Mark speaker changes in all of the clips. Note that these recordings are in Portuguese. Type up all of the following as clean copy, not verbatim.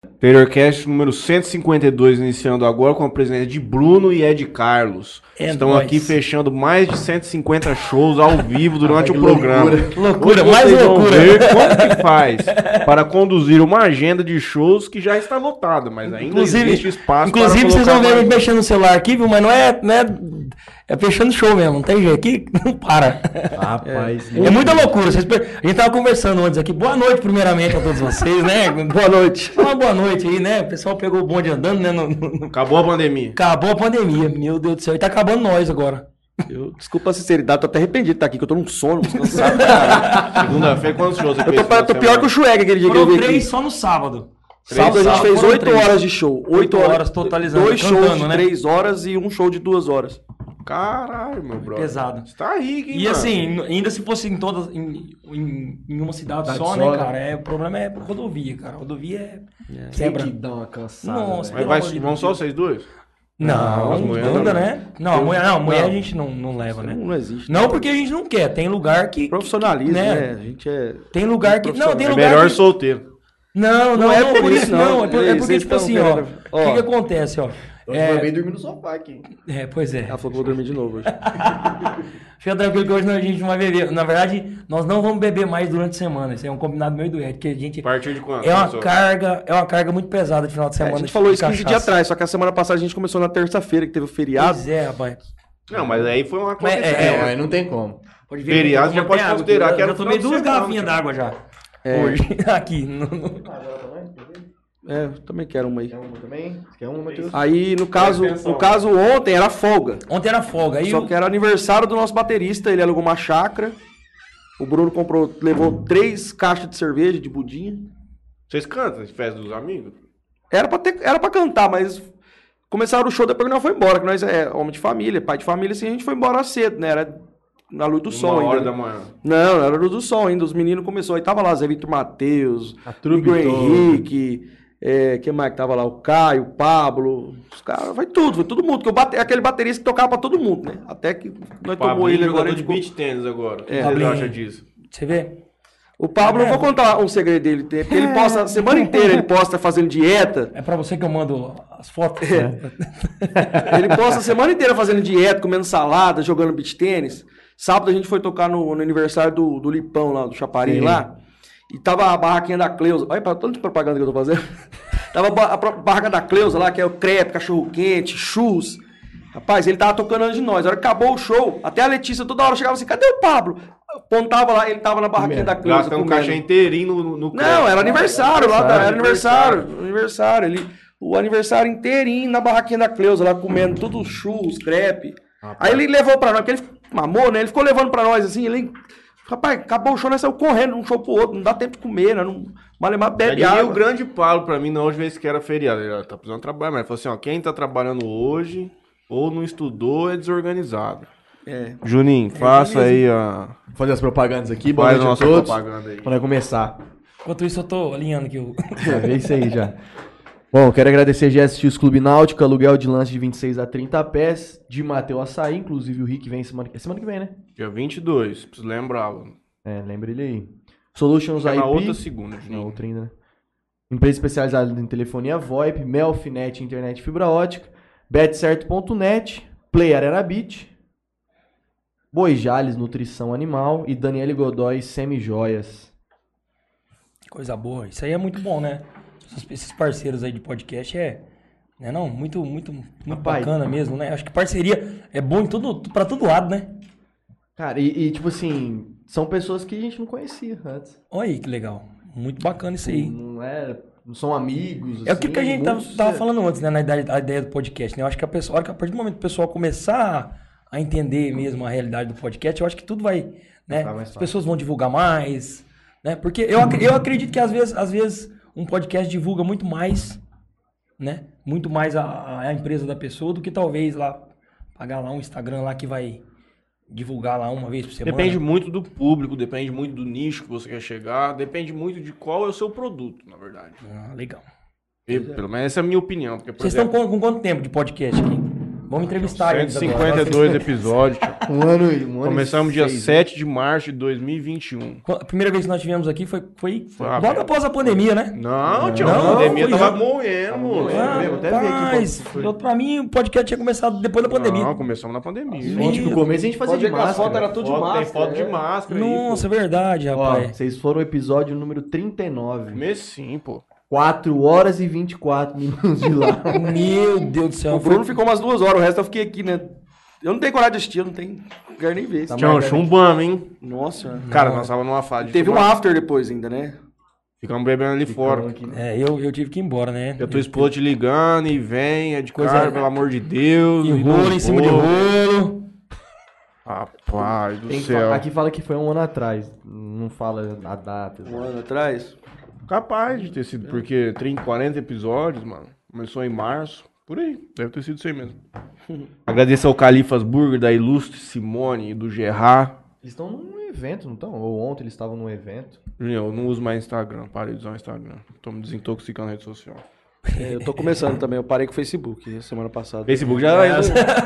Speaker 1: Interiorcast número 152, iniciando agora com a presença de Bruno e Ed Carlos. Estão aqui fechando mais de 150 shows ao vivo durante o programa.
Speaker 2: Loucura,
Speaker 1: hoje
Speaker 2: mais
Speaker 1: vocês vão
Speaker 2: loucura.
Speaker 1: ver como que faz para conduzir uma agenda de shows que já está lotada, mas ainda existe espaço para
Speaker 2: inclusive vocês vão ver a
Speaker 1: mais
Speaker 2: gente mexendo no celular aqui, viu? Mas não é fechando show mesmo, não tem jeito. Aqui não para.
Speaker 3: Rapaz,
Speaker 2: É muita loucura. A gente tava conversando antes aqui. Boa noite, primeiramente, a todos vocês, né?
Speaker 3: boa noite.
Speaker 2: Uma boa noite aí, né? O pessoal pegou o bonde andando, né?
Speaker 1: Acabou a pandemia.
Speaker 2: Acabou a pandemia, meu Deus do céu. E tá acabando nós agora.
Speaker 3: Desculpa a sinceridade, tô até arrependido de estar aqui, que eu tô num sono, cansado.
Speaker 1: Segunda-feira, quantos shows você fez?
Speaker 3: Eu tô pior que o Schweig aquele dia que eu
Speaker 2: Foram
Speaker 3: vi
Speaker 2: 3
Speaker 3: aqui.
Speaker 2: só no sábado.
Speaker 3: Sábado a gente fez 8 horas de show.
Speaker 2: 8 horas totalizando.
Speaker 3: 2 shows
Speaker 2: cantando,
Speaker 3: de
Speaker 2: né?
Speaker 3: 3 horas e um show de 2 horas.
Speaker 1: Caralho, meu brother.
Speaker 2: Pesado.
Speaker 1: Você tá rico, hein,
Speaker 2: E
Speaker 1: mano?
Speaker 2: assim, ainda se fosse em todas, em uma cidade só, né, cara? O problema é rodovia, cara. Rodovia quebra.
Speaker 3: Tem que dar uma cansada.
Speaker 2: Nossa,
Speaker 1: Mas vão só vocês dois?
Speaker 2: Não,
Speaker 1: as mulheres
Speaker 2: anda,
Speaker 1: também.
Speaker 2: né? Não, mulher a gente não leva, né?
Speaker 3: Não existe.
Speaker 2: Não porque a gente não quer. Tem lugar que...
Speaker 3: Profissionalismo, né? A gente é...
Speaker 2: Tem lugar que... Não, tem
Speaker 1: É
Speaker 2: lugar
Speaker 1: melhor
Speaker 2: que...
Speaker 1: solteiro.
Speaker 2: Não é por isso, não. É porque,
Speaker 3: Vocês
Speaker 2: tipo
Speaker 3: estão
Speaker 2: assim, ó.
Speaker 3: querendo-
Speaker 2: O que acontece, ó?
Speaker 4: Vai bem dormir no sofá aqui.
Speaker 2: Pois é.
Speaker 3: Ela falou que eu vou dormir de novo hoje.
Speaker 2: Fica tranquilo que hoje a gente não vai beber. Na verdade, nós não vamos beber mais durante a semana. Isso é um combinado meu e do Ed, que a gente...
Speaker 1: A partir de quando?
Speaker 2: É uma
Speaker 1: pessoal?
Speaker 2: carga muito pesada de final de
Speaker 3: A
Speaker 2: semana.
Speaker 3: gente
Speaker 2: de
Speaker 3: falou isso 15
Speaker 2: cachaça.
Speaker 3: dias atrás, só que a semana passada a gente começou na terça-feira, que teve o feriado.
Speaker 2: Pois é, rapaz.
Speaker 1: Não, mas aí foi uma coisa.
Speaker 4: Não, aí não tem como.
Speaker 2: Pode ver
Speaker 1: Feriado
Speaker 2: que
Speaker 1: já
Speaker 2: não
Speaker 1: pode
Speaker 2: tem água,
Speaker 1: considerar
Speaker 2: eu
Speaker 1: que era
Speaker 2: já tomei
Speaker 1: final de
Speaker 2: 2
Speaker 1: semana,
Speaker 2: garrafinhas
Speaker 1: cara.
Speaker 2: d'água já.
Speaker 3: É.
Speaker 2: Hoje, aqui.
Speaker 3: Eu também quero uma aí.
Speaker 4: Quer uma também? Você quer uma, Matheus?
Speaker 3: Aí, no caso ontem era folga.
Speaker 2: Ontem era folga. Aí
Speaker 3: Só que era aniversário do nosso baterista, ele alugou uma chácara. O Bruno levou 3 caixas de cerveja, de budinha.
Speaker 1: Vocês cantam de festa dos amigos?
Speaker 3: Era pra cantar, mas começaram o show depois que nós foi embora, que nós é homem de família, pai de família, assim, a gente foi embora cedo, né? Era na luz do sol
Speaker 1: Uma hora
Speaker 3: ainda.
Speaker 1: da manhã.
Speaker 3: Não, era luz do sol ainda, os meninos começaram, aí tava lá Zé Vitor Matheus,
Speaker 4: A trupe
Speaker 3: Igor
Speaker 4: toda.
Speaker 3: Henrique, quem mais que tava lá? O Caio, o Pablo, os caras, foi todo mundo, que aquele baterista que tocava pra todo mundo, né? Até que nós tomou ele agora.
Speaker 1: jogador
Speaker 3: a
Speaker 1: de
Speaker 3: gente
Speaker 1: beach tênis agora. O que vocês
Speaker 2: Pablinho.
Speaker 1: acham disso?
Speaker 2: você vê?
Speaker 3: O Pablo, eu vou contar um segredo dele, porque ele posta a semana inteira, ele posta fazendo dieta.
Speaker 2: É pra você que eu mando as fotos.
Speaker 3: Ele posta a semana inteira fazendo dieta, comendo salada, jogando beach tênis. Sábado a gente foi tocar no aniversário do Lipão lá, do Chaparim lá. E tava a barraquinha da Cleusa. Olha, tanto de propaganda que eu tô fazendo. Tava a barraca da Cleusa lá, que é o crepe, cachorro quente, churros. Rapaz, ele tava tocando antes de nós. A hora que acabou o show, até a Letícia toda hora chegava assim, cadê o Pablo? Apontava lá, ele tava na barraquinha da Cleusa.
Speaker 1: Gastando um
Speaker 3: comendo.
Speaker 1: caixa inteirinho no
Speaker 3: Não, era aniversário lá, era
Speaker 1: aniversário.
Speaker 3: aniversário. O aniversário inteirinho na barraquinha da Cleusa, lá comendo tudo churros, crepe. Aí ele levou pra nós, porque ele mamou, né? Ele ficou levando pra nós assim, ele... Rapaz, acabou o show, nós saímos correndo de um show pro outro, não dá tempo de comer, né? Não... Malemar bebe
Speaker 1: E
Speaker 3: água.
Speaker 1: o grande Paulo pra mim, não hoje vez que era feriado. Ele tá precisando trabalhar, mas ele falou assim, ó, quem tá trabalhando hoje ou não estudou é desorganizado. Juninho, faça aí a...
Speaker 4: Vou fazer as propagandas aqui. Boa
Speaker 1: Faz a
Speaker 4: noite a
Speaker 1: nossa
Speaker 4: todos.
Speaker 1: propaganda aí.
Speaker 4: Pra nós começar.
Speaker 2: Enquanto isso, eu tô alinhando aqui o...
Speaker 4: É isso aí já. Bom, quero agradecer a GSX Clube Náutico, aluguel de lanche de 26 a 30 pés, de Mateu Açaí, inclusive o Rick vem semana que vem, né?
Speaker 1: Dia 22, preciso lembrá-lo.
Speaker 4: Lembra ele aí. Solutions
Speaker 1: É
Speaker 4: IP.
Speaker 1: na outra segunda,
Speaker 4: Na
Speaker 1: Juninho.
Speaker 4: outra ainda, né? Empresa especializada em telefonia VoIP, Melfinet, internet fibra ótica, betcerto.net, Play Arena Beach, Boi Jales, nutrição animal e Daniele Godoy, semi-joias.
Speaker 2: Coisa boa. Isso aí é muito bom, né? Esses parceiros aí de podcast né, não, muito
Speaker 4: Rapaz.
Speaker 2: bacana mesmo, né? Acho que parceria é bom em pra todo lado, né?
Speaker 4: Cara, e tipo assim, são pessoas que a gente não conhecia antes.
Speaker 2: Olha aí que legal. Muito bacana isso aí.
Speaker 4: Não são amigos,
Speaker 2: É aquilo que a gente
Speaker 4: muitos,
Speaker 2: tava falando antes, né? A ideia do podcast, né? Eu acho que a partir do momento que o pessoal começar a entender mesmo a realidade do podcast, eu acho que tudo vai, né?
Speaker 4: Ficar mais
Speaker 2: As
Speaker 4: fácil.
Speaker 2: pessoas vão divulgar mais, né? Porque eu acredito que às vezes um podcast divulga muito mais, né? Muito mais a empresa da pessoa do que talvez lá pagar lá um Instagram lá que vai divulgar lá uma vez por semana.
Speaker 1: Depende muito do público, depende muito do nicho que você quer chegar, depende muito de qual é o seu produto, na verdade.
Speaker 2: Ah, legal.
Speaker 1: Pelo menos essa é a minha opinião. Porque, por
Speaker 2: Vocês
Speaker 1: exemplo,
Speaker 2: estão com quanto tempo de podcast aqui? Vamos entrevistar eles
Speaker 1: 152 episódios, tio.
Speaker 4: Um ano
Speaker 1: Começamos dia
Speaker 4: 6,
Speaker 1: 7 de março de 2021.
Speaker 2: A primeira vez que nós tivemos aqui foi
Speaker 1: Ah,
Speaker 2: logo após a pandemia, né?
Speaker 1: Não, tio,
Speaker 2: Não,
Speaker 1: a pandemia
Speaker 2: foi
Speaker 1: tava
Speaker 2: eu.
Speaker 1: morrendo, moço.
Speaker 4: até vi aqui
Speaker 2: Rapaz,
Speaker 4: quando foi.
Speaker 2: pra mim o podcast tinha começado depois da pandemia.
Speaker 1: Não, começamos na pandemia.
Speaker 4: Ontem no começo a gente fazia
Speaker 3: Pode
Speaker 4: de
Speaker 3: ver que a
Speaker 4: máscara.
Speaker 3: foto era tudo de
Speaker 1: Foto-
Speaker 3: máscara.
Speaker 1: Tem foto de máscara
Speaker 2: Nossa, é
Speaker 1: aí,
Speaker 2: verdade,
Speaker 4: Ó,
Speaker 2: rapaz.
Speaker 4: vocês foram o episódio número 39.
Speaker 1: pô. Mês sim, pô.
Speaker 4: 4 horas e 24 minutos de lá.
Speaker 2: Meu Deus do céu.
Speaker 3: O Bruno ficou umas 2 horas, o resto eu fiquei aqui, né? Eu não tenho coragem de assistir, eu não tenho. Não quero nem ver.
Speaker 4: Tá
Speaker 1: Tchau, chumbamos, hein?
Speaker 3: Nossa.
Speaker 1: Cara, nós tava numa fase de
Speaker 3: Teve um
Speaker 1: fumar.
Speaker 3: after depois ainda, né?
Speaker 1: Ficamos bebendo ali fora.
Speaker 4: Aqui, né?
Speaker 2: É, eu tive que ir embora, né?
Speaker 1: Eu tô esposa te ligando e vem, é de
Speaker 2: Coisa-
Speaker 1: cara, pelo amor de Deus.
Speaker 2: E
Speaker 1: e
Speaker 2: rolo
Speaker 1: não
Speaker 2: em cima de
Speaker 1: vou.
Speaker 2: rolo.
Speaker 1: Rapaz do
Speaker 4: Tem que
Speaker 1: céu.
Speaker 4: aqui fala que foi um ano atrás. Não fala a data.
Speaker 3: Um ano atrás.
Speaker 1: Capaz de ter sido, porque 30, 40 episódios, mano. Começou em março. Por aí, deve ter sido isso aí mesmo. Agradeço ao Califas Burger, da Ilustre Simone e do Gerard.
Speaker 4: Eles estão num evento, não estão? Ou ontem eles estavam num evento.
Speaker 1: Eu não uso mais Instagram, parei de usar o Instagram. Tô me desintoxicando na rede social.
Speaker 3: Eu tô começando também, eu parei com o Facebook semana passada.
Speaker 1: Facebook já é.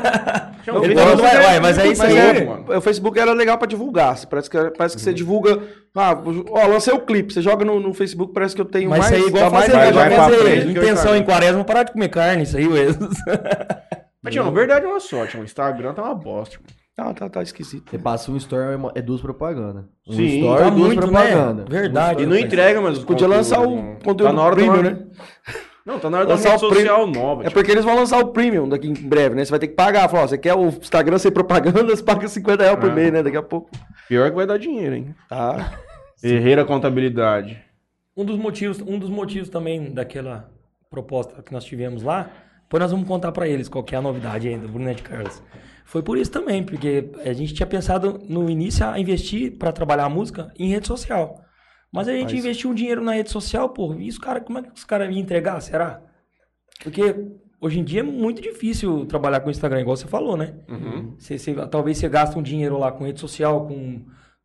Speaker 2: Mas é isso aí.
Speaker 1: mano.
Speaker 3: O Facebook era legal pra divulgar. Parece que você divulga. Ah, ó, lancei o clipe. Você joga no Facebook, parece que eu tenho
Speaker 2: Mas
Speaker 3: mais.
Speaker 2: isso aí é igual
Speaker 3: dá mais
Speaker 2: fazer,
Speaker 1: vai
Speaker 2: igual
Speaker 1: pra
Speaker 2: fazer
Speaker 1: frente, que eu
Speaker 2: intenção
Speaker 1: encargo.
Speaker 2: em quaresma, parar de comer carne, isso aí, Wes.
Speaker 1: Mas, tio, na verdade é uma sorte. O Instagram tá uma bosta. Mano.
Speaker 3: Tá esquisito.
Speaker 4: Você passa um story, é duas propagandas. Um
Speaker 1: Sim,
Speaker 4: story,
Speaker 2: tá
Speaker 4: duas
Speaker 2: muito,
Speaker 4: propaganda.
Speaker 2: né? Verdade.
Speaker 1: E não entrega mais os
Speaker 3: Podia
Speaker 1: conteúdos,
Speaker 3: lançar o
Speaker 1: irmão.
Speaker 3: conteúdo
Speaker 1: Tá na hora
Speaker 3: premium,
Speaker 1: de uma-
Speaker 3: né?
Speaker 1: Não, tá na hora da
Speaker 3: Lançar
Speaker 1: rede
Speaker 3: o
Speaker 1: social nova.
Speaker 3: É
Speaker 1: tio.
Speaker 3: porque eles vão lançar o premium daqui em breve, né? Você vai ter que pagar. Falar, ó, você quer o Instagram sem propaganda, você paga R$50 por mês, né? Daqui a pouco.
Speaker 1: Pior que vai dar dinheiro, hein?
Speaker 3: Tá.
Speaker 1: Herreira Contabilidade.
Speaker 2: Um dos motivos também daquela proposta que nós tivemos lá, depois nós vamos contar pra eles qual que é a novidade ainda, do Brunete Carlos. Foi por isso também, porque a gente tinha pensado no início a investir pra trabalhar a música em rede social. Mas a gente investiu um dinheiro na rede social, pô, e os caras, como é que os caras iam entregar, será? Porque hoje em dia é muito difícil trabalhar com o Instagram, igual você falou, né? Talvez você gasta um dinheiro lá com rede social, com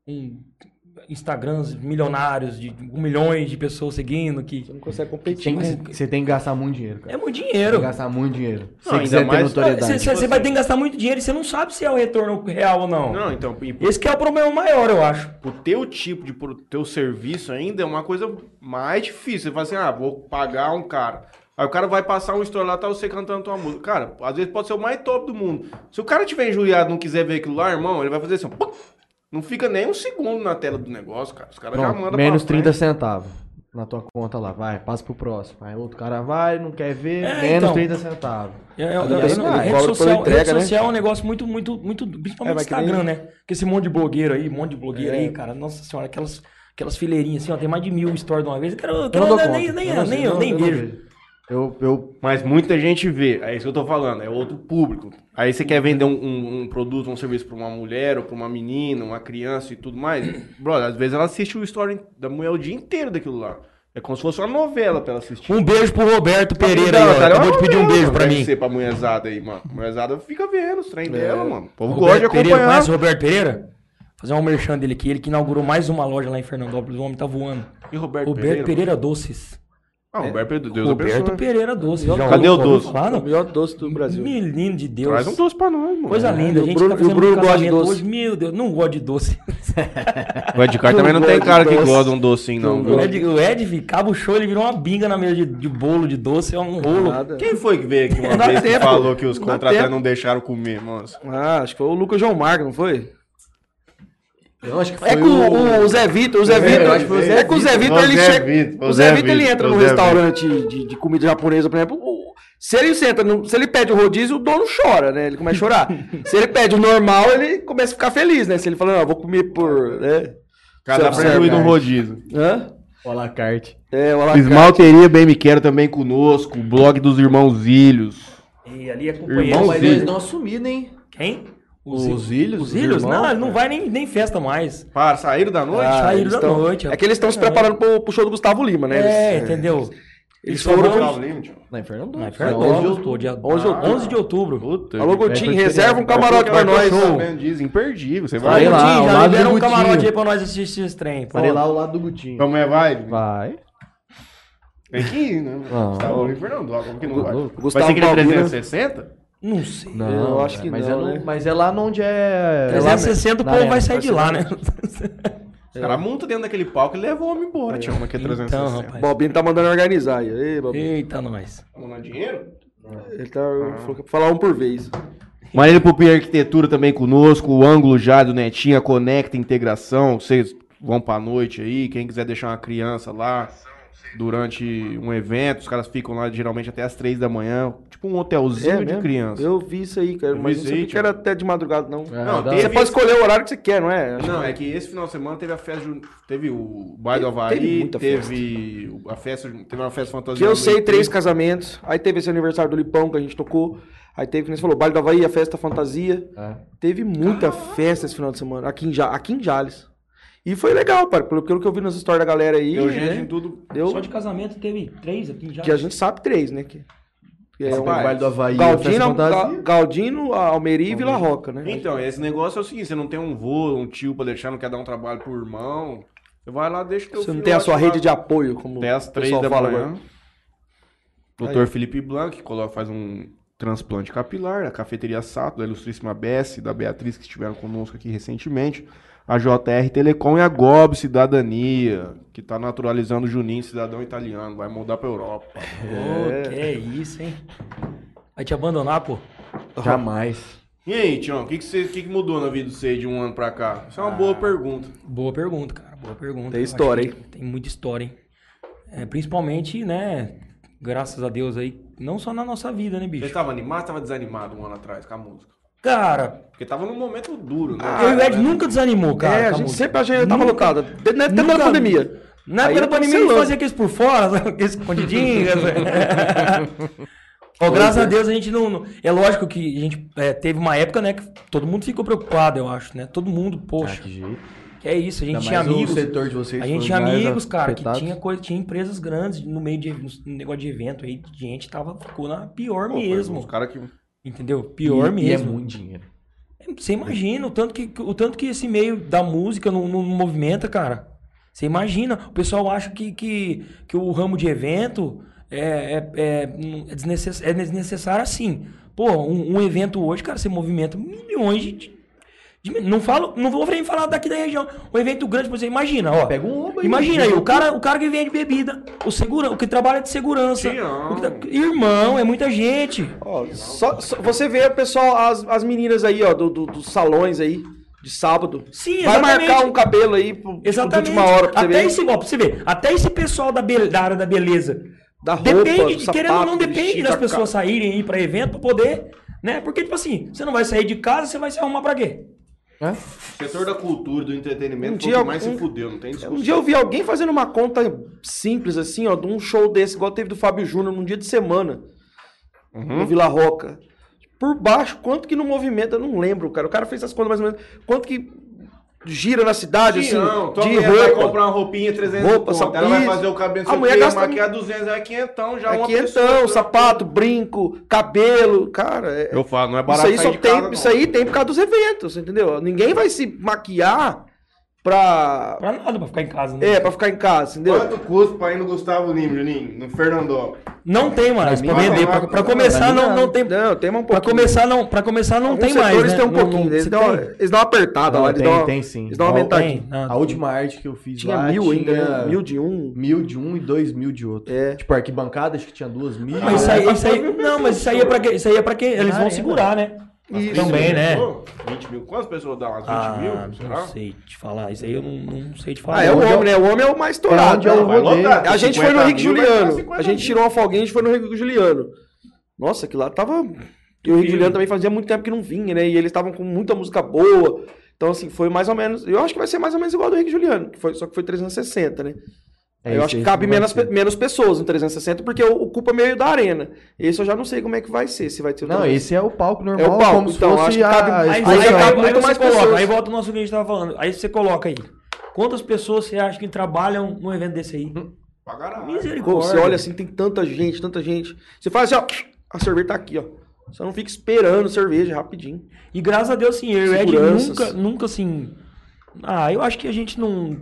Speaker 2: Instagrams milionários, de milhões de pessoas seguindo, que
Speaker 3: Você não consegue competir.
Speaker 4: Você tem que gastar muito dinheiro, cara.
Speaker 2: é muito
Speaker 4: Tem
Speaker 2: dinheiro.
Speaker 4: que gastar muito dinheiro. Se
Speaker 1: Não,
Speaker 4: você
Speaker 1: ainda
Speaker 4: quiser ter
Speaker 1: mais-
Speaker 4: notoriedade.
Speaker 2: Você vai ter que gastar muito dinheiro e você não sabe se é o retorno real ou não.
Speaker 1: Não, então, e
Speaker 2: Esse que é o problema maior, eu acho.
Speaker 1: o teu tipo de teu serviço ainda é uma coisa mais difícil. Você fala assim, vou pagar um cara. Aí o cara vai passar um story lá, tá você cantando tua música. Cara, às vezes pode ser o mais top do mundo. Se o cara tiver injuriado e não quiser ver aquilo lá, irmão, ele vai fazer assim, pum, não fica nem um segundo na tela do negócio, cara. Os caras já
Speaker 4: Pronto,
Speaker 1: mandam
Speaker 4: menos
Speaker 1: pra
Speaker 4: 30
Speaker 1: frente.
Speaker 4: centavos na tua conta lá. Vai, passa pro próximo. Aí outro cara vai, não quer ver,
Speaker 2: É,
Speaker 4: menos
Speaker 2: então.
Speaker 4: 30 centavos.
Speaker 3: cobra por entrega, né?
Speaker 2: Rede social é um negócio muito, principalmente
Speaker 3: mas que nem-
Speaker 2: Instagram, né? Porque esse monte de blogueiro aí, cara, nossa senhora, aquelas fileirinhas assim, ó, tem mais de 1000 stories de uma vez. Eu
Speaker 4: Eu não dou conta.
Speaker 2: nem
Speaker 4: não
Speaker 2: vejo.
Speaker 1: Mas muita gente vê, é isso que eu tô falando, é outro público. Aí você quer vender um produto, um serviço pra uma mulher, ou pra uma menina, uma criança e tudo mais. Brother, às vezes ela assiste o story da mulher o dia inteiro daquilo lá. É como se fosse uma novela pra ela assistir.
Speaker 2: Um beijo pro Roberto Pereira
Speaker 1: Não,
Speaker 2: aí, ó.
Speaker 1: cara,
Speaker 2: Acabou de pedir um beijo pra
Speaker 1: deve
Speaker 2: mim.
Speaker 1: ser pra mulherzada aí, mano. Mulherzada fica vendo os trem dela, mano. O povo
Speaker 2: Roberto
Speaker 1: gosta de
Speaker 2: Pereira,
Speaker 1: acompanhar.
Speaker 2: conhece o Roberto Pereira? Fazer um merchan dele aqui, ele que inaugurou mais uma loja lá em Fernandópolis, o homem tá voando.
Speaker 1: E Roberto
Speaker 2: Roberto Pereira
Speaker 1: mano?
Speaker 2: Doces.
Speaker 1: Roberto Pereira, Deus
Speaker 2: Roberto
Speaker 1: abençoe.
Speaker 2: Pereira Doces. Já
Speaker 1: Cadê
Speaker 2: ouviu
Speaker 1: o doce?
Speaker 2: falar,
Speaker 3: O
Speaker 2: não?
Speaker 3: melhor doce do Brasil.
Speaker 2: Menino de Deus.
Speaker 1: Traz um doce pra nós, mano.
Speaker 2: Coisa linda, a gente
Speaker 3: Bruno-
Speaker 2: tá fazendo
Speaker 3: o Bruno
Speaker 2: um
Speaker 3: gosta de
Speaker 2: casamento
Speaker 3: doce.
Speaker 2: hoje. Meu Deus, não gosto de doce.
Speaker 1: O Ed Car também não
Speaker 3: Não
Speaker 1: tem
Speaker 3: gosto
Speaker 1: cara
Speaker 3: de
Speaker 1: que
Speaker 3: doce.
Speaker 1: gosta de um docinho, não. viu?
Speaker 2: O Ed cabuchou, ele virou uma binga na mesa de bolo de doce, é um rolo.
Speaker 3: Nada.
Speaker 1: Quem foi que veio aqui uma
Speaker 3: Dá
Speaker 1: vez que
Speaker 3: tempo.
Speaker 1: falou que os
Speaker 3: Dá
Speaker 1: contratantes
Speaker 3: tempo.
Speaker 1: não deixaram comer, moço?
Speaker 3: Ah, acho que foi o Lucas João Marco, não foi?
Speaker 4: Eu acho que foi
Speaker 3: É com o Zé Vitor,
Speaker 4: eu acho que foi o Zé
Speaker 3: É que o Zé Vitor, ele
Speaker 1: Zé
Speaker 3: chega.
Speaker 1: Vitor,
Speaker 3: O Zé Vitor, ele entra
Speaker 1: o
Speaker 3: num
Speaker 1: Zé
Speaker 3: restaurante de comida japonesa, por exemplo. Se ele senta, se ele pede o rodízio, o dono chora, né? Ele começa a chorar. Se ele pede o normal, ele começa a ficar feliz, né? Se ele fala, não, vou comer por. Né?
Speaker 1: Cada
Speaker 3: Zé
Speaker 1: pra ir no
Speaker 3: Vitor.
Speaker 1: rodízio.
Speaker 3: Hã?
Speaker 4: o alacarte.
Speaker 3: É, o alacarte.
Speaker 1: Esmalteria Bem Me Quero também conosco. O blog dos Irmãos Ilhos.
Speaker 2: E ali é
Speaker 1: Irmão,
Speaker 2: companheiro.
Speaker 4: Mas
Speaker 1: Zílio.
Speaker 4: eles não assumiram, hein?
Speaker 2: Quem?
Speaker 4: Os Ilhos?
Speaker 2: Os Ilhos?
Speaker 4: irmãos?
Speaker 2: Não, ele não vai nem festa mais.
Speaker 1: Para, saíram da noite?
Speaker 2: Saíram
Speaker 3: eles
Speaker 2: da
Speaker 3: tão-
Speaker 2: noite.
Speaker 3: É que eles estão se preparando pro show do Gustavo Lima, né?
Speaker 2: É,
Speaker 3: Eles-
Speaker 2: entendeu?
Speaker 3: Eles
Speaker 2: só
Speaker 3: foram.
Speaker 2: vão-
Speaker 4: Na Inferno
Speaker 2: Na
Speaker 4: não.
Speaker 2: Fernandópolis, dia 11 de outubro.
Speaker 1: Puta.
Speaker 3: Alô, Gotinho,
Speaker 4: foi
Speaker 3: reserva um
Speaker 4: feriado.
Speaker 3: camarote pra nós.
Speaker 1: Diz, imperdível. Você
Speaker 4: Vai
Speaker 1: vai
Speaker 4: lá,
Speaker 2: Gutinho,
Speaker 4: ao
Speaker 2: já
Speaker 4: lado
Speaker 2: libera
Speaker 4: do
Speaker 2: um camarote
Speaker 4: Gutinho.
Speaker 2: aí pra nós assistir esse trem.
Speaker 4: Parei
Speaker 2: Pronto.
Speaker 4: lá ao lado do Gutinho.
Speaker 1: Como é, vai?
Speaker 4: Vai.
Speaker 1: Tem que ir, né?
Speaker 4: Ah.
Speaker 1: Tá bom em Fernandópolis, como que não vai?
Speaker 3: O
Speaker 1: Vai
Speaker 3: Gustavo
Speaker 1: ser aquele
Speaker 3: Balbino.
Speaker 1: 360?
Speaker 2: Não sei.
Speaker 4: Não,
Speaker 3: Eu acho que
Speaker 4: mas
Speaker 3: não,
Speaker 4: é
Speaker 3: né?
Speaker 4: mas é lá onde é...
Speaker 2: 360 o
Speaker 4: na
Speaker 2: povo
Speaker 4: arena.
Speaker 2: vai sair de lá, né?
Speaker 1: Os caras montam dentro daquele palco e levam o homem embora, tio. Mas que é
Speaker 2: Então,
Speaker 1: 360.
Speaker 2: rapaz.
Speaker 3: Bobinho tá mandando organizar aí. Ei, Bobinho.
Speaker 2: Eita, nós.
Speaker 1: Mandando dinheiro?
Speaker 3: Ele tá falou que ia falar um por vez.
Speaker 1: Marília Pupi Arquitetura também conosco, o ângulo já do Netinha, Conecta Integração, vocês vão pra noite aí, quem quiser deixar uma criança lá durante um evento, os caras ficam lá geralmente até as 3 da manhã, tipo um hotelzinho de
Speaker 3: mesmo?
Speaker 1: criança.
Speaker 3: Eu vi isso aí, cara,
Speaker 1: Eu
Speaker 3: mas
Speaker 1: vi
Speaker 3: não
Speaker 1: isso
Speaker 3: sabia
Speaker 1: aí,
Speaker 3: que era até de madrugada, não.
Speaker 1: Não,
Speaker 4: dá-
Speaker 1: teve
Speaker 3: Você pode escolher o horário que você quer, não é?
Speaker 1: Não, é que esse final de semana teve a festa, teve o Baile do
Speaker 3: Teve
Speaker 1: Havaí,
Speaker 3: muita
Speaker 1: teve uma festa
Speaker 3: Que
Speaker 1: fantasia.
Speaker 3: eu sei, 3 casamentos. Aí teve esse aniversário do Lipão que a gente tocou. Aí teve, como você falou, Baile do Havaí, a festa fantasia.
Speaker 4: É.
Speaker 3: Teve muita festa esse final de semana, aqui em Jales. E foi legal, cara, pelo que eu vi nas histórias da galera aí.
Speaker 1: Deu gente
Speaker 3: né?
Speaker 1: em tudo.
Speaker 3: Deu,
Speaker 2: Só de casamento teve 3 aqui já.
Speaker 3: que a gente sabe 3, né? Que é
Speaker 4: Esse
Speaker 3: o
Speaker 4: Baile do Havaí, a festa
Speaker 3: Galdino,
Speaker 4: fantasia.
Speaker 3: Galdino, Almeri e Vila Roca, né?
Speaker 1: Então, esse negócio é o seguinte, você não tem um vô, um tio pra deixar, não quer dar um trabalho pro irmão, você vai lá, deixa o teu
Speaker 3: Você não
Speaker 1: filho
Speaker 3: tem a
Speaker 1: lá,
Speaker 3: sua
Speaker 1: sei lá,
Speaker 3: rede de apoio, como
Speaker 1: até as
Speaker 3: o
Speaker 1: 3
Speaker 3: pessoal
Speaker 1: da
Speaker 3: fala
Speaker 1: manhã.
Speaker 3: agora.
Speaker 1: Doutor Felipe Blanc, que faz um transplante capilar, a Cafeteria Sato, da Ilustríssima Bessi, da Beatriz, que estiveram conosco aqui recentemente, a JR Telecom e a GOB Cidadania, que tá naturalizando o Juninho, cidadão italiano, vai mudar pra Europa.
Speaker 2: Ô, que é isso, hein? Vai te abandonar, pô.
Speaker 4: Jamais.
Speaker 1: E aí, Tião, o que mudou na vida de você de um ano pra cá? Isso é uma boa pergunta.
Speaker 2: Boa pergunta, cara. Boa pergunta.
Speaker 3: Tem
Speaker 2: Eu
Speaker 3: história,
Speaker 2: acho que Tem muita história, hein? Principalmente, né? Graças a Deus aí, não só na nossa vida, né,
Speaker 1: Você
Speaker 2: bicho?
Speaker 1: tava animado ou tava desanimado um ano atrás com a música?
Speaker 2: Cara,
Speaker 1: Porque tava num momento duro, né?
Speaker 2: eu e o Ed nunca desanimou, cara.
Speaker 3: É, a
Speaker 2: com
Speaker 3: gente
Speaker 2: música.
Speaker 3: sempre achou que tava
Speaker 2: Nunca-
Speaker 3: lotado. Até na
Speaker 2: nunca-
Speaker 3: pandemia.
Speaker 2: Na
Speaker 3: Aí
Speaker 2: época da
Speaker 3: eu
Speaker 2: pandemia a gente
Speaker 3: cancelando.
Speaker 2: fazia aqueles por fora, sabe? Aqueles escondidinhos. Ó, graças a Deus a gente não. É lógico que a gente teve uma época, né, que todo mundo ficou preocupado, eu acho, né? Todo mundo, poxa.
Speaker 4: Que jeito.
Speaker 2: Que é isso, a gente
Speaker 4: Ainda
Speaker 2: tinha
Speaker 4: mais o
Speaker 2: amigos.
Speaker 4: setor de vocês
Speaker 2: A gente
Speaker 4: foi
Speaker 2: tinha
Speaker 4: mais
Speaker 2: amigos, cara, que
Speaker 4: afetados.
Speaker 2: tinha empresas grandes no meio de no negócio de evento aí, gente ficou na pior
Speaker 1: Pô,
Speaker 2: mesmo.
Speaker 1: Os caras que...
Speaker 2: Entendeu? Pior
Speaker 4: E
Speaker 2: mesmo.
Speaker 4: é muito dinheiro.
Speaker 2: Você imagina o tanto que esse meio da música não movimenta, cara. Você imagina, o pessoal acha que o ramo de evento é desnecessário assim. Pô, um evento hoje, cara, você movimenta milhões não vou nem falar daqui da região. Um evento grande, você imagina, ó.
Speaker 4: Pega um oba aí.
Speaker 2: Imagina aí, o cara que vende bebida, o que trabalha de segurança.
Speaker 1: Tião.
Speaker 2: Irmão, é muita gente.
Speaker 3: Ó, só você vê o pessoal, as meninas aí, ó, dos salões aí, de sábado.
Speaker 2: Sim,
Speaker 3: Vai
Speaker 2: exatamente.
Speaker 3: marcar um cabelo aí tipo, de
Speaker 2: Exatamente.
Speaker 3: última hora pra você
Speaker 2: até
Speaker 3: ver.
Speaker 2: esse, ó, pra você ver, até esse pessoal da área da beleza.
Speaker 3: Da roupa,
Speaker 2: Depende,
Speaker 3: do sapato,
Speaker 2: querendo ou não,
Speaker 3: do
Speaker 2: depende
Speaker 3: vestido,
Speaker 2: das
Speaker 3: da
Speaker 2: pessoas saírem aí pra evento pra poder, né? Porque, tipo assim, você não vai sair de casa, você vai se arrumar pra quê?
Speaker 1: O setor da cultura, do entretenimento,
Speaker 3: Um
Speaker 1: foi
Speaker 3: dia
Speaker 1: o que mais
Speaker 3: um-
Speaker 1: se fudeu, não tem discussão.
Speaker 3: Um dia eu vi alguém fazendo uma conta simples assim, ó, de um show desse, igual teve do Fábio Júnior num dia de semana, no Vila Roca. Por baixo, quanto que no movimento, eu não lembro, cara. O cara fez as contas mais ou menos. Quanto que gira na cidade,
Speaker 1: Tião,
Speaker 3: assim,
Speaker 1: tua
Speaker 3: de
Speaker 1: mulher vai
Speaker 3: roupa.
Speaker 1: comprar uma roupinha 300
Speaker 3: Roupa,
Speaker 1: conto, ela vai
Speaker 3: isso.
Speaker 1: fazer o cabelo,
Speaker 3: A mulher
Speaker 1: sei o quê,
Speaker 3: gasta-
Speaker 1: maquiar 200, é 500 já
Speaker 3: É
Speaker 1: uma
Speaker 3: quinhentão,
Speaker 1: pessoa.
Speaker 3: sapato, brinco, cabelo, cara.
Speaker 1: Eu falo, não é
Speaker 3: Isso
Speaker 1: barato
Speaker 3: aí
Speaker 1: sair
Speaker 3: só
Speaker 1: de
Speaker 3: tem,
Speaker 1: casa, não.
Speaker 3: isso aí tem por causa dos eventos, entendeu? Ninguém vai se maquiar pra
Speaker 2: Pra nada, pra ficar em casa, né?
Speaker 3: pra ficar em casa, entendeu?
Speaker 1: Quanto custa pra ir no Gustavo Lima, Juninho? No Fernandópolis?
Speaker 2: Não tem mais pra
Speaker 1: mim,
Speaker 2: vender.
Speaker 1: não,
Speaker 2: Pra
Speaker 1: não,
Speaker 2: começar,
Speaker 4: não,
Speaker 2: não tem.
Speaker 3: Não, tem um
Speaker 2: Pra
Speaker 3: pouquinho.
Speaker 2: começar, não
Speaker 3: Alguns
Speaker 2: tem mais.
Speaker 3: setores
Speaker 2: Né?
Speaker 3: tem um
Speaker 2: Não-
Speaker 3: pouquinho,
Speaker 2: não-
Speaker 3: eles,
Speaker 2: você
Speaker 3: dão,
Speaker 2: tem?
Speaker 3: eles dão uma apertada lá,
Speaker 4: tem sim.
Speaker 3: eles dão uma aumentadinha.
Speaker 2: Tem, não.
Speaker 4: A última arte que eu fiz
Speaker 3: Tinha
Speaker 4: lá
Speaker 3: 1000 ainda,
Speaker 4: tinha
Speaker 3: né? 1000 de um.
Speaker 4: 1000 de um e 2000 de outro.
Speaker 3: É.
Speaker 4: Tipo, arquibancada, acho que tinha 2000.
Speaker 2: Mas isso aí, não, mas isso aí é pra quê? Isso aí é pra quê? Eles vão
Speaker 4: Arena.
Speaker 2: segurar, né?
Speaker 3: Isso.
Speaker 2: Também, né?
Speaker 1: 20 mil. Quantas pessoas dão? Umas 20 mil? Será?
Speaker 2: Não sei te falar. Isso aí eu não sei te falar.
Speaker 3: Ah, é o
Speaker 4: onde
Speaker 3: homem, né? O homem é o mais estourado.
Speaker 4: onde é o
Speaker 3: né?
Speaker 4: rolê.
Speaker 3: A gente foi no
Speaker 1: 50
Speaker 3: Henrique
Speaker 1: mil, vai dar
Speaker 3: Juliano.
Speaker 1: 50
Speaker 3: A gente
Speaker 1: mil.
Speaker 3: tirou uma folguinha, a gente foi no Henrique Juliano. Nossa, que lá tava... E o Henrique Juliano também fazia muito tempo que não vinha, né? E eles estavam com muita música boa. Então, assim, foi mais ou menos... Eu acho que vai ser mais ou menos igual ao do Henrique Juliano, só que foi 360, né? Eu acho que cabe menos pessoas no 360, porque ocupa meio da arena. Esse eu já não sei como é que vai ser. Se vai ter o
Speaker 4: Não,
Speaker 3: 360.
Speaker 4: esse é o palco normal,
Speaker 3: É o palco,
Speaker 4: como se
Speaker 3: então, acho
Speaker 4: fosse
Speaker 3: que cabe-
Speaker 4: a
Speaker 3: Aí
Speaker 2: Aí,
Speaker 3: já
Speaker 4: exposição.
Speaker 3: cabe muito
Speaker 2: você
Speaker 3: mais
Speaker 2: coloca,
Speaker 3: pessoas.
Speaker 2: aí volta o nosso que a gente tava falando. Aí você coloca aí. Quantas pessoas você acha que trabalham num evento desse aí?
Speaker 1: Pra caralho.
Speaker 3: Pô,
Speaker 2: Misericórdia.
Speaker 3: você olha assim, tem tanta gente, tanta gente. Você faz assim, ó, a cerveja tá aqui, ó. Você não fica esperando cerveja rapidinho.
Speaker 2: E graças a Deus, sim, eu e o Ed
Speaker 3: Seguranças.
Speaker 2: nunca assim. Eu acho que a gente não.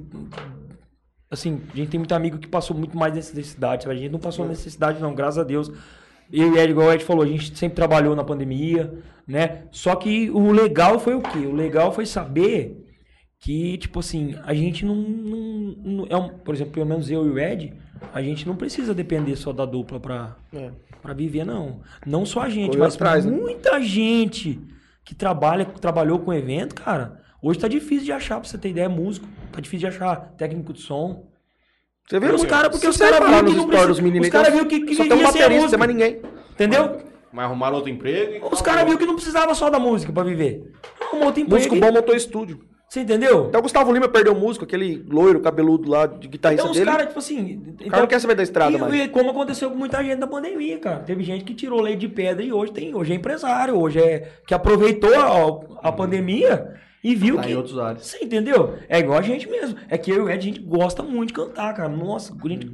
Speaker 2: Assim, a gente tem muito amigo que passou muito mais necessidade, sabe? A gente não passou necessidade, não, graças a Deus. Eu e o Ed, igual o Ed falou, a gente sempre trabalhou na pandemia, né? Só que o legal foi o quê? O legal foi saber que, tipo assim, a gente por exemplo, pelo menos eu e o Ed, a gente não precisa depender só da dupla pra viver, não. Não só a gente,
Speaker 3: Correu
Speaker 2: mas
Speaker 3: atrás, né?
Speaker 2: muita gente que trabalhou com evento, cara. Hoje tá difícil de achar, pra você ter ideia, músico. Tá difícil de achar técnico de som.
Speaker 3: Você vê
Speaker 2: Porque os caras viram que não
Speaker 3: stories dos meninos.
Speaker 2: Os caras viram que
Speaker 3: só tem um
Speaker 2: ia ser a
Speaker 3: baterista, não
Speaker 2: música.
Speaker 3: tem mais ninguém.
Speaker 2: Entendeu?
Speaker 1: Mas arrumaram outro emprego.
Speaker 2: Os caras viram que não precisava só da música pra viver. Arrumou outro emprego.
Speaker 3: Músico bom montou estúdio.
Speaker 2: Você entendeu?
Speaker 3: Até o Gustavo Lima perdeu o músico, aquele loiro, cabeludo lá, de guitarrista
Speaker 2: Então os
Speaker 3: dele.
Speaker 2: caras, tipo assim...
Speaker 3: O cara não quer saber da estrada mais.
Speaker 2: E como aconteceu com muita gente na pandemia, cara. Teve gente que tirou leite de pedra e hoje é empresário. Que aproveitou a pandemia e viu
Speaker 4: Tá
Speaker 2: que...
Speaker 4: em outros áreas.
Speaker 2: Você entendeu? É igual a gente mesmo. É que eu e o Ed, a gente gosta muito de cantar, cara. Nossa, a gente...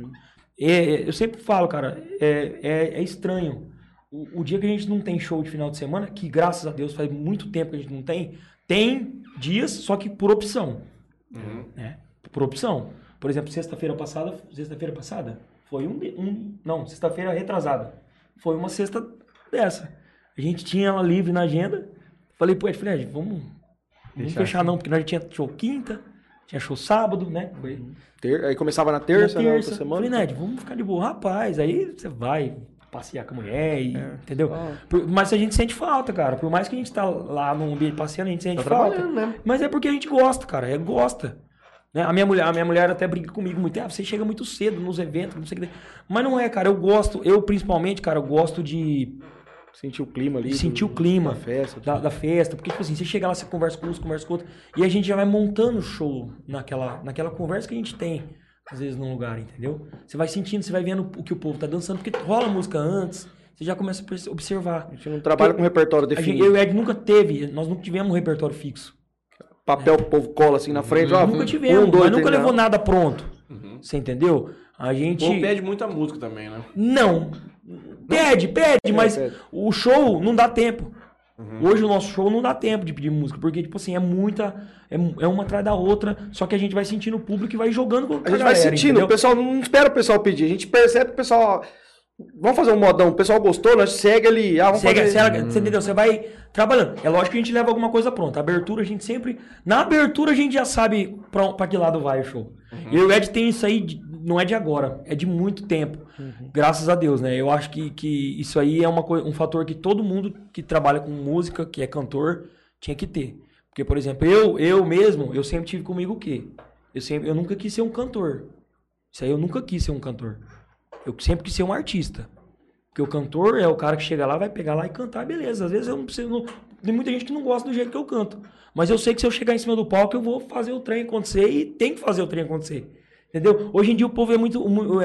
Speaker 2: eu sempre falo, cara, é estranho. O dia que a gente não tem show de final de semana, que graças a Deus faz muito tempo que a gente não tem dias, só que por opção. Né? Por opção. Por exemplo, sexta-feira passada foi não, sexta-feira retrasada. Foi uma sexta dessa. A gente tinha ela livre na agenda. Falei pro Ed, vamos fechar não, porque nós já tinha show quinta, tinha show sábado, né?
Speaker 3: Aí começava na terça, na outra semana.
Speaker 2: Falei, Ned, vamos ficar de boa. Rapaz, aí você vai passear com a mulher, entendeu? Mas a gente sente falta, cara. Por mais que a gente tá lá no ambiente passeando, a gente sente falta.
Speaker 4: Né?
Speaker 2: Mas é porque a gente gosta, cara. Gosta. Né? A minha mulher até briga comigo muito. Você chega muito cedo nos eventos, não sei o que. Mas não é, cara. Eu principalmente, cara, eu gosto de...
Speaker 3: Sentir o clima ali.
Speaker 2: Sentir o clima
Speaker 3: da
Speaker 2: festa. Porque, tipo assim, você chega lá, você conversa com uns, conversa com outro. E a gente já vai montando o show naquela conversa que a gente tem, às vezes, num lugar, entendeu? Você vai sentindo, você vai vendo o que o povo tá dançando. Porque rola música antes, você já começa a observar.
Speaker 3: A gente não trabalha com repertório definido.
Speaker 2: Eu e o Ed nós nunca tivemos um repertório fixo.
Speaker 3: Papel que o povo cola assim na frente.
Speaker 2: Nunca tivemos, mas nunca levou nada pronto. Você entendeu? A gente...
Speaker 1: Ou pede muita música também, né?
Speaker 2: Não. Pede, mas o show não dá tempo. Hoje o nosso show não dá tempo de pedir música, porque, tipo assim, é uma atrás da outra, só que a gente vai sentindo o público e vai jogando com a
Speaker 3: gente vai sentindo, entendeu? O pessoal não espera o pessoal pedir, a gente percebe que o pessoal... Vamos fazer um modão, o pessoal gostou, nós segue ali, vamos fazer...
Speaker 2: Você entendeu? Você vai trabalhando. É lógico que a gente leva alguma coisa pronta. A abertura a gente sempre... Na abertura a gente já sabe pra que lado vai o show. E o Ed tem isso aí, não é de agora, é de muito tempo. Graças a Deus, né? Eu acho que isso aí é um fator que todo mundo que trabalha com música, que é cantor, tinha que ter. Porque, por exemplo, eu mesmo, eu sempre tive comigo o quê? Eu nunca quis ser um cantor. Isso aí eu nunca quis ser um cantor. Eu sempre quis ser um artista. Porque o cantor é o cara que chega lá, vai pegar lá e cantar, beleza. Às vezes eu não preciso... Tem muita gente que não gosta do jeito que eu canto. Mas eu sei que se eu chegar em cima do palco, eu vou fazer o trem acontecer e tem que fazer o trem acontecer. Entendeu? Hoje em dia o povo é muito...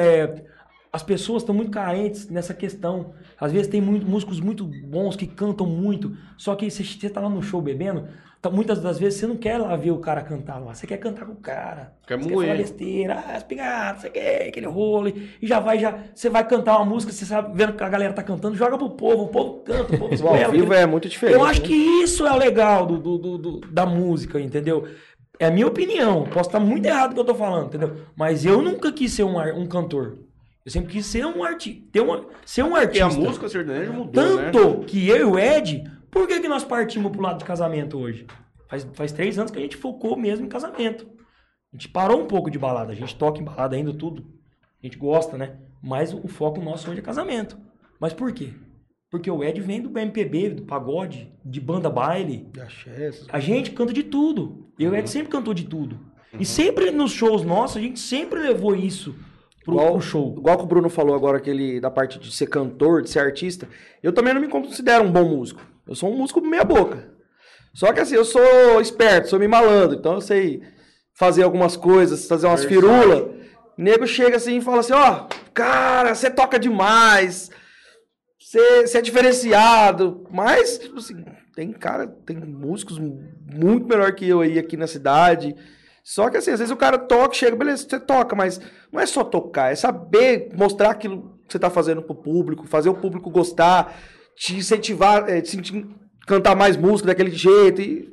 Speaker 2: as pessoas estão muito carentes nessa questão. Às vezes tem músicos muito bons que cantam muito. Só que você tá lá no show bebendo... Muitas das vezes você não quer lá ver o cara cantar lá. Você quer cantar com o cara.
Speaker 1: Quer
Speaker 2: você quer falar besteira, espingarda, você quer aquele rolo. E você vai cantar uma música, você sabe, vendo que a galera tá cantando, joga pro povo, o povo canta, o povo
Speaker 3: escuta. Ao vivo é muito diferente.
Speaker 2: Eu acho que isso é o legal da música, entendeu? É a minha opinião. Posso estar muito errado no que eu tô falando, entendeu? Mas eu nunca quis ser um cantor. Eu sempre quis ser um artista. Ser um artista.
Speaker 1: Porque a música sertaneja mudou,
Speaker 2: tanto que eu e o Ed... Por que nós partimos pro lado de casamento hoje? Faz 3 anos que a gente focou mesmo em casamento. A gente parou um pouco de balada. A gente toca em balada ainda, tudo. A gente gosta, né? Mas o foco nosso hoje é casamento. Mas por quê? Porque o Ed vem do MPB, do pagode, de banda baile. A gente canta de tudo. E o Ed sempre cantou de tudo. E sempre nos shows nossos, a gente sempre levou isso pro show.
Speaker 3: Igual que o Bruno falou agora, da parte de ser cantor, de ser artista. Eu também não me considero um bom músico. Eu sou um músico meia boca. Só que assim, eu sou esperto, sou meio malandro. Então eu sei fazer algumas coisas, fazer umas firulas. O nego chega assim e fala assim, cara, você toca demais. Você é diferenciado. Mas, tipo assim, tem músicos muito melhor que eu aí aqui na cidade. Só que assim, às vezes o cara toca, chega, beleza, você toca, mas não é só tocar, é saber mostrar aquilo que você tá fazendo pro público, fazer o público gostar, te incentivar, cantar mais música daquele jeito. E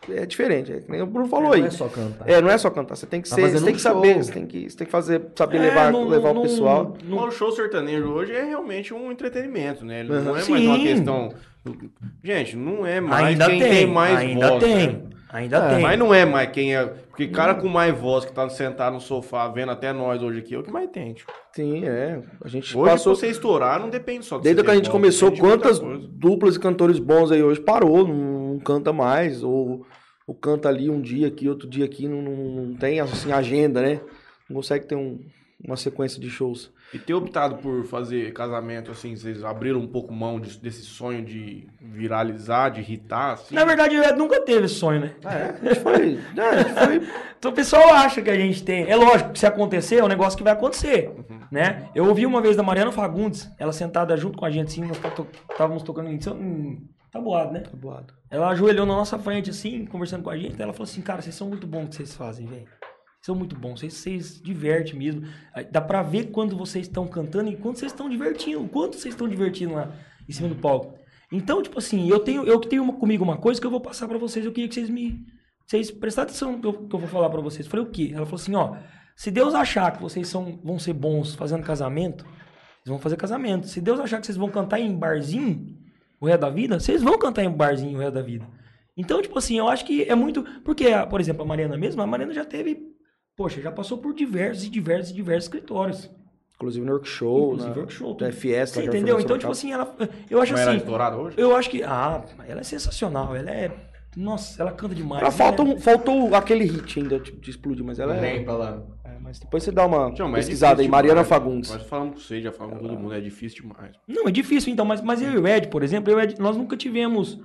Speaker 3: é diferente. É que nem o Bruno falou
Speaker 4: Não
Speaker 3: aí.
Speaker 4: é só cantar.
Speaker 3: Não é só cantar. Você tem que
Speaker 4: Tá
Speaker 3: ser,
Speaker 4: fazendo
Speaker 3: você tem
Speaker 4: um
Speaker 3: que saber,
Speaker 4: show.
Speaker 3: você tem que saber levar o pessoal.
Speaker 1: Mas o show sertanejo hoje é realmente um entretenimento, né? Ele
Speaker 3: Uhum.
Speaker 1: não é mais uma
Speaker 2: Sim.
Speaker 1: questão... Gente, não é mais
Speaker 2: Ainda
Speaker 1: quem
Speaker 2: tem,
Speaker 1: tem mais
Speaker 2: ainda
Speaker 1: voz,
Speaker 2: tem.
Speaker 1: né?
Speaker 2: Ainda tem.
Speaker 1: Mas não é mais quem é... Porque cara com mais voz que tá sentado no sofá vendo até nós hoje aqui é o que mais tem, tipo.
Speaker 3: Sim, A gente
Speaker 1: Hoje,
Speaker 3: passou...
Speaker 1: pra você estourar, não depende só de
Speaker 3: Desde
Speaker 1: você
Speaker 3: que a
Speaker 1: ter
Speaker 3: gente
Speaker 1: voz,
Speaker 3: começou,
Speaker 1: depende de muita
Speaker 3: quantas
Speaker 1: coisa.
Speaker 3: duplas e cantores bons aí hoje parou, não canta mais, ou canta ali um dia aqui, outro dia aqui, não tem assim, agenda, né? Não consegue ter uma sequência de shows.
Speaker 1: E ter optado por fazer casamento, assim, vocês abriram um pouco mão desse sonho de viralizar, de irritar, assim?
Speaker 2: Na verdade, o Ed nunca teve esse sonho, né?
Speaker 3: A gente foi...
Speaker 2: Então o pessoal acha que a gente tem. É lógico que se acontecer, é um negócio que vai acontecer. Né? Eu ouvi uma vez da Mariana Fagundes, ela sentada junto com a gente, assim, nós estávamos tocando em tabuado, né?
Speaker 3: Tabuado.
Speaker 2: Ela ajoelhou na nossa frente, assim, conversando com a gente. Ela falou assim: cara, vocês são muito bons o que vocês fazem, velho. São muito bons, vocês divertem mesmo. Dá pra ver quando vocês estão cantando e quando vocês estão divertindo, o quanto vocês estão divertindo lá em cima do palco. Então, tipo assim, eu tenho comigo uma coisa que eu vou passar pra vocês. Eu queria que vocês prestem atenção no que eu vou falar pra vocês. Eu falei, o quê? Ela falou assim, ó, se Deus achar que vocês vão ser bons fazendo casamento, vocês vão fazer casamento. Se Deus achar que vocês vão cantar em barzinho o resto da vida, vocês vão cantar em barzinho o resto da vida. Então, tipo assim, eu acho que é muito... Porque, por exemplo, a Mariana mesmo, a Mariana já teve... Poxa, já passou por diversos escritórios.
Speaker 3: Inclusive no workshop,
Speaker 2: Inclusive workshop.
Speaker 3: da FS.
Speaker 2: Você entendeu? Então, tipo assim, eu acho
Speaker 1: Mas ela é
Speaker 2: assim...
Speaker 1: estourada hoje?
Speaker 2: Eu acho que... ela é sensacional. Ela é... Nossa, ela canta demais.
Speaker 3: Ela faltou aquele hit ainda de explodir, mas ela é...
Speaker 4: Vem pra lá.
Speaker 3: Mas depois você dá uma
Speaker 1: Não, mas é
Speaker 3: pesquisada aí,
Speaker 1: difícil
Speaker 3: Mariana
Speaker 1: demais.
Speaker 3: Fagundes.
Speaker 1: Nós falamos com você, já falamos com todo mundo, é difícil demais.
Speaker 2: Não, é difícil então, mas eu e o Ed, por exemplo, nós nunca tivemos...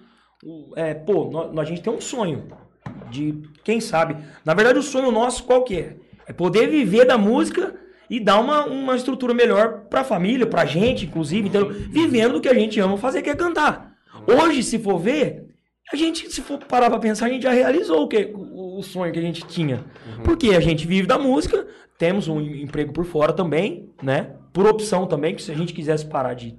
Speaker 2: a gente tem um sonho de, quem sabe... Na verdade, o sonho nosso qual que é? É poder viver da música e dar uma estrutura melhor pra família, pra gente, inclusive, então, vivendo do que a gente ama fazer, que é cantar. Hoje, se for ver, se for parar pra pensar, a gente já realizou o sonho que a gente tinha. Porque a gente vive da música, temos um emprego por fora também, né? Por opção também, que se a gente quisesse parar de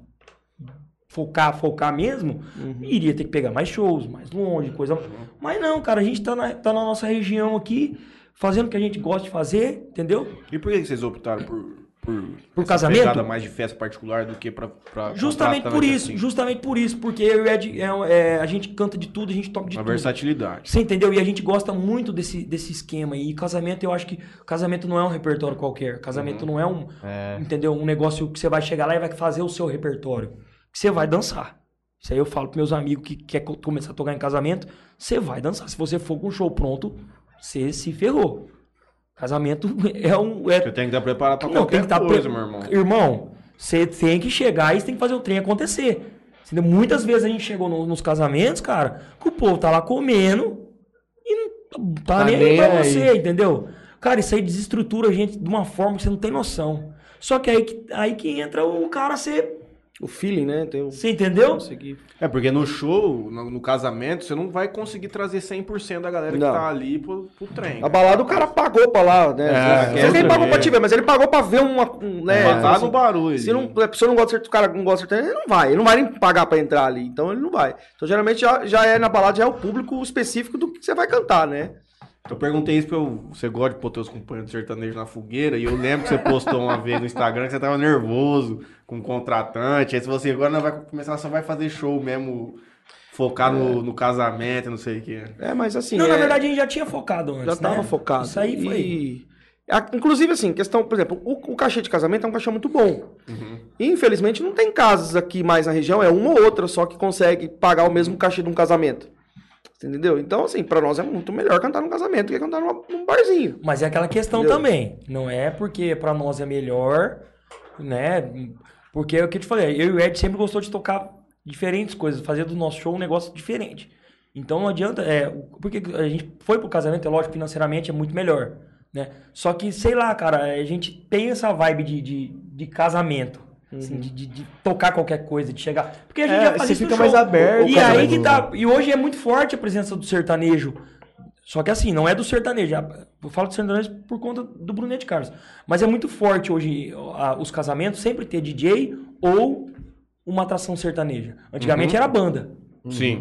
Speaker 2: focar mesmo, iria ter que pegar mais shows, mais longe, coisa... Mas não, cara, a gente tá na nossa região aqui, fazendo o que a gente gosta de fazer, entendeu?
Speaker 1: E por que vocês optaram por essa
Speaker 2: casamento?
Speaker 1: pegada mais de festa particular do que pra
Speaker 2: Justamente
Speaker 1: contratar
Speaker 2: por
Speaker 1: também,
Speaker 2: isso,
Speaker 1: assim?
Speaker 2: justamente por isso, porque eu e o Ed, a gente canta de tudo, a gente toca de
Speaker 1: Uma
Speaker 2: tudo.
Speaker 1: versatilidade.
Speaker 2: Você entendeu? E a gente gosta muito desse esquema. E casamento, eu acho que casamento não é um repertório qualquer. Casamento não é entendeu? Um negócio que você vai chegar lá e vai fazer o seu repertório. Que você vai dançar. Isso aí eu falo pros meus amigos que quer começar a tocar em casamento, você vai dançar. Se você for com o show pronto, você se ferrou. Casamento
Speaker 1: Você tem que estar preparado pra qualquer coisa, meu irmão.
Speaker 2: Irmão, você tem que chegar e você tem que fazer o trem acontecer. Entendeu? Muitas vezes a gente chegou nos casamentos, cara, que o povo tá lá comendo e não tá nem aí pra você, entendeu? Cara, isso aí desestrutura a gente de uma forma que você não tem noção. Só que aí que entra o cara ser...
Speaker 3: O feeling, né?
Speaker 2: Você entendeu?
Speaker 1: É, porque no show, no casamento, você não vai conseguir trazer 100% da galera que
Speaker 3: Não.
Speaker 1: tá ali pro trem.
Speaker 3: A balada o cara pagou pra lá, né? Às vezes ele pagou pra te ver, mas ele pagou pra ver né?
Speaker 1: Tá
Speaker 3: assim,
Speaker 1: no barulho.
Speaker 3: Se a pessoa não gosta de o cara não gosta de ele não vai. Ele não vai nem pagar pra entrar ali. Então ele não vai. Então geralmente já é na balada, já é o público específico do que você vai cantar, né?
Speaker 1: Eu perguntei isso você gosta de pôr teus companheiros de sertanejo na fogueira, e eu lembro que você postou uma vez no Instagram que você tava nervoso com um contratante, aí se você agora não vai começar, só vai fazer show mesmo, focar no casamento, não sei o que.
Speaker 3: Mas assim...
Speaker 2: Não, na verdade a gente já tinha focado antes,
Speaker 3: já tava
Speaker 2: né?
Speaker 3: focado.
Speaker 2: Isso aí foi...
Speaker 3: Inclusive, assim, questão, por exemplo, o cachê de casamento é um cachê muito bom. E, infelizmente, não tem casas aqui mais na região, é uma ou outra só que consegue pagar o mesmo cachê de um casamento. Entendeu? Então, assim, pra nós é muito melhor cantar num casamento do que cantar num barzinho.
Speaker 2: Mas é aquela questão
Speaker 3: Entendeu?
Speaker 2: também. Não é porque pra nós é melhor, né? Porque é o que eu te falei, eu e o Ed sempre gostou de tocar diferentes coisas, fazer do nosso show um negócio diferente. Então não adianta, porque a gente foi pro casamento, é lógico, financeiramente é muito melhor, né? Só que, sei lá, cara, a gente tem essa vibe de casamento. Assim, de tocar qualquer coisa, de chegar. Porque a gente já faz
Speaker 4: você
Speaker 2: isso no
Speaker 4: fica
Speaker 2: show.
Speaker 4: mais aberto.
Speaker 2: E aí que tá. E hoje é muito forte a presença do sertanejo. Só que assim, não é do sertanejo. Eu falo de sertanejo por conta do Brunete Carlos. Mas é muito forte hoje os casamentos sempre ter DJ ou uma atração sertaneja. Antigamente era banda.
Speaker 1: Sim.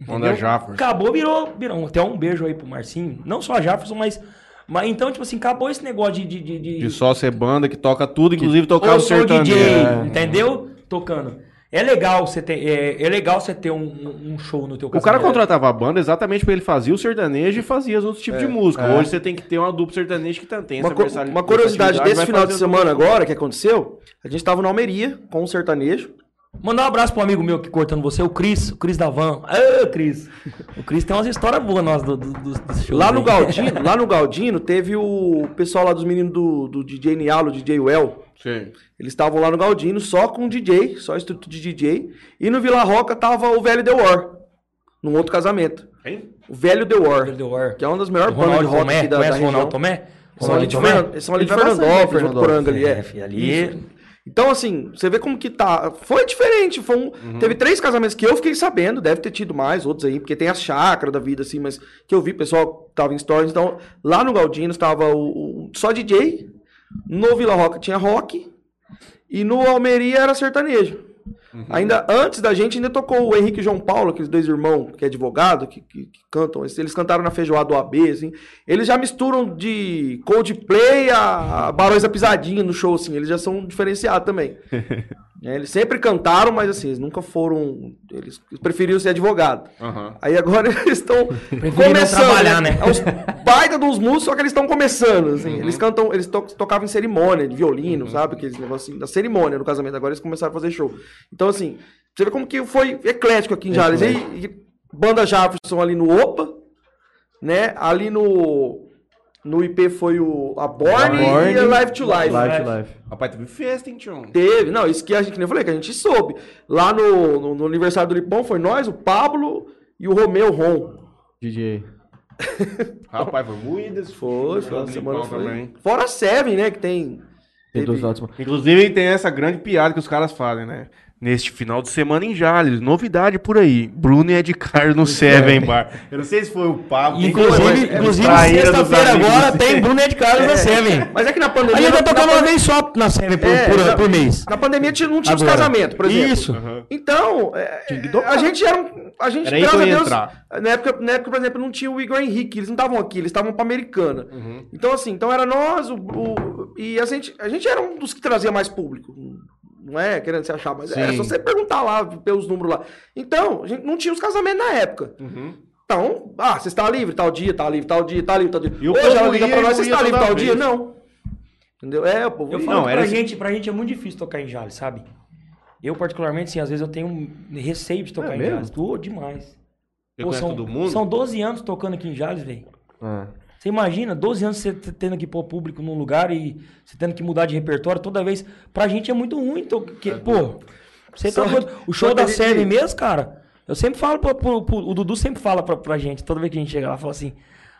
Speaker 1: Onda Jefferson.
Speaker 2: Acabou, virou. Até um beijo aí pro Marcinho. Não só a Jefferson, mas então, tipo assim, acabou esse negócio
Speaker 1: De só ser banda que toca tudo, inclusive tocar
Speaker 2: eu
Speaker 1: o
Speaker 2: sou
Speaker 1: sertanejo.
Speaker 2: DJ, entendeu? Tocando. É legal você ter um show no teu
Speaker 1: O
Speaker 2: casamento.
Speaker 1: cara contratava a banda exatamente porque ele fazia o sertanejo e fazia os outros tipos de música. Hoje você tem que ter uma dupla sertaneja que tem essa
Speaker 3: Uma curiosidade desse
Speaker 1: vai
Speaker 3: final de
Speaker 1: fazendo
Speaker 3: semana
Speaker 1: tudo.
Speaker 3: agora que aconteceu, a gente tava na Almeria com um sertanejo.
Speaker 2: Mandar um abraço pro amigo meu que cortando você, o Cris da Van. Cris. O Cris tem umas histórias boas nós do show.
Speaker 3: Lá no Galdino, teve o pessoal lá dos meninos do DJ Nialo, DJ Well.
Speaker 1: Sim.
Speaker 3: Eles estavam lá no Galdino só com DJ, só estrutura de DJ. E no Vila Roca tava o Velho The War, num outro casamento.
Speaker 1: Quem?
Speaker 3: O Velho The War,
Speaker 2: The War.
Speaker 3: que é uma das melhores bandas de rock aqui da
Speaker 2: Conhece o
Speaker 3: região.
Speaker 2: Ronaldo Tomé?
Speaker 3: São ali de
Speaker 4: Ele vai bastante
Speaker 3: Fernandópolis,
Speaker 4: em
Speaker 3: Votuporanga ali.
Speaker 2: Ali.
Speaker 3: Então, assim, você vê como que tá. Foi diferente. Teve 3 casamentos que eu fiquei sabendo, deve ter tido mais, outros aí, porque tem as chácaras da vida, assim, mas que eu vi, o pessoal tava em stories. Então, lá no Galdino estava só DJ, no Vila Roca tinha rock, e no Almeria era sertanejo. Ainda antes da gente, ainda tocou o Henrique e João Paulo, aqueles 2 irmãos, que é advogado, que cantam. Eles cantaram na feijoada do AB, assim. Eles já misturam de Coldplay a Barões da Pisadinha no show, assim. Eles já são diferenciados também. Eles sempre cantaram, mas assim, eles nunca foram... Eles preferiam ser advogado. Aí agora eles estão começando.
Speaker 2: Trabalhar, né?
Speaker 3: É os baita dos músicos, só que eles estão começando, assim. Eles cantam, eles tocavam em cerimônia, de violino, sabe? Aqueles negocinhos da cerimônia no casamento. Agora eles começaram a fazer show. Então, assim, você vê como que foi eclético aqui em Jales. E banda Jefferson ali no Opa, né? Ali no IP foi a Born e a Live to Live.
Speaker 1: Rapaz, teve festa, hein, tio?
Speaker 3: Teve. Não, isso que a gente, que nem eu falei, que a gente soube. Lá no aniversário do Lipão foi nós, o Pablo e o Romeu Ron.
Speaker 4: DJ.
Speaker 1: Rapaz, foi moídas.
Speaker 3: Foi uma semana
Speaker 1: também.
Speaker 3: Fora a Seven, né, que tem...
Speaker 4: Tem 2 ótimos.
Speaker 1: Inclusive tem essa grande piada que os caras fazem, né? Neste final de semana em Jales, novidade por aí. Bruno e Ed Carlos no Seven Bar. Eu não sei se foi o Pablo.
Speaker 2: Inclusive sexta-feira agora tem Bruno e Ed Carlos na Seven.
Speaker 3: Mas é que na pandemia...
Speaker 2: A gente vai tocar uma vez só na Seven por mês.
Speaker 3: Na pandemia não tinha os casamentos, por exemplo.
Speaker 2: Isso.
Speaker 3: Então, a gente
Speaker 1: Era aí que eu ia entrar.
Speaker 3: Na época, por exemplo, não tinha o Igor Henrique, eles não estavam aqui, eles estavam pra Americana. Então, assim, era nós, e a gente era um dos que trazia mais público. Não é querendo se achar, mas era só você perguntar lá, pelos números lá. Então, a gente não tinha os casamentos na época. Então, você está livre tal dia, tá livre tal dia, tá livre tal dia.
Speaker 1: E o
Speaker 3: hoje ela liga
Speaker 1: povo
Speaker 3: pra nós,
Speaker 1: ia
Speaker 3: você está livre
Speaker 1: toda
Speaker 3: tal dia?
Speaker 1: vez.
Speaker 3: Não. Entendeu? O povo
Speaker 2: Eu
Speaker 3: ia.
Speaker 2: falo
Speaker 1: Não,
Speaker 2: que pra gente é muito difícil tocar em Jales, sabe? Eu, particularmente, sim, às vezes eu tenho um receio de tocar em
Speaker 4: mesmo?
Speaker 2: Jales. Demais.
Speaker 1: Você conhece todo mundo?
Speaker 2: São 12 anos tocando aqui em Jales, velho. Você imagina, 12 anos você tendo que pôr público num lugar e você tendo que mudar de repertório toda vez. Pra gente é muito ruim, você tá doido. O show da Seven mesmo, cara, eu sempre falo o Dudu sempre fala pra gente, toda vez que a gente chega lá, fala assim,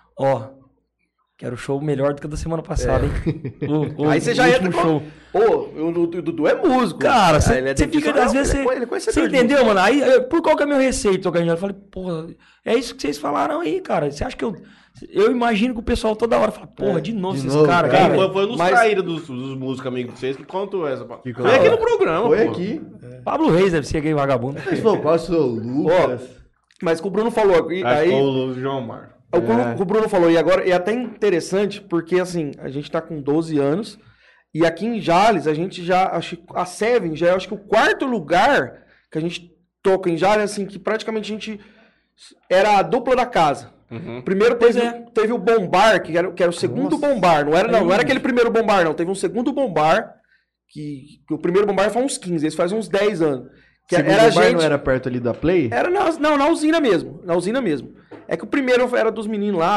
Speaker 2: quero show melhor do que o da semana passada, hein?
Speaker 3: Aí você já entra
Speaker 2: show.
Speaker 3: O Dudu é músico.
Speaker 2: Cara, você
Speaker 3: ele é
Speaker 2: fica, às vezes,
Speaker 3: ele é conhecedor
Speaker 2: você
Speaker 3: de
Speaker 2: entendeu,
Speaker 3: música.
Speaker 2: mano? Aí, por qual que é meu receio de tocar em Jales? Eu falei, porra, é isso que vocês falaram aí, cara. Você acha que eu imagino que o pessoal toda hora fala, porra, de novo esses caras,
Speaker 1: Quem
Speaker 2: cara.
Speaker 1: foi nos
Speaker 3: mas-
Speaker 1: traíras dos músicos amigos de vocês que contou essa. Foi
Speaker 4: contou.
Speaker 1: aqui no programa,
Speaker 4: Foi
Speaker 1: pô.
Speaker 4: aqui.
Speaker 2: Pablo Reis deve ser gay vagabundo.
Speaker 4: Mas, pô, qual é o seu Lucas?
Speaker 3: Mas que o Bruno falou,
Speaker 1: Acho que
Speaker 3: aí...
Speaker 1: foi o João Mar.
Speaker 3: O Bruno falou, e agora é até interessante, porque assim, a gente tá com 12 anos, e aqui em Jales, a gente já, a Seven já é, acho que o 4º lugar que a gente toca em Jales, assim, que praticamente a gente era a dupla da casa. Primeiro teve o Bombar, que era o segundo Bombar, não era aquele primeiro Bombar, não, teve um segundo Bombar, que o primeiro Bombar foi uns 15, esse faz uns 10 anos. Que
Speaker 4: Segundo
Speaker 3: era a
Speaker 4: bar
Speaker 3: gente...
Speaker 4: não era perto ali da Play?
Speaker 3: Era na usina mesmo. É que o primeiro era dos meninos lá,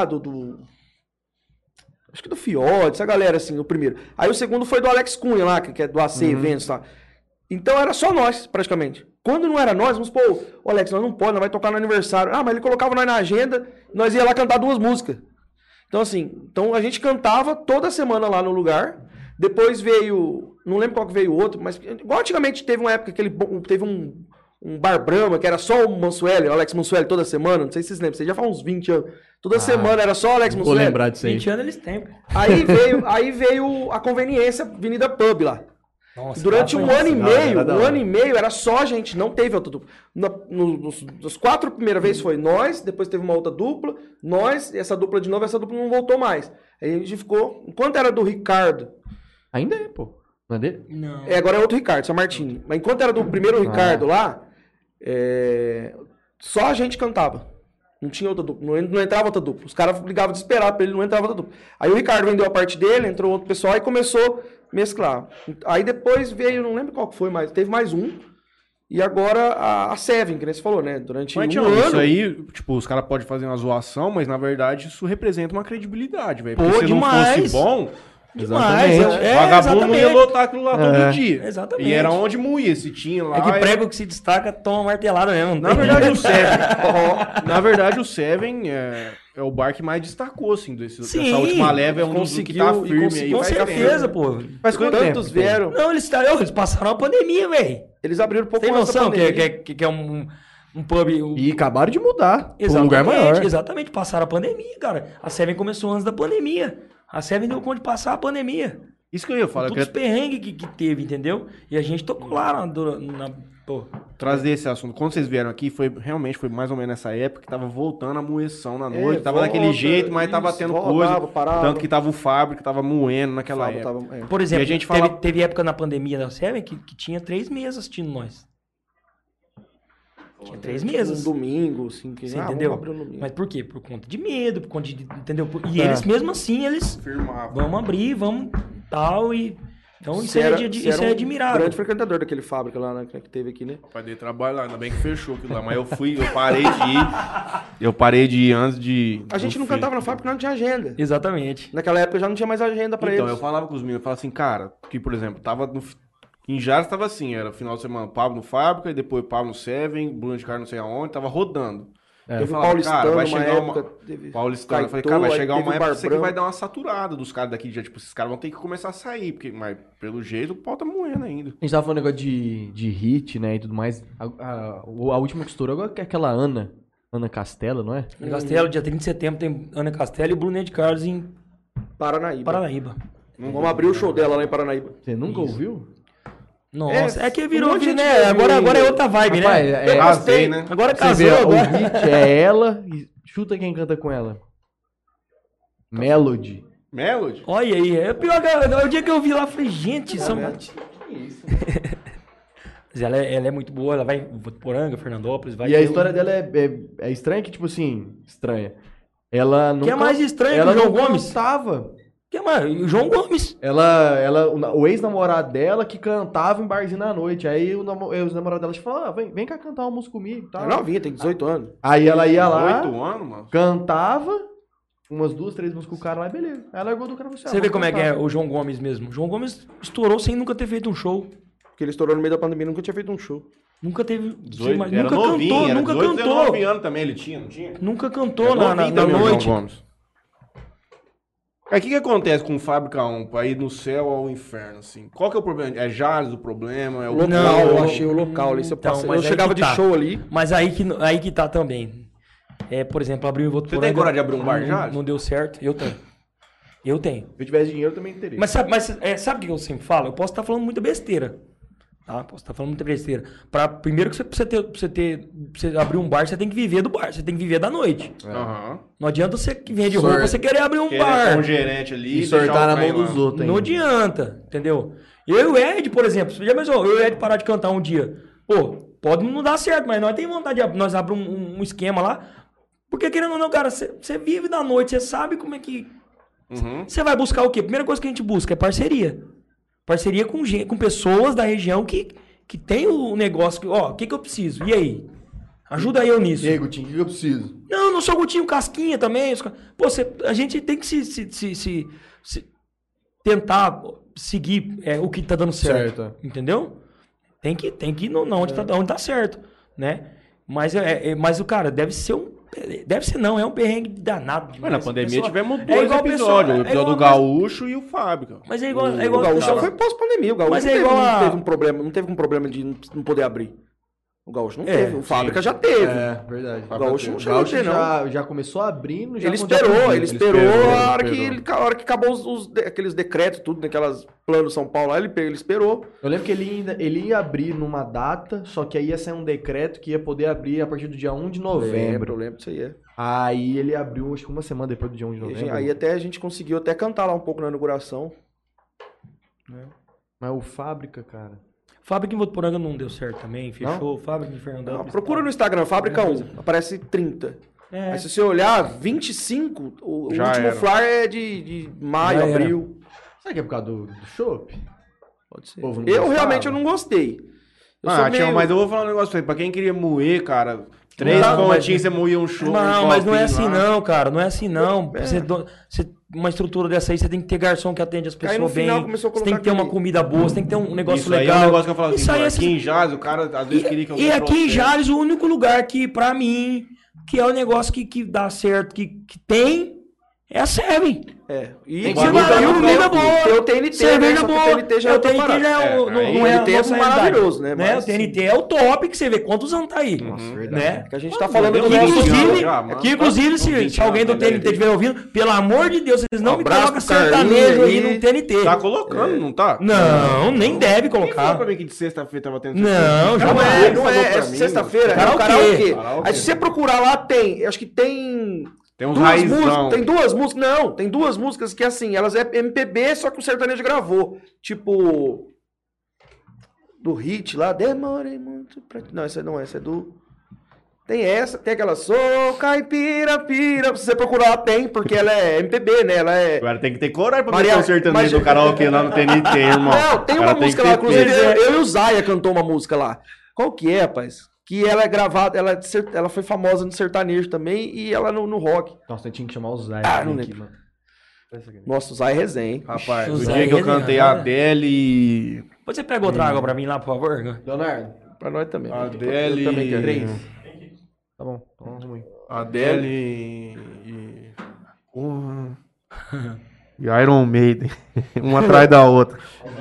Speaker 3: acho que do Fiote, essa galera assim, o primeiro. Aí o segundo foi do Alex Cunha lá, que é do AC Eventos lá. Então era só nós, praticamente. Quando não era nós, vamos pô, Alex, nós não podemos, nós vai tocar no aniversário. Mas ele colocava nós na agenda, nós ia lá cantar 2 músicas. Então assim, a gente cantava toda semana lá no lugar. Depois veio, não lembro qual que veio o outro, mas igual antigamente teve uma época que teve um Bar Brahma, que era só o Mansueli, o Alex Mansueli toda semana, não sei se vocês lembram, já faz uns 20 anos. Toda semana era só o Alex
Speaker 4: Vou
Speaker 3: Mansueli.
Speaker 4: lembrar disso aí.
Speaker 2: 20 anos eles têm.
Speaker 3: Aí veio a conveniência Avenida Pub lá.
Speaker 2: Nossa,
Speaker 3: Durante
Speaker 2: lá
Speaker 3: um
Speaker 2: foi
Speaker 3: ano e
Speaker 2: assim.
Speaker 3: meio,
Speaker 4: era da
Speaker 3: um
Speaker 4: hora.
Speaker 3: ano e meio era só a gente, não teve outra dupla. Nas 4 primeiras vezes foi nós, depois teve uma outra dupla, nós, essa dupla de novo, essa dupla não voltou mais. Aí a gente ficou, enquanto era do Ricardo,
Speaker 4: Ainda é, pô. Não é dele?
Speaker 2: Não.
Speaker 3: agora é outro Ricardo, São Martinho. Mas enquanto era do primeiro Ricardo lá, só a gente cantava. Não tinha outra dupla, não entrava outra dupla. Os caras ligavam desesperados pra ele, não entrava outra dupla. Aí o Ricardo vendeu a parte dele, entrou outro pessoal e começou a mesclar. Aí depois veio, não lembro qual que foi, mas teve mais um. E agora a Seven, que nem você falou, né? Durante
Speaker 1: Mas,
Speaker 3: um
Speaker 1: Tião,
Speaker 3: ano.
Speaker 1: isso aí, tipo, os caras podem fazer uma zoação, mas na verdade isso representa uma credibilidade, velho.
Speaker 2: Pô,
Speaker 1: Porque se
Speaker 2: demais.
Speaker 1: não fosse bom,
Speaker 2: Demais.
Speaker 4: Exatamente.
Speaker 1: vagabundo não ia
Speaker 2: exatamente.
Speaker 1: lotar aquilo lá todo dia.
Speaker 2: Exatamente.
Speaker 1: E era onde moía, se tinha lá.
Speaker 2: É que
Speaker 1: era-
Speaker 2: prego que se destaca toma martelada mesmo. não
Speaker 1: Na
Speaker 2: tem
Speaker 1: verdade,
Speaker 2: jeito.
Speaker 1: o Seven. Na verdade, o Seven é o bar que mais destacou, assim, dessa
Speaker 2: Sim,
Speaker 1: última leva. É um dos que tá
Speaker 3: conseguiu- e
Speaker 1: firme aí.
Speaker 3: conseguiu
Speaker 2: Com
Speaker 1: vai ficar
Speaker 2: certeza,
Speaker 1: firme.
Speaker 2: pô.
Speaker 4: Mas quanto
Speaker 3: Tantos
Speaker 4: tempo?
Speaker 3: vieram.
Speaker 2: Não, eles passaram a pandemia, velho.
Speaker 3: Eles abriram um pouco
Speaker 2: Tem
Speaker 3: antes da
Speaker 2: noção
Speaker 3: pandemia.
Speaker 2: que é um pub.
Speaker 4: E acabaram de mudar pra um
Speaker 2: Exatamente,
Speaker 4: lugar maior.
Speaker 2: exatamente. Passaram a pandemia, cara. A Seven começou antes da pandemia. A Seven deu conta de passar a pandemia.
Speaker 1: Isso que eu ia falar, eu
Speaker 2: Todos os
Speaker 1: queria
Speaker 2: perrengues que teve, entendeu? E a gente tocou lá pô.
Speaker 1: trazer esse assunto. Quando vocês vieram aqui, realmente foi mais ou menos nessa época que tava voltando a moeção na noite. Tava
Speaker 3: volta,
Speaker 1: daquele jeito, mas tava
Speaker 3: isso,
Speaker 1: tendo
Speaker 3: rodava,
Speaker 1: coisa.
Speaker 3: parava.
Speaker 1: Tanto que tava o Fábrica, tava moendo naquela
Speaker 3: Sábado
Speaker 1: época.
Speaker 3: tava-
Speaker 2: Por exemplo,
Speaker 1: E a gente fala-
Speaker 2: teve época na pandemia da Seven que tinha 3 mesas assistindo nós. Tinha 3 mesas.
Speaker 3: Um domingo, assim, que
Speaker 2: Você
Speaker 3: vamos
Speaker 2: entendeu?
Speaker 3: abrir um domingo.
Speaker 2: Mas por quê? Por conta de medo, por conta de. Entendeu? E eles, mesmo assim, eles.
Speaker 1: Firmava.
Speaker 2: Vamos abrir, vamos tal. E. Então isso,
Speaker 3: Você
Speaker 2: é,
Speaker 3: era-
Speaker 2: de-
Speaker 3: você
Speaker 2: isso
Speaker 3: era
Speaker 2: é
Speaker 3: um
Speaker 2: admirável.
Speaker 3: grande frequentador daquele fábrica lá, né, que teve aqui, né?
Speaker 1: Pai dele trabalho lá, ainda bem que fechou aquilo lá. Mas eu parei de ir. Eu parei de ir antes de.
Speaker 3: A gente
Speaker 1: do
Speaker 3: não
Speaker 1: filho.
Speaker 3: cantava na fábrica, não tinha agenda.
Speaker 2: Exatamente.
Speaker 3: Naquela época já não tinha mais agenda pra
Speaker 1: Então,
Speaker 3: eles.
Speaker 1: eu falava com os meninos, eu falava assim, cara, que por exemplo, em Jales tava assim, era final de semana Pablo no Fábrica, e depois Pablo no Seven, Bruno de Carlos não sei aonde, tava rodando.
Speaker 4: É.
Speaker 1: Eu
Speaker 3: Teve o
Speaker 1: falava,
Speaker 3: Paulistano,
Speaker 1: cara, vai
Speaker 3: uma
Speaker 1: chegar
Speaker 3: época,
Speaker 1: uma...
Speaker 3: teve
Speaker 1: Paulistano, eu falei,
Speaker 3: Caetô,
Speaker 1: cara, vai
Speaker 3: aí
Speaker 1: chegar
Speaker 3: teve
Speaker 1: uma
Speaker 3: o
Speaker 1: época que isso aqui
Speaker 3: Barbrão.
Speaker 1: vai dar uma saturada dos caras daqui, já, tipo, esses caras vão ter que começar a sair, porque, mas pelo jeito o pau tá moendo ainda.
Speaker 4: A gente tava falando negócio de hit, né, e tudo mais. A última que estourou agora é aquela Ana Castela, não é?
Speaker 2: Ana Castelo, dia 30 de setembro, tem Ana Castelo e Bruno de Carlos em
Speaker 3: Paranaíba.
Speaker 2: Paranaíba.
Speaker 3: Vamos abrir o show dela lá em Paranaíba.
Speaker 4: Você nunca ouviu?
Speaker 2: Nossa, é que
Speaker 3: um
Speaker 2: virou,
Speaker 3: monte de gente
Speaker 2: né?
Speaker 3: que
Speaker 2: Agora
Speaker 3: ouviu
Speaker 2: é
Speaker 3: aí.
Speaker 2: outra vibe,
Speaker 4: Rapaz,
Speaker 2: né?
Speaker 4: é-
Speaker 1: Rasguei, né?
Speaker 2: Agora
Speaker 4: Você
Speaker 2: casou,
Speaker 4: vê, o
Speaker 2: agora.
Speaker 4: hit é ela e chuta quem canta com ela. Melody.
Speaker 1: Melody?
Speaker 2: Olha aí, é pior que o dia que eu vi lá, eu falei, gente, são... Mas ela é muito boa, ela vai em Votuporanga, Fernandópolis, vai...
Speaker 4: E a história dela é estranha, que tipo assim, estranha. Ela nunca...
Speaker 2: Que é mais estranho que
Speaker 4: ela
Speaker 2: o João
Speaker 4: não
Speaker 2: Gomes?
Speaker 4: cantava.
Speaker 2: Que é mais? O João Gomes.
Speaker 4: O ex-namorado dela que cantava em barzinho na noite. Aí os namorados dela falaram, vem cá cantar uma música comigo e tal.
Speaker 3: É novinha, tem 18 anos.
Speaker 4: Aí ela ia lá,
Speaker 1: 8 anos, mano.
Speaker 4: cantava, umas 2, 3 músicas com o cara lá e beleza. Aí ela largou do cara e falou assim,
Speaker 2: Você vê como é que é o João Gomes mesmo. O João Gomes estourou sem nunca ter feito um show.
Speaker 3: Porque ele estourou no meio da pandemia, nunca tinha feito um show.
Speaker 2: Nunca teve...
Speaker 1: 18,
Speaker 2: mas
Speaker 1: era
Speaker 2: nunca
Speaker 1: novinho,
Speaker 2: cantou,
Speaker 1: era
Speaker 2: nunca
Speaker 1: 18,
Speaker 2: cantou.
Speaker 1: 19 anos também ele tinha, não tinha?
Speaker 2: Nunca cantou
Speaker 1: Era
Speaker 2: na
Speaker 1: novinho também o João
Speaker 2: noite.
Speaker 1: Gomes. Aí o que acontece com o Fábrica 1 pra ir do céu ao inferno, assim? Qual que é o problema? É Jales o problema? É o
Speaker 3: Local,
Speaker 2: Não,
Speaker 3: eu
Speaker 2: eu-
Speaker 3: achei o local ali.
Speaker 2: Então,
Speaker 3: Eu
Speaker 2: mas aí
Speaker 3: chegava
Speaker 2: que
Speaker 3: de
Speaker 2: tá.
Speaker 3: show ali.
Speaker 2: Mas aí que tá também. É, por exemplo, abriu em Votuporanga.
Speaker 1: Você tem coragem de abrir um bar
Speaker 2: não,
Speaker 1: já?
Speaker 2: Não deu certo. Eu tenho.
Speaker 4: Se eu tivesse dinheiro, eu também teria.
Speaker 2: Mas sabe o que eu sempre falo? Eu posso estar falando muita besteira. Tá? Posso estar falando muita besteira. Primeiro que você abrir um bar, você tem que viver do bar. Você tem que viver da noite.
Speaker 1: Aham.
Speaker 2: Não adianta você que vende roupa, você querer abrir um
Speaker 1: Querer
Speaker 2: bar.
Speaker 1: ser um gerente ali
Speaker 4: E sortar
Speaker 1: deixar o
Speaker 4: na
Speaker 1: trem
Speaker 4: mão
Speaker 1: lá.
Speaker 4: dos outros
Speaker 2: Não
Speaker 4: ainda.
Speaker 2: adianta, entendeu? Eu e o Ed, por exemplo, já pensou, eu e o Ed parar de cantar um dia. Pô, pode não dar certo, mas nós temos vontade de nós abrir um esquema lá. Porque querendo ou não, cara, você vive da noite, você sabe como é que...
Speaker 1: Uhum.
Speaker 2: Você vai buscar o quê? A primeira coisa que a gente busca é parceria. Parceria com pessoas da região que tem o negócio, ó, o que eu preciso? E aí? Ajuda eu nisso.
Speaker 4: E aí, Gutinho, o que eu preciso?
Speaker 2: Não, não sou Gutinho, Casquinha também. Pô, a gente tem que se tentar seguir o que tá dando certo.
Speaker 4: Certo.
Speaker 2: Entendeu? Tem que ir onde tá certo, né? Mas o cara deve ser não, é um perrengue danado.
Speaker 1: Mas na
Speaker 2: demais.
Speaker 1: pandemia
Speaker 2: Pessoal-
Speaker 1: tivemos
Speaker 2: é
Speaker 1: dois
Speaker 2: igual
Speaker 1: episódios.
Speaker 2: pessoal-
Speaker 1: O
Speaker 2: é
Speaker 1: episódio
Speaker 2: igual
Speaker 1: do Gaúcho e o Fábrica.
Speaker 2: Mas é igual
Speaker 3: O Gaúcho
Speaker 2: pessoal-
Speaker 3: foi pós-pandemia. O Gaúcho
Speaker 2: Mas
Speaker 3: não
Speaker 2: é
Speaker 3: teve,
Speaker 2: igual
Speaker 3: não
Speaker 2: a-
Speaker 3: teve um problema, não teve um problema de não poder abrir. O Gaúcho não teve, o Fábrica já teve.
Speaker 4: É, verdade.
Speaker 3: O Gaúcho não chegou a ter, não.
Speaker 4: já começou abrindo.
Speaker 3: Ele esperou a hora que acabou aqueles decretos, tudo, naquelas planos São Paulo lá, ele esperou.
Speaker 4: Eu lembro que ele ia abrir numa data, só que aí ia sair um decreto que ia poder abrir a partir do dia 1 de novembro.
Speaker 3: Eu lembro disso aí,
Speaker 4: Aí ele abriu, acho que uma semana depois do dia 1 de novembro.
Speaker 3: Aí até a gente conseguiu até cantar lá um pouco na inauguração.
Speaker 4: Mas o Fábrica, cara...
Speaker 2: Fábrica em Votuporanga não deu certo também, fechou. Fábrica em Fernandópolis.
Speaker 3: Procura no Instagram, Fábrica 1, aparece 30. Aí se você olhar, 25, o último flyer é de maio, abril.
Speaker 4: Será que é por causa do chopp?
Speaker 3: Pode ser. Eu realmente não gostei.
Speaker 1: Mas eu vou falar um negócio pra você. Pra quem queria moer, cara, 3 pontinhos você moía um chopp.
Speaker 2: Não, mas não é assim não, cara. Não é assim não. Uma estrutura dessa aí, você tem que ter garçom que atende as pessoas bem. Você tem que ter uma comida boa, você tem que ter um negócio legal. Isso aí é um negócio
Speaker 1: que eu falo assim, aqui em Jales, o cara às vezes queria que eu...
Speaker 2: E aqui em Jales, o único lugar que, pra mim, que é o negócio que dá certo, que tem, é a Seven.
Speaker 3: E
Speaker 2: comida boa.
Speaker 3: Tem o TNT,
Speaker 2: cerveja boa.
Speaker 3: O TNT já
Speaker 2: o TNT já é o... Não é
Speaker 3: maravilhoso, né?
Speaker 2: O TNT é o top, que você vê quantos anos tá aí.
Speaker 4: Nossa, verdade.
Speaker 2: Né?
Speaker 3: Que a gente tá falando do nosso...
Speaker 2: Inclusive, se alguém do TNT estiver ouvindo, pelo amor de Deus, vocês não me colocam sertanejo aí no TNT.
Speaker 1: Tá colocando, não tá?
Speaker 2: Não, nem deve colocar.
Speaker 1: Quem falou pra mim que de sexta-feira tava tendo...
Speaker 2: Não, jamais.
Speaker 3: Não é sexta-feira, é o karaokê. Aí se você procurar lá, acho que tem...
Speaker 1: Tem uns raizão.
Speaker 3: Tem 2 músicas. Não, tem 2 músicas que, assim, elas é MPB, só que o sertanejo gravou. Tipo. Do hit lá. Demorei muito pra. Não, essa não, essa é do. Tem essa, tem aquela. Sou caipira, pira. Se você procurar, lá tem, porque ela é MPB, né? Ela é.
Speaker 1: Agora tem que ter coragem pra meter o sertanejo do karaokê lá no TNT, irmão.
Speaker 3: Não, tem uma música lá, inclusive eu e o Zaya cantou uma música lá. Qual que é, rapaz? Que ela é gravada, ela foi famosa no sertanejo também e ela no rock.
Speaker 4: Nossa, eu tinha que chamar o Zay.
Speaker 3: Não lembro. Nossa, o Zay é resenha, hein?
Speaker 1: Rapaz, o dia que eu cantei a Adele...
Speaker 2: Você pega outra água pra mim lá, por favor?
Speaker 4: Leonardo.
Speaker 3: Pra nós também.
Speaker 1: Adele...
Speaker 3: Eu também quero.
Speaker 4: 3. Tá bom, então vamos aí.
Speaker 1: Adele e Iron Maiden. Uma atrás da outra.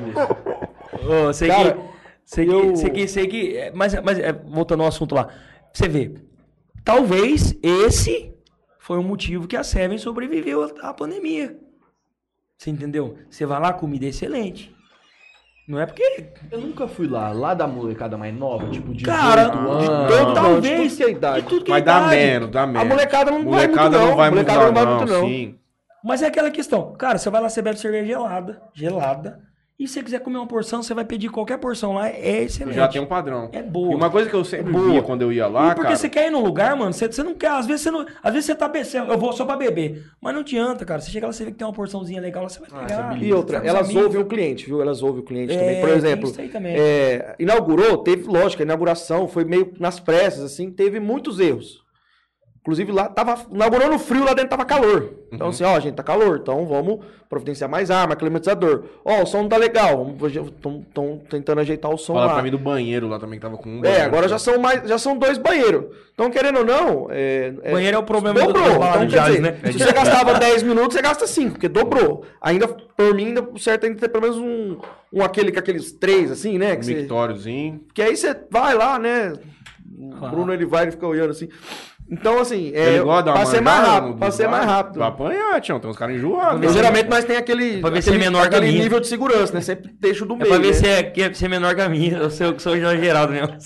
Speaker 2: Mas voltando ao assunto lá, você vê, talvez esse foi o motivo que a Seven sobreviveu à pandemia. Você entendeu? Você vai lá, comida é excelente. Não é porque...
Speaker 4: Eu nunca fui lá da molecada mais nova, tipo de 18
Speaker 2: cara,
Speaker 4: anos.
Speaker 2: talvez.
Speaker 3: De tudo que é idade.
Speaker 2: De tudo que é
Speaker 1: Mas dá
Speaker 2: idade.
Speaker 1: menos, dá menos.
Speaker 3: A molecada não vai muito,
Speaker 1: não.
Speaker 3: não.
Speaker 1: Vai
Speaker 3: muito, não.
Speaker 1: Sim.
Speaker 2: Mas é aquela questão. Cara, você vai lá, você bebe cerveja gelada. E se você quiser comer uma porção, você vai pedir qualquer porção lá, é excelente.
Speaker 1: Já tem um padrão.
Speaker 2: É boa.
Speaker 1: E uma coisa que eu sempre via quando eu ia lá,
Speaker 2: porque
Speaker 1: cara...
Speaker 2: você quer ir num lugar, mano, você não quer, às vezes você tá pensando, eu vou só pra beber. Mas não adianta, cara. Você chega lá, você vê que tem uma porçãozinha legal, lá você vai pegar.
Speaker 3: E outra, elas ouvem o cliente, viu? Elas ouvem o cliente também. Por exemplo,
Speaker 2: isso aí também.
Speaker 3: Inaugurou, teve, lógico, a inauguração foi meio nas pressas, assim, teve muitos erros. Inclusive lá, inaugurou no frio, lá dentro tava calor. Então assim, gente, tá calor, então vamos providenciar mais arma, climatizador. O som não tá legal, estão tentando ajeitar o som lá.
Speaker 1: Fala pra mim do banheiro lá também, que tava com um
Speaker 3: banheiro. Agora já são 2 banheiros. Então, querendo ou não...
Speaker 2: banheiro é o problema
Speaker 3: dobrou. Então,
Speaker 2: quer dizer, né?
Speaker 3: Se você gastava 10 minutos, você gasta 5, porque dobrou. Ainda, por mim, o certo é ainda ter pelo menos aqueles 3, assim, né?
Speaker 1: Um mictóriozinho.
Speaker 3: Que aí você vai lá, né? O Bruno, ele vai e fica olhando assim... Então, assim,
Speaker 1: passei mais rápido.
Speaker 3: Passei mais rápido.
Speaker 1: Vai apanhar, Tião. Tem uns caras enjoados.
Speaker 3: Geralmente nós tem aquele nível de segurança, né? Sempre deixa do meio.
Speaker 2: Pra ver se é menor que a minha. Eu sou o Geraldo mesmo.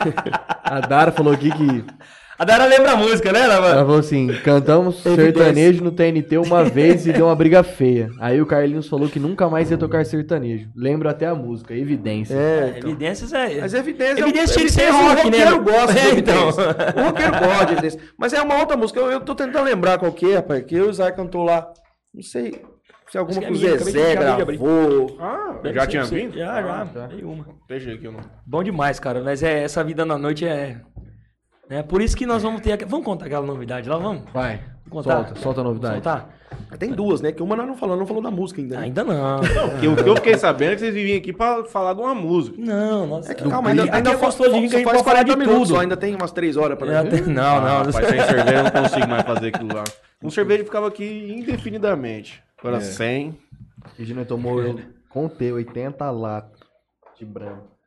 Speaker 4: A Dara falou aqui que...
Speaker 2: A Dara lembra a música, né?
Speaker 4: Ela falou assim, cantamos sertanejo no TNT uma vez e deu uma briga feia. Aí o Carlinhos falou que nunca mais ia tocar sertanejo. Lembro até a música, Evidência.
Speaker 2: Evidências é...
Speaker 3: Mas Evidência
Speaker 2: tinha que ser rock, né?
Speaker 3: O roqueiro gosta de Evidência. O roqueiro gosta de Evidência. Mas é uma outra música, eu tô tentando lembrar qual que é, rapaz, que eu e o Zay cantou lá. Não sei se alguma que o Zezé gravou.
Speaker 1: Já tinha vindo?
Speaker 2: Já. Tem uma.
Speaker 1: Deixa aqui, eu não...
Speaker 2: Bom demais, cara. Mas essa vida na noite é... Por isso que nós vamos ter... Vamos contar aquela novidade lá, vamos?
Speaker 4: Vai, solta a novidade.
Speaker 3: Tem 2, né? Que uma nós não falou da música ainda. Né?
Speaker 2: Ainda não.
Speaker 1: O que eu fiquei sabendo é que vocês viviam aqui pra falar de uma música.
Speaker 2: Não, nossa.
Speaker 3: Calma, ainda é gostoso de vir que a gente pode falar de tudo. Só ainda tem umas 3 horas pra ver.
Speaker 2: Não.
Speaker 1: Rapaz, sem cerveja eu não consigo mais fazer aquilo lá. Com cerveja ficava aqui indefinidamente. Agora sem.
Speaker 4: A gente tomou, eu contei, 80 latas de branco.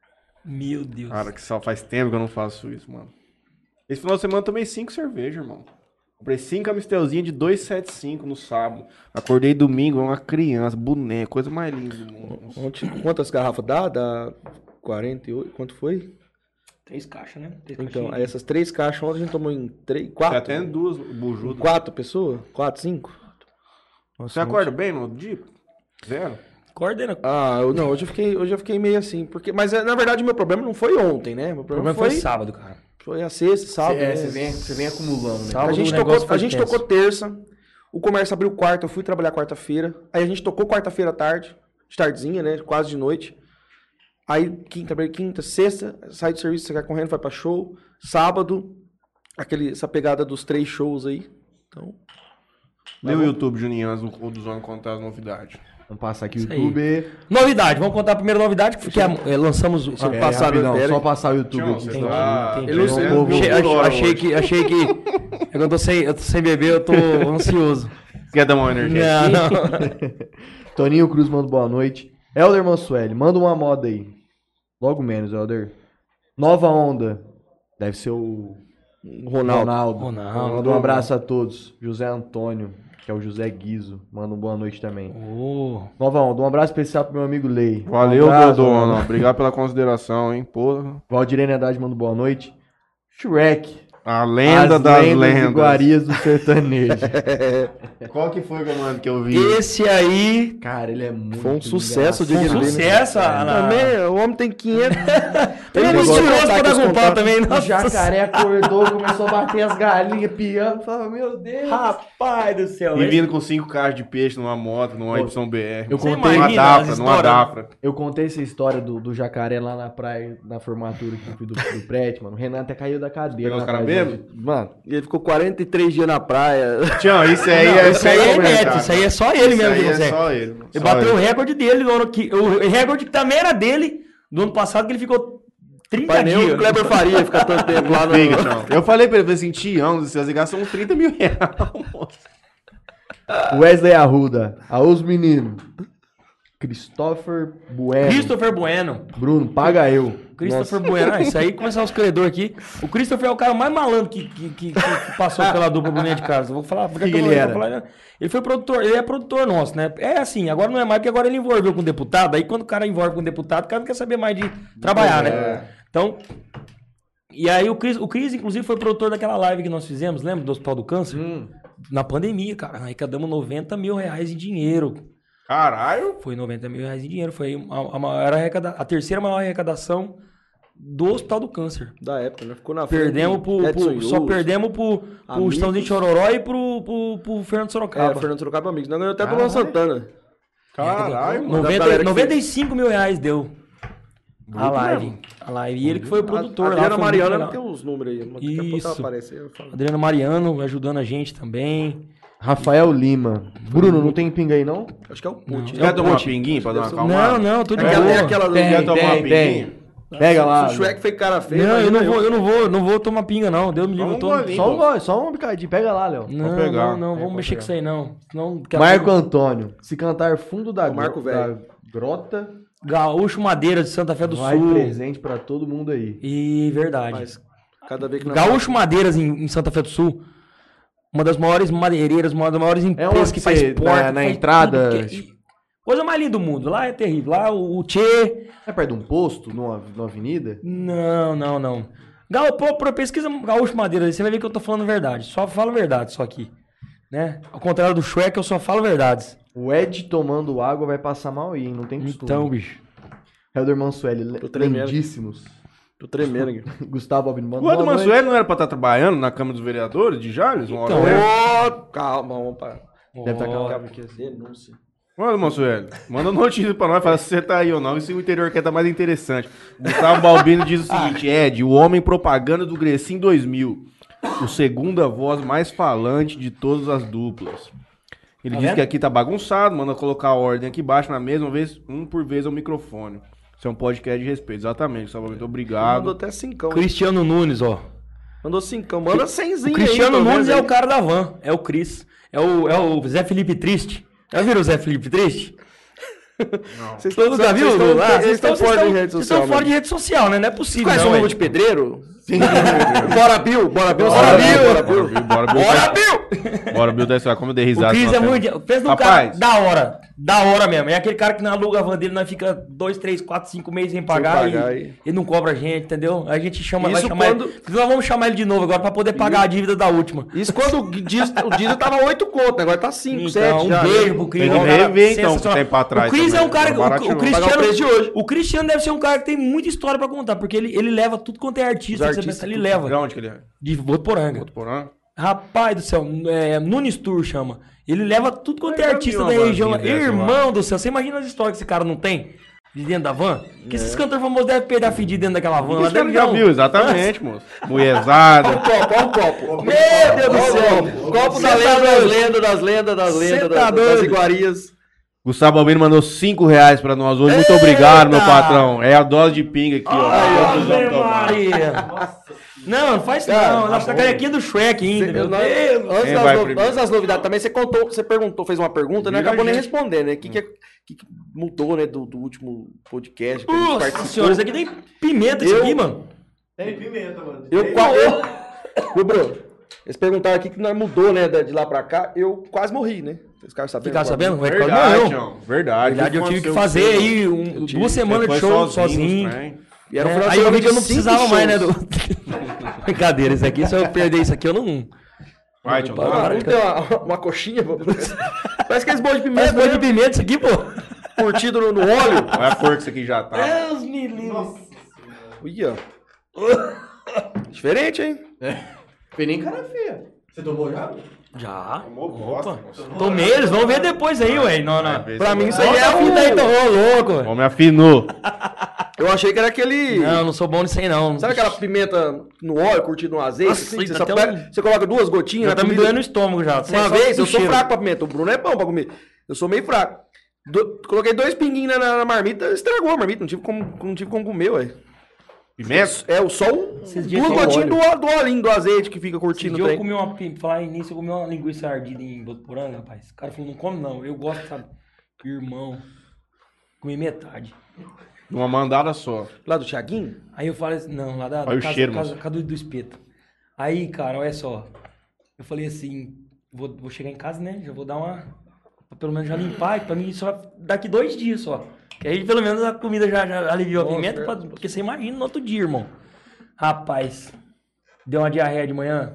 Speaker 2: Meu Deus.
Speaker 1: Cara, que só faz tempo que eu não faço isso, mano. Esse final de semana eu tomei 5 cervejas, irmão. Comprei 5 Amistelzinhas de 2,75 no sábado. Acordei domingo, uma criança, boneco, coisa mais linda do mundo.
Speaker 3: Ontem, quantas garrafas dá? Dá 48, quanto foi?
Speaker 2: 3 caixas, né? 3
Speaker 3: Então,
Speaker 2: caixinhas.
Speaker 3: aí essas 3 caixas ontem a gente tomou em 3,
Speaker 1: Você
Speaker 3: 4?
Speaker 1: até 2 bujudas.
Speaker 3: 4 pessoas? 4, 5?
Speaker 1: Você acorda bem no dia? Zero?
Speaker 2: Coordena.
Speaker 3: Ah, hoje eu fiquei meio assim, porque, mas na verdade o meu problema não foi ontem, né? Meu
Speaker 2: O
Speaker 3: problema
Speaker 2: problema foi sábado, cara.
Speaker 3: foi a sexta, sábado. né?
Speaker 4: Você vem acumulando, né?
Speaker 2: Sábado
Speaker 3: A gente,
Speaker 2: o negócio foi
Speaker 3: a gente
Speaker 2: tenso.
Speaker 3: tocou terça, o comércio abriu quarta, eu fui trabalhar quarta-feira, aí a gente tocou quarta-feira à tarde, de tardezinha, né, quase de noite. Aí quinta, sexta, sai do serviço, você vai correndo, vai pra show. Sábado, essa pegada dos 3 shows aí. Então,
Speaker 1: Lê o YouTube, Juninho, antes dos homens contar as novidades.
Speaker 4: Vamos passar aqui o
Speaker 2: Isso aí.
Speaker 4: YouTube.
Speaker 2: Novidade, vamos contar a primeira novidade, que lançamos...
Speaker 3: É, passar
Speaker 4: rapidão,
Speaker 3: no- pera
Speaker 4: só
Speaker 3: aí.
Speaker 4: passar o YouTube
Speaker 1: Tchau,
Speaker 4: aqui.
Speaker 1: você
Speaker 4: só.
Speaker 1: tá-
Speaker 2: Entendi.
Speaker 3: Ele não-
Speaker 1: Você é
Speaker 4: povo-
Speaker 1: por hora
Speaker 2: Achei
Speaker 1: hoje.
Speaker 2: que... Eu tô sem beber, eu tô ansioso.
Speaker 1: Quer dar uma energia?
Speaker 2: Não.
Speaker 4: Toninho Cruz manda boa noite. Helder Mansueli, manda uma moda aí. Logo menos, Helder. Nova Onda. Deve ser o Ronaldo.
Speaker 2: Ronaldo.
Speaker 4: Manda um abraço a todos. José Antônio, que é o José Guizo. Manda uma boa noite também. Nova Onda, um abraço especial pro meu amigo Lei.
Speaker 1: Valeu,
Speaker 4: um abraço,
Speaker 1: Dodona.
Speaker 4: mano.
Speaker 1: Obrigado pela consideração, hein, porra.
Speaker 4: Valdirene Haddad manda boa noite. Shrek.
Speaker 1: A lenda
Speaker 4: As
Speaker 1: das
Speaker 4: lendas
Speaker 1: lendas.
Speaker 4: iguarias do sertanejo.
Speaker 1: Qual que foi, mano, que eu vi?
Speaker 2: Esse aí...
Speaker 4: Cara, ele é muito
Speaker 3: Foi um sucesso o dia
Speaker 2: Foi
Speaker 3: que
Speaker 2: um
Speaker 3: ele veio, né?
Speaker 2: sucesso.
Speaker 3: Também, o homem tem 500.
Speaker 2: Ele é
Speaker 3: negócio
Speaker 2: mentiroso
Speaker 3: de
Speaker 2: pra
Speaker 3: ataque
Speaker 2: dar
Speaker 3: aos
Speaker 2: com pau
Speaker 3: contatos.
Speaker 2: também.
Speaker 4: O
Speaker 2: Nossa
Speaker 4: jacaré acordou, começou a bater as galinhas, piando. Falava, meu Deus.
Speaker 2: Rapaz do céu.
Speaker 1: E vindo com 5 caixas de peixe numa moto, numa YBR.
Speaker 4: Eu
Speaker 2: Você
Speaker 4: contei,
Speaker 1: Numa
Speaker 2: imagina
Speaker 1: Dafra,
Speaker 2: as
Speaker 1: numa
Speaker 2: histórias?
Speaker 1: Dafra.
Speaker 4: eu contei essa história do jacaré lá na praia, na formatura que eu fui do Prete, mano. O Renan até caiu da cadeira.
Speaker 1: Pegou os
Speaker 4: na
Speaker 1: caras
Speaker 4: praia.
Speaker 1: bêbados?
Speaker 4: Mano,
Speaker 3: E ele ficou 43 dias na praia.
Speaker 1: Tião, isso aí
Speaker 2: Não,
Speaker 1: é
Speaker 2: isso aí é
Speaker 1: comentar,
Speaker 2: inédito, isso aí é só ele
Speaker 1: Isso
Speaker 2: mesmo
Speaker 1: aí
Speaker 2: que
Speaker 1: é
Speaker 2: consegue.
Speaker 1: só ele.
Speaker 2: Ele
Speaker 1: Só
Speaker 2: bateu o
Speaker 1: ele.
Speaker 2: recorde dele, o recorde que também era dele, do ano passado, que ele ficou 30
Speaker 3: Pai, nem
Speaker 2: dias.
Speaker 3: o Kleber Faria ficar tanto tempo lá no...
Speaker 1: Fica, Tião. Eu falei pra ele, falei assim, Tião, vocês gastam uns 30 mil reais.
Speaker 4: Wesley Arruda. Aos meninos. Christopher Bueno.
Speaker 2: Christopher Bueno.
Speaker 4: Bruno, paga eu.
Speaker 2: Christopher Bueno. Ah, isso aí começar os credores aqui. O Christopher é o cara mais malandro que passou pela dupla Bolinha de Casa. Eu vou falar. Por
Speaker 4: Que
Speaker 2: eu
Speaker 4: ele
Speaker 2: vou
Speaker 4: era?
Speaker 2: falar? Ele foi produtor, ele é produtor nosso, né? É assim, agora não é mais, porque agora ele envolveu com deputado. Aí quando o cara envolve com deputado, o cara não quer saber mais de trabalhar, né? Então. E aí o Cris, inclusive, foi produtor daquela live que nós fizemos, lembra? Do Hospital do Câncer? Na pandemia, cara. Arrecadamos 90 mil reais em dinheiro.
Speaker 1: Caralho.
Speaker 2: Foi 90 mil reais em dinheiro. Foi a terceira maior arrecadação do Hospital do Câncer.
Speaker 3: Da época, né? Ficou na frente.
Speaker 2: Perdemos só perdemos pro
Speaker 3: Amigos.
Speaker 2: Estãozinho de Chororó e pro Fernando Sorocaba.
Speaker 3: Fernando Sorocaba Amigos. Nós ganhamos até do Luan Santana.
Speaker 1: Caralho, mano.
Speaker 2: 95 mil reais deu a live.
Speaker 1: mesmo.
Speaker 2: A live. E ele que foi o produtor
Speaker 3: A
Speaker 2: lá.
Speaker 3: Adriana
Speaker 2: foi
Speaker 3: Mariana
Speaker 2: muito
Speaker 3: não
Speaker 2: legal.
Speaker 3: tem os números aí. Mas daqui a pouco
Speaker 2: Isso.
Speaker 3: ela aparece aí, eu falo.
Speaker 2: Adriano Mariano ajudando a gente também.
Speaker 4: Rafael Lima. Bruno, não tem pinga aí, não?
Speaker 3: Acho que é o Putin.
Speaker 1: Quer tomar uma pinguinha pra dar uma
Speaker 2: Não,
Speaker 1: acalmada?
Speaker 2: não, tô de
Speaker 3: É
Speaker 2: boa.
Speaker 3: aquela do...
Speaker 1: Quer tomar uma pinguinha?
Speaker 4: Pega lá.
Speaker 3: Se o Shrek fez cara feia...
Speaker 2: Não,
Speaker 3: imagina
Speaker 2: eu não vou tomar pinga, não. Deus me livre, eu tô...
Speaker 1: golinho,
Speaker 4: Só um
Speaker 1: pô.
Speaker 4: gole, só um bocadinho. Pega lá, Léo.
Speaker 2: Não,
Speaker 1: pegar.
Speaker 2: não, vamos mexer com isso aí, não. Senão,
Speaker 4: Marco Antônio. Se cantar fundo da,
Speaker 3: O Marco
Speaker 4: da
Speaker 3: Velho.
Speaker 4: grota,
Speaker 2: Gaúcho Madeira de Santa Fé do
Speaker 4: vai
Speaker 2: Sul.
Speaker 4: presente pra todo mundo aí.
Speaker 2: E verdade.
Speaker 3: Mas cada vez que nós...
Speaker 2: Gaúcho Madeiras em Santa Fé do Sul. Uma das maiores madeireiras, uma das maiores empresas
Speaker 4: onde
Speaker 2: que faz
Speaker 4: você,
Speaker 2: porta.
Speaker 4: na
Speaker 2: faz
Speaker 4: entrada,
Speaker 2: tudo que é- Coisa mais linda do mundo. Lá é terrível. Lá o Tchê...
Speaker 4: É perto de um posto, numa avenida?
Speaker 2: Não. Pesquisa Gaúcho Madeira, você vai ver que eu tô falando verdade. Só falo verdade, só aqui. Né? Ao contrário do Shrek, eu só falo verdades.
Speaker 4: O Ed tomando água vai passar mal aí, hein? Não tem costume.
Speaker 2: Então, bicho.
Speaker 4: Helder Mansueli,
Speaker 3: Tô tremendo.
Speaker 4: lindíssimos.
Speaker 3: Tô tremendo aqui.
Speaker 4: Gustavo Albino,
Speaker 1: O Eduardo Mansueli não era pra estar trabalhando na Câmara dos Vereadores de Jales? Uma hora
Speaker 2: Então,
Speaker 1: dessa?
Speaker 3: Ô, calma, vamos parar.
Speaker 4: Deve estar
Speaker 2: Ó,
Speaker 4: calmo aqui assim.
Speaker 3: Denúncia.
Speaker 1: Mano, Mansueli, manda notícia pra nós, fala se você tá aí ou não, e se o interior quer tá mais interessante. Gustavo Balbino diz o seguinte, Ed, o homem propaganda do Grecim 2000, o segunda voz mais falante de todas as duplas. Ele
Speaker 2: Tá
Speaker 1: diz
Speaker 2: vendo?
Speaker 1: que aqui tá bagunçado, manda colocar a ordem aqui embaixo na mesma vez, um por vez ao microfone. Isso é um podcast de respeito, exatamente, Gustavo Balbino,
Speaker 3: Mandou
Speaker 1: obrigado.
Speaker 3: até 5.
Speaker 2: Cristiano Nunes, ó.
Speaker 3: Mandou 5. Manda 100zinho
Speaker 2: O Cristiano
Speaker 3: aí,
Speaker 2: Nunes é o
Speaker 3: cara.
Speaker 2: cara da van. É o Cris. É o Zé Felipe Triste. Já viram o Zé Felipe Triste?
Speaker 1: Não.
Speaker 3: Vocês
Speaker 2: Todo nunca viu?
Speaker 3: Vocês estão fora de rede
Speaker 2: Vocês
Speaker 3: social.
Speaker 2: estão fora
Speaker 3: né?
Speaker 2: de rede social, né? Não é possível.
Speaker 3: Conhece
Speaker 2: não,
Speaker 3: o Luva
Speaker 2: velho.
Speaker 3: de Pedreiro?
Speaker 1: Sim.
Speaker 3: Bora, Bill! Bora, Bill!
Speaker 1: Bora,
Speaker 3: Bora, Bill!
Speaker 1: Bill!
Speaker 3: Bora, Bill!
Speaker 1: Bora, Bill, tá isso. Como eu dei
Speaker 2: O
Speaker 1: risada.
Speaker 2: Cris
Speaker 1: nessa
Speaker 2: é
Speaker 1: cena.
Speaker 2: muito. Pensa num cara
Speaker 1: Rapaz.
Speaker 2: da hora mesmo. É aquele cara que não aluga a van dele, nós fica 2, 3, 4, 5 meses sem pagar, e ele não cobra a gente, entendeu? A gente chama, vai
Speaker 3: Isso
Speaker 2: chamar
Speaker 3: quando-
Speaker 2: ele. Nós vamos chamar ele de novo agora pra poder pagar a dívida da última.
Speaker 3: Isso quando o diesel tava 8 conto, agora tá 5, 7
Speaker 2: Então, um
Speaker 3: já.
Speaker 2: beijo
Speaker 3: né?
Speaker 2: pro Cris.
Speaker 1: Tem que
Speaker 2: é um cara
Speaker 1: rever, então, que
Speaker 2: sensacional.
Speaker 1: tem pra trás
Speaker 2: O Cris
Speaker 1: também.
Speaker 2: é um cara.
Speaker 1: Tá barato, não.
Speaker 3: Pagar o preço de hoje.
Speaker 2: O Cristiano deve ser um cara que tem muita história pra contar, porque ele leva tudo quanto é artista.
Speaker 3: Os
Speaker 2: que você
Speaker 3: artistas,
Speaker 2: pensa, ele
Speaker 3: tudo.
Speaker 2: leva.
Speaker 1: De onde que ele é?
Speaker 2: De Votuporanga.
Speaker 1: Porã?
Speaker 2: Rapaz do céu, Nunes Tour chama. Ele leva tudo quanto é
Speaker 1: Eu
Speaker 2: artista
Speaker 1: vi
Speaker 2: da
Speaker 1: uma
Speaker 2: região.
Speaker 1: vanzinha dessa
Speaker 2: Irmão do céu, você imagina as histórias que esse cara não tem? De dentro da van? Que esses cantores famosos devem perder a fedida dentro daquela van. Lá
Speaker 1: Isso
Speaker 2: deve
Speaker 1: já
Speaker 2: dar um-
Speaker 1: viu, exatamente, moço.
Speaker 3: Olha
Speaker 1: Mulherzada.
Speaker 3: o copo, olha o copo.
Speaker 2: Meu Deus do céu.
Speaker 3: Copo
Speaker 2: Cê
Speaker 3: da
Speaker 2: tá
Speaker 3: lenda,
Speaker 2: doido.
Speaker 3: das lendas,
Speaker 2: Cê tá
Speaker 3: das
Speaker 2: doido.
Speaker 3: iguarias.
Speaker 1: Gustavo Albino mandou R$5 pra nós hoje. Muito obrigado, meu patrão. É a dose de pinga aqui, ó. Todos
Speaker 2: Ave
Speaker 1: vamos tomar.
Speaker 2: Maria. Não, não faz isso
Speaker 3: Cara,
Speaker 2: não. Nossa, a carequinha do Shrek ainda, meu Deus.
Speaker 1: Quem vai primeiro?
Speaker 3: Antes das novidades também, você perguntou, fez uma pergunta, né?
Speaker 1: Vira
Speaker 3: Acabou nem
Speaker 1: gente.
Speaker 3: respondendo, né? O que mudou, né, do último podcast que a gente
Speaker 2: Nossa
Speaker 3: participou?
Speaker 2: senhora, isso aqui tem pimenta isso
Speaker 3: Eu-
Speaker 2: aqui, mano.
Speaker 4: Tem pimenta, mano.
Speaker 3: Meu bro, eles perguntaram aqui que nós mudou, né, de lá pra cá, eu quase morri, né? Vocês ficaram sabendo?
Speaker 2: Ficar sabendo? Vai ficar
Speaker 1: Verdade,
Speaker 2: morreu.
Speaker 1: Tião. Verdade.
Speaker 2: Verdade, eu
Speaker 1: O que
Speaker 2: tive que
Speaker 1: aconteceu
Speaker 2: fazer
Speaker 1: com
Speaker 2: aí
Speaker 1: você?
Speaker 2: 2 semanas de
Speaker 1: Você foi
Speaker 2: show sozinho.
Speaker 1: nos trem.
Speaker 3: E era um
Speaker 2: É,
Speaker 3: final de
Speaker 2: aí eu
Speaker 3: semana
Speaker 2: vi que eu
Speaker 3: de
Speaker 2: não
Speaker 3: 5
Speaker 2: precisava mais, né?
Speaker 3: shows.
Speaker 2: Brincadeira, isso aqui, se eu perder isso aqui, eu não.
Speaker 1: Vai, Tião.
Speaker 2: Para,
Speaker 1: tá
Speaker 2: para.
Speaker 1: bom.
Speaker 3: Não tem uma coxinha? Pô? Parece aqueles bolos de
Speaker 2: Mas
Speaker 3: pimenta,
Speaker 2: foi de
Speaker 3: né?
Speaker 2: pimenta isso aqui, pô.
Speaker 3: Curtido no óleo.
Speaker 1: Olha a cor que isso aqui já tá.
Speaker 2: Deus me livre.
Speaker 3: Olha. Diferente, hein?
Speaker 4: Foi nem cara feia. Você tomou já?
Speaker 2: Já.
Speaker 1: Tomou bosta.
Speaker 2: Tomei, eles vão ver depois aí, ué. Não,
Speaker 1: Vai
Speaker 2: não.
Speaker 1: ver
Speaker 3: Pra
Speaker 1: se
Speaker 3: mim
Speaker 1: vai.
Speaker 3: isso aí
Speaker 2: Volta
Speaker 3: é
Speaker 2: a fita aí, então, ô louco.
Speaker 1: O homem afinou.
Speaker 3: Eu achei que era aquele...
Speaker 2: Não, não sou bom nisso aí, não.
Speaker 3: Sabe aquela pimenta no óleo, curtida no azeite?
Speaker 2: Nossa,
Speaker 3: assim, que
Speaker 2: isso
Speaker 3: você, só
Speaker 2: até
Speaker 3: pega- você coloca 2 gotinhas
Speaker 2: Já tá
Speaker 3: na
Speaker 2: me
Speaker 3: comida.
Speaker 2: doendo o estômago já.
Speaker 3: Uma vez, eu sou fraco pra pimenta. O Bruno é bom pra comer. Eu sou meio fraco. Coloquei 2 pinguinhos na marmita, estragou a marmita. Não tive como comer, ué.
Speaker 1: Pimenta?
Speaker 3: É, só
Speaker 2: Esses dias
Speaker 3: 2
Speaker 2: tem
Speaker 3: gotinhas do olhinho, do azeite que fica
Speaker 2: Esse
Speaker 3: curtindo o
Speaker 2: dia eu
Speaker 3: trem.
Speaker 2: comi uma... Falar nisso, eu comi uma linguiça ardida em Botuporanga, rapaz. O cara falou, não come não. Eu gosto, sabe? Irmão. Comi metade.
Speaker 1: Uma mandada só.
Speaker 3: Lá do Thiaguinho?
Speaker 2: Aí eu falei assim, não, lá da
Speaker 1: Olha o
Speaker 2: casa,
Speaker 1: cheiro,
Speaker 2: casa,
Speaker 1: moço.
Speaker 2: casa do espeto. Aí, cara, olha só. Eu falei assim, vou chegar em casa, né? Já vou dar uma... Pra pelo menos já limpar, pra mim só daqui 2 dias só. Que aí pelo menos a comida já aliviou a
Speaker 3: Nossa,
Speaker 2: pimenta, porque você imagina no outro dia, irmão. Rapaz, deu uma diarreia de manhã.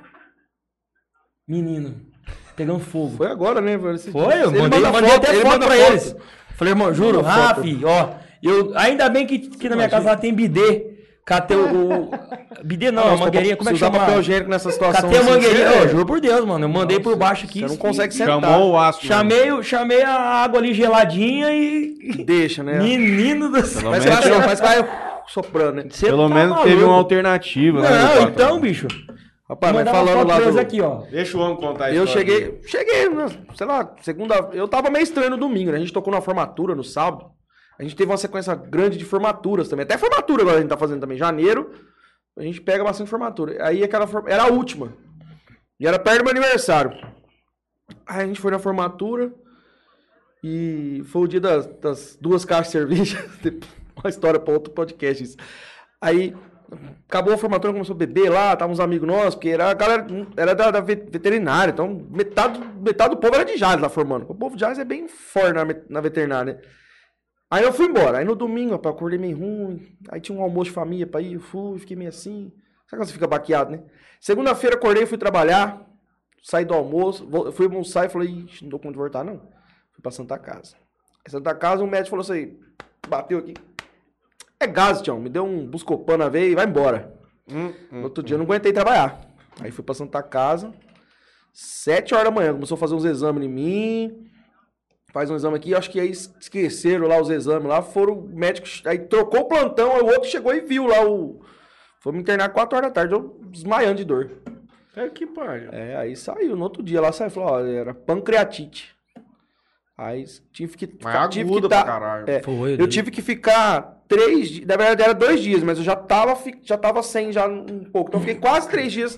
Speaker 2: Menino, pegando fogo.
Speaker 3: Foi agora, né?
Speaker 2: Foi, eu
Speaker 3: Ele
Speaker 2: mandei
Speaker 3: manda
Speaker 2: até
Speaker 3: ele
Speaker 2: foto
Speaker 3: manda
Speaker 2: pra
Speaker 3: foto.
Speaker 2: eles. Falei, irmão, juro,
Speaker 3: Manda foto.
Speaker 2: Rafi, ó, ainda bem que na minha casa lá tem bidê. Catei o bidê não, a mangueirinha, como é que
Speaker 3: Se usar
Speaker 2: chama?
Speaker 3: papel higiênico nessa situação...
Speaker 2: Catei a
Speaker 3: assim,
Speaker 2: mangueirinha,
Speaker 3: você-
Speaker 2: ó, juro por Deus, mano, eu mandei por baixo aqui.
Speaker 3: Você não
Speaker 2: e-
Speaker 3: consegue sentar.
Speaker 1: Chamou o aço.
Speaker 2: Chamei a água ali geladinha e...
Speaker 3: Deixa, né?
Speaker 2: Menino do céu.
Speaker 3: Mas
Speaker 1: menos-
Speaker 3: vai soprando, né?
Speaker 2: Cê
Speaker 1: Pelo
Speaker 2: tá
Speaker 1: menos teve
Speaker 2: maluco.
Speaker 1: uma alternativa, né? meu
Speaker 2: Não,
Speaker 1: patrão?
Speaker 2: então, bicho.
Speaker 3: Rapaz, mas
Speaker 2: Mandava
Speaker 3: falando
Speaker 2: foto
Speaker 3: lá
Speaker 2: pra eles
Speaker 3: do...
Speaker 2: aqui, ó.
Speaker 1: Deixa o homem contar a
Speaker 3: Eu
Speaker 1: história
Speaker 3: cheguei, né, sei lá, segunda... Eu tava meio estranho no domingo, né? A gente tocou na formatura no sábado. A gente teve uma sequência grande de formaturas também. Até formatura agora a gente tá fazendo também. Janeiro, a gente pega bastante formatura. Aí era a última. E era perto do meu aniversário. Aí a gente foi na formatura e foi o dia das 2 caixas de cerveja. Uma história pra outro podcast isso. Aí acabou a formatura, começou a beber lá, tava uns amigos nossos, porque era a galera, era da veterinária, então metade do povo era de Jales lá formando. O povo de Jales é bem forte na veterinária, né? Aí eu fui embora. Aí no domingo, rapaz, eu acordei meio ruim. Aí tinha um almoço de família pra ir, eu fui, fiquei meio assim. Sabe quando você fica baqueado, né? Segunda-feira acordei, fui trabalhar, saí do almoço, fui almoçar e falei, ixi, não dou conta de voltar, não. Fui pra Santa Casa. Aí Santa Casa, o médico falou assim, bateu aqui. É gás, Tião, me deu um buscopan na veia e vai embora. No outro dia eu não aguentei trabalhar. Aí fui pra Santa Casa, 7 horas da manhã, começou a fazer uns exames em mim. Faz um exame aqui, acho que aí esqueceram lá os exames lá, foram o médico, aí trocou o plantão, aí o outro chegou e viu lá foi me internar 4 horas da tarde, eu desmaiando de dor.
Speaker 1: É que pariu.
Speaker 3: É, aí saiu, no outro dia lá saiu, falou, ó, era pancreatite. Aí tive que
Speaker 1: Mas
Speaker 3: tive
Speaker 1: aguda
Speaker 3: que
Speaker 1: pra caralho.
Speaker 2: Foi,
Speaker 3: eu tive que ficar 3 dias, na verdade era 2 dias, mas eu já tava sem já um pouco, então eu fiquei quase 3 dias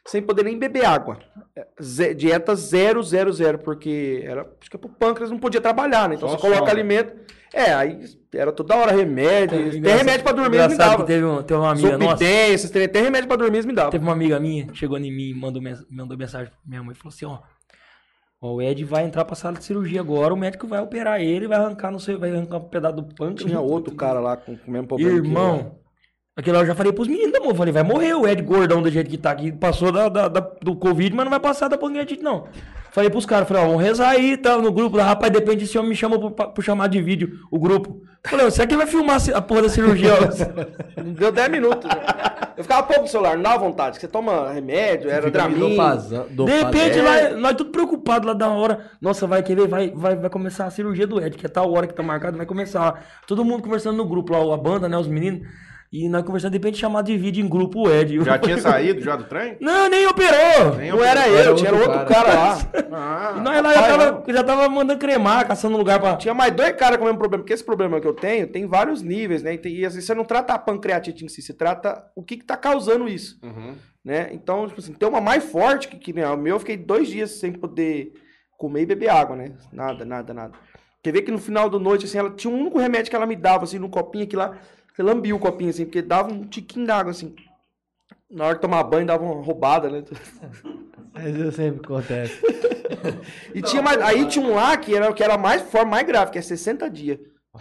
Speaker 3: sem poder nem beber água. Dieta 0, 0, 0, porque acho que pro pâncreas não podia trabalhar, né? Então
Speaker 1: Só
Speaker 3: você coloca
Speaker 1: sono.
Speaker 3: alimento. Aí era toda hora remédio. Tem remédio pra dormir, eles me
Speaker 2: Engraçado
Speaker 3: davam.
Speaker 2: que teve uma amiga nossa.
Speaker 3: Zolpidem, tem remédio pra dormir, eles me davam.
Speaker 2: Teve uma amiga minha, chegou em mim, mandou mensagem pra minha mãe, falou assim, ó, o Ed vai entrar pra sala de cirurgia agora, o médico vai operar ele, vai arrancar um pedaço do pâncreas.
Speaker 3: Tinha outro cara lá com o mesmo problema.
Speaker 2: Irmão, aquilo lá eu já falei pros meninos da mão, falei, vai morrer o Ed gordão do jeito que tá aqui, passou do Covid, mas não vai passar da pancreatite não. Falei pros caras, falei, ó, vamos rezar aí, tá, no grupo lá, rapaz, depende se o homem me chama pro chamar de vídeo, o grupo. Falei, ó, será que vai filmar a porra da cirurgia?
Speaker 3: Não deu 10 minutos. Já. Eu ficava pouco no celular, não dá vontade. Você toma remédio, era Dramin.
Speaker 2: De repente, lá, nós tudo preocupados lá da hora. Nossa, vai querer, vai começar a cirurgia do Ed, que é tal hora que tá marcado, vai começar. Todo mundo conversando no grupo lá, a banda, né, os meninos. E nós conversando, de repente, chamado de vídeo em grupo o Ed.
Speaker 1: Já tinha saído já do trem?
Speaker 2: Não, nem operou.
Speaker 3: Não era eu, tinha outro cara lá.
Speaker 1: Ah,
Speaker 2: E nós lá já tava mandando cremar, caçando lugar pra...
Speaker 3: Tinha mais 2 caras com o mesmo problema, porque esse problema que eu tenho tem vários níveis, né? E às vezes você não trata a pancreatite em si, você trata o que tá causando isso, né? Então, tipo assim, tem uma mais forte que o meu, eu fiquei 2 dias sem poder comer e beber água, né? Nada. Quer ver que no final da noite, assim, ela tinha um único remédio que ela me dava, assim, no copinho aqui lá, você lambia o copinho, assim, porque dava um tiquinho d'água, assim. Na hora de tomar banho, dava uma roubada, né?
Speaker 4: Mas isso sempre acontece.
Speaker 3: E tinha mais, aí tinha um lá que era mais forte, mais grave, que é 60 dias.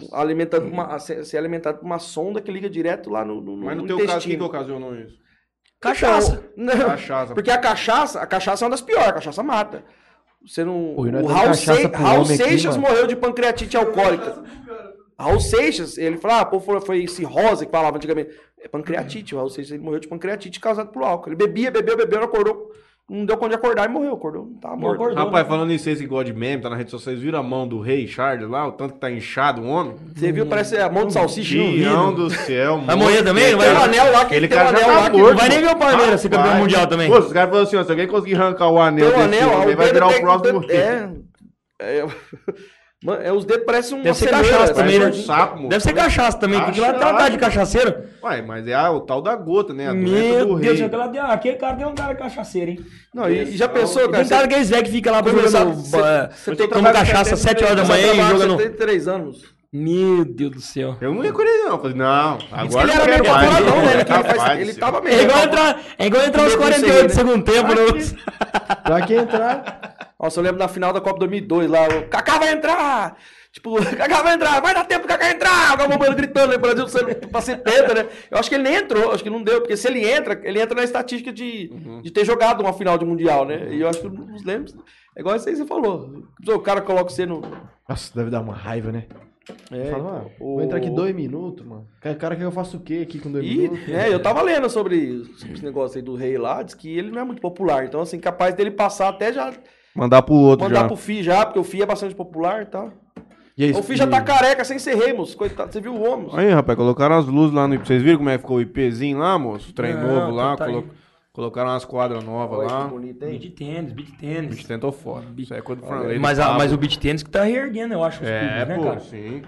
Speaker 3: Ser alimentado por uma sonda que liga direto lá no
Speaker 1: mas no
Speaker 3: no
Speaker 1: teu caso, o que
Speaker 3: intestino.
Speaker 1: ocasionou isso?
Speaker 2: Cachaça.
Speaker 3: Não,
Speaker 1: Cachaça.
Speaker 3: porque a cachaça é uma das piores, a cachaça mata. Você não.
Speaker 4: Pô, e nós
Speaker 3: o
Speaker 4: dando
Speaker 3: Raul,
Speaker 4: cachaça pro
Speaker 3: Raul
Speaker 4: homem aqui,
Speaker 3: Seixas
Speaker 4: mano.
Speaker 3: morreu de pancreatite alcoólica. Raul Seixas, ele falou, pô, foi cirrose que falava antigamente. É pancreatite, o Raul Seixas ele morreu de pancreatite causado por álcool. Ele bebeu, acordou, não deu conta de acordar e morreu, acordou, não tava morto.
Speaker 2: acordou.
Speaker 1: Rapaz, falando nisso, vocês que gostam de meme, tá na rede social, vocês viram a mão do rei Charles lá, o tanto que tá inchado o homem?
Speaker 3: Você viu, parece a mão de salsicha no
Speaker 1: Tião
Speaker 3: vidro.
Speaker 1: do céu,
Speaker 2: Vai morrer também? Não
Speaker 3: Tem um
Speaker 2: vai?
Speaker 3: anel lá que
Speaker 1: Aquele
Speaker 3: tem um
Speaker 1: cara já
Speaker 3: anel
Speaker 1: tá
Speaker 3: lá que
Speaker 1: morto.
Speaker 2: Não vai nem ver o Palmeiras ser campeão
Speaker 1: Rapaz.
Speaker 2: mundial também.
Speaker 1: Pô, os caras falaram assim, ó, se alguém conseguir arrancar o anel
Speaker 3: tem um
Speaker 1: desse
Speaker 3: anel,
Speaker 1: homem,
Speaker 3: o
Speaker 1: vai
Speaker 3: dedo
Speaker 1: virar o
Speaker 3: tem-
Speaker 1: próximo rei.
Speaker 3: Mano, os dedos parecem uma
Speaker 2: Deve ser
Speaker 3: cenoura,
Speaker 2: cachaça também,
Speaker 1: Parece
Speaker 2: né?
Speaker 1: um sapo, moço.
Speaker 2: Deve ser cachaça também, porque lá tem uma
Speaker 1: Cachaça.
Speaker 2: cara de cachaceiro.
Speaker 1: Ué, mas é o tal da gota, né? A doença do
Speaker 2: Meu
Speaker 1: rei.
Speaker 2: Deus, aquele cara tem um cara cachaceiro, hein?
Speaker 3: Não, e já pensou,
Speaker 2: Tem
Speaker 3: cara?
Speaker 2: cara que eles velhos que fica lá
Speaker 3: Começar-
Speaker 2: jogando,
Speaker 3: você tem
Speaker 2: tomando
Speaker 3: trabalho
Speaker 2: cachaça às 7 horas da manhã e jogando...
Speaker 3: 73 anos.
Speaker 2: Meu Deus do céu.
Speaker 1: Eu não ia com ele, não. Eu falei, não, agora
Speaker 3: Ele
Speaker 1: eu
Speaker 3: era
Speaker 1: quero
Speaker 3: meio
Speaker 1: mais.
Speaker 3: cavoradão, né?
Speaker 1: Capaz
Speaker 3: Ele
Speaker 1: de
Speaker 3: tava
Speaker 1: ser.
Speaker 3: meio...
Speaker 2: É igual entrar aos
Speaker 3: Meio
Speaker 2: 48 do
Speaker 3: né?
Speaker 2: segundo tempo, né?
Speaker 4: Pra quem entrar...
Speaker 3: Nossa, eu lembro na final da Copa 2002 lá, o Kaká vai entrar! Tipo, Kaká vai entrar, vai dar tempo do Kaká entrar! O Galvão gritando, né? O Brasil pra 70, né? Eu acho que ele nem entrou, acho que não deu, porque se ele entra na estatística de ter jogado uma final de Mundial, né? E eu acho que nos lembros, é igual isso aí que você falou. O cara coloca você no...
Speaker 4: Nossa, deve dar uma raiva, né?
Speaker 3: É,
Speaker 4: Fala, mano, vou entrar aqui 2 minutos, mano. O cara quer que eu faça o quê aqui com 2 minutos?
Speaker 3: eu tava lendo sobre esse negócio aí do rei lá, diz que ele não é muito popular, então assim, capaz dele passar até já...
Speaker 1: Mandar pro outro
Speaker 3: Mandar
Speaker 1: já.
Speaker 3: pro Fi já, porque o Fi é bastante popular e tal.
Speaker 4: E aí,
Speaker 3: O Fi já tá careca sem ser rei, moço. Coitado, você viu o homem?
Speaker 1: Aí, rapaz, colocaram as luzes lá no IP. Vocês viram como é que ficou o IPzinho lá, moço? O trem
Speaker 2: Não,
Speaker 1: novo lá.
Speaker 2: tá aí.
Speaker 1: Colocaram umas quadras novas
Speaker 3: Olha
Speaker 1: lá.
Speaker 3: que bonito, hein?
Speaker 2: Beat tênis.
Speaker 1: O bicho tentou fora. Isso aí é coisa do Franley.
Speaker 2: Mas o beat tênis que tá reerguendo, eu acho, os
Speaker 1: É,
Speaker 2: clubes, né,
Speaker 1: pô,
Speaker 2: cara?
Speaker 1: sim.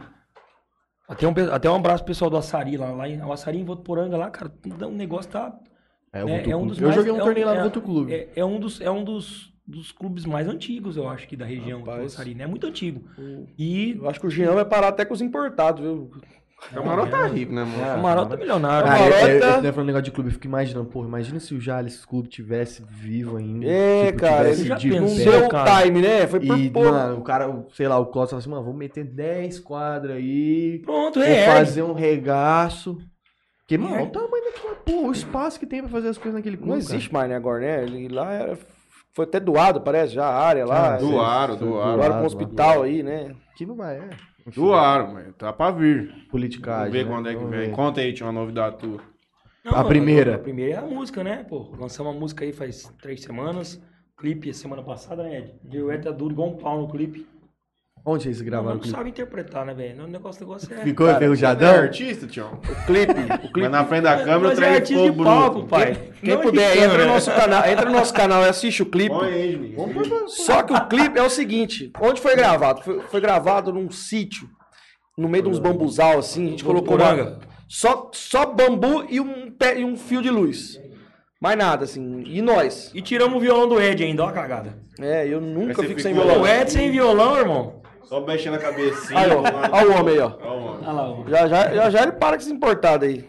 Speaker 2: Até um abraço pro pessoal do Açari lá. O Açari em Votuporanga lá, cara, o negócio tá...
Speaker 4: É, o
Speaker 2: né,
Speaker 4: Voto
Speaker 2: é um
Speaker 4: Clube.
Speaker 2: dos
Speaker 4: Eu
Speaker 2: mais-
Speaker 4: joguei um
Speaker 2: é
Speaker 4: torneio lá no
Speaker 2: é-
Speaker 4: Voto Clube.
Speaker 2: É um dos clubes mais antigos, eu acho, aqui da região do
Speaker 3: Rapaz.
Speaker 2: Açari, né? É muito antigo. E
Speaker 3: Eu acho que o Jean vai parar até com os importados, viu?
Speaker 1: O camarão tá rico, né, mano?
Speaker 2: o Marota é milionário.
Speaker 4: Cara,
Speaker 3: Marota-
Speaker 4: eu falando negócio de clube, eu fico imaginando, porra, imagina se o Jales Clube tivesse vivo ainda.
Speaker 3: É, cara,
Speaker 4: tivesse
Speaker 3: ele
Speaker 2: já
Speaker 4: de
Speaker 2: pensou,
Speaker 3: Não
Speaker 4: pé.
Speaker 3: deu
Speaker 2: cara.
Speaker 3: time, né? Foi por
Speaker 4: E,
Speaker 3: pouco.
Speaker 4: mano, o cara, sei lá, o Costa fala assim, mano, vamos meter 10 quadras aí,
Speaker 2: Pronto,
Speaker 4: vou
Speaker 2: reergue.
Speaker 4: fazer um regaço. Porque, mano, olha o tamanho daquela porra, o espaço que tem pra fazer as coisas naquele clube,
Speaker 3: Não existe mais, né, agora, né? Ele lá era... Foi até doado, parece, já a área lá.
Speaker 1: Doaram.
Speaker 3: Doaram com o hospital aí, né?
Speaker 4: cara. Que não vai,
Speaker 1: Doaram, mas tá pra vir.
Speaker 4: Politicagem,
Speaker 1: Vamos ver
Speaker 4: né?
Speaker 1: quando é que
Speaker 4: Vamos
Speaker 1: vem.
Speaker 4: ver.
Speaker 1: Conta aí, tinha uma novidade tua.
Speaker 2: Não,
Speaker 4: A primeira.
Speaker 2: A primeira é a música, né? Pô, lançamos uma música aí faz 3 semanas. Clipe semana passada, né, Ed? E o Ed tá duro igual um pau no clipe.
Speaker 4: Onde vocês
Speaker 2: Não,
Speaker 4: gravaram o
Speaker 2: não
Speaker 4: clipe?
Speaker 2: sabe interpretar, né, velho? O negócio é...
Speaker 4: Ficou
Speaker 1: É
Speaker 4: enferrujadão?
Speaker 1: artista, Tião.
Speaker 3: O clipe.
Speaker 1: Mas na frente da câmera o
Speaker 2: Nós é
Speaker 1: trem
Speaker 2: artista
Speaker 1: ficou
Speaker 2: de palco,
Speaker 1: bruto.
Speaker 2: pai.
Speaker 3: Quem
Speaker 2: Não
Speaker 3: puder,
Speaker 2: de
Speaker 3: entra
Speaker 2: câmera.
Speaker 3: no nosso canal e assiste o clipe.
Speaker 1: Põe aí, Juninho.
Speaker 3: Só que o clipe é o seguinte, onde foi gravado? Foi gravado num sítio, no meio de uns bambuzal assim, a gente colocou
Speaker 2: Votuporanga.
Speaker 3: só bambu e um fio de luz. Mais nada, assim. E nós?
Speaker 2: E tiramos o violão do Ed ainda, ó a cagada.
Speaker 3: Eu nunca
Speaker 1: Aí você
Speaker 3: fico sem
Speaker 1: ficou-
Speaker 3: violão.
Speaker 2: O Ed sem violão, irmão.
Speaker 1: Só mexendo a cabecinha.
Speaker 3: Aí, ó. Olha o homem aí, ó.
Speaker 1: Ó, mano.
Speaker 2: Olha lá, ó.
Speaker 3: Já ele para com esse importado aí.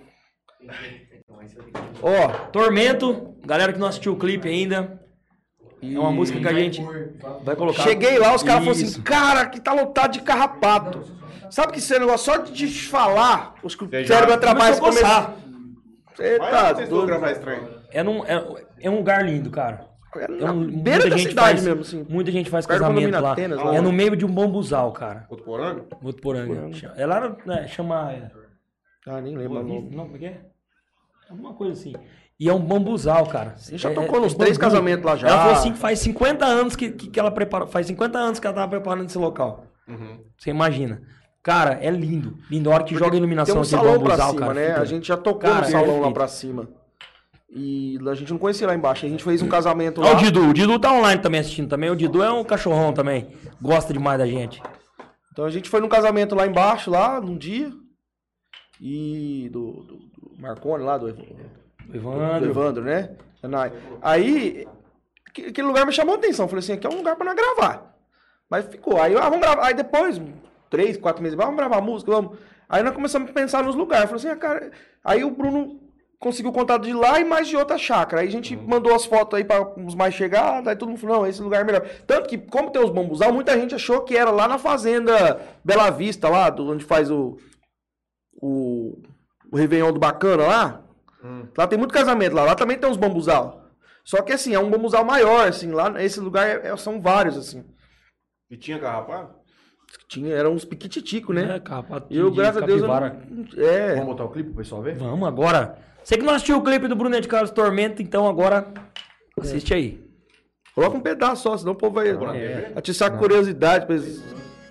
Speaker 3: Ó,
Speaker 2: Tormento, galera que não assistiu o clipe ainda. É uma música que a gente vai colocar.
Speaker 3: cheguei lá, os caras falaram
Speaker 2: Isso.
Speaker 3: assim, cara, aqui tá lotado de carrapato. Sabe que esse negócio só de te falar, os que o
Speaker 1: Você já
Speaker 3: cérebro atrapalha, você
Speaker 2: começou a
Speaker 3: começa...
Speaker 2: coçar.
Speaker 3: Você
Speaker 1: Vai
Speaker 3: tá
Speaker 1: lá, vocês vão
Speaker 3: doido.
Speaker 1: gravar estranho.
Speaker 2: É um lugar lindo, cara.
Speaker 3: É na beira
Speaker 2: muita
Speaker 3: da
Speaker 2: gente
Speaker 3: cidade
Speaker 2: faz,
Speaker 3: mesmo, assim.
Speaker 2: Muita gente faz
Speaker 3: Perto do
Speaker 2: casamento
Speaker 3: condomínio
Speaker 2: lá.
Speaker 3: Atenas,
Speaker 2: É
Speaker 3: lá.
Speaker 2: no meio de um bambuzal, cara.
Speaker 1: Votuporanga?
Speaker 2: Votuporanga. É lá, né, chama...
Speaker 3: Ah, nem lembro o nome.
Speaker 2: Não, como é que é? Alguma coisa assim. E é um bambuzal, cara.
Speaker 3: Você já tocou nos 3
Speaker 2: bambu.
Speaker 3: casamentos lá já.
Speaker 2: Ela falou assim que faz 50 anos que ela preparou. Faz 50 anos que ela tava preparando esse local. Você imagina. Cara, é lindo. Lindo. A hora que joga a iluminação
Speaker 3: Tem um
Speaker 2: aqui
Speaker 3: salão
Speaker 2: bambuzal,
Speaker 3: pra cima,
Speaker 2: cara.
Speaker 3: né?
Speaker 2: fica-
Speaker 3: A gente já tocou
Speaker 2: Cara,
Speaker 3: no salão lá
Speaker 2: perfeito.
Speaker 3: pra cima. E a gente não conhecia lá embaixo. A gente fez um casamento
Speaker 2: Ó,
Speaker 3: lá.
Speaker 2: o Didu. O Didu tá online também assistindo também. O Didu é um cachorrão também. Gosta demais da gente.
Speaker 3: Então a gente foi num casamento lá embaixo, lá, num dia. E do Marconi lá, do Evandro, né? Aí, aquele lugar me chamou a atenção. Falei assim, aqui é um lugar pra nós gravar. Mas ficou. Aí, vamos gravar. Aí depois, 3, 4 meses, vamos gravar música, vamos. Aí nós começamos a pensar nos lugares. Falei assim, cara... Aí o Bruno conseguiu o contato de lá e mais de outra chácara. Aí a gente mandou as fotos aí para os mais chegados. Aí todo mundo falou, não, esse lugar é melhor. Tanto que, como tem os bambuzal, muita gente achou que era lá na fazenda Bela Vista, lá, onde faz o Réveillon do Bacana lá. Lá tem muito casamento lá. Lá também tem uns bambuzal. Só que assim, é um bambuzal maior, assim. Lá, esse lugar são vários, assim.
Speaker 1: E tinha carrapato?
Speaker 3: Eram uns piquititicos, né?
Speaker 2: É, carrapato
Speaker 3: E eu,
Speaker 2: de
Speaker 3: graças a Deus,
Speaker 2: capivara.
Speaker 4: Vamos botar o clipe pro pessoal ver?
Speaker 2: Vamos agora. Você que não assistiu o clipe do Bruno de Carlos Tormento, então agora assiste aí.
Speaker 3: Coloca um pedaço só, senão o povo vai atiçar curiosidade. Pra eles...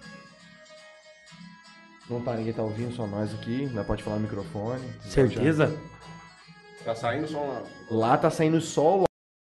Speaker 4: Não tá, ninguém tá ouvindo, só nós aqui. Nós pode falar no microfone.
Speaker 2: Certeza?
Speaker 1: Tá saindo só uma...
Speaker 4: Lá tá saindo sol.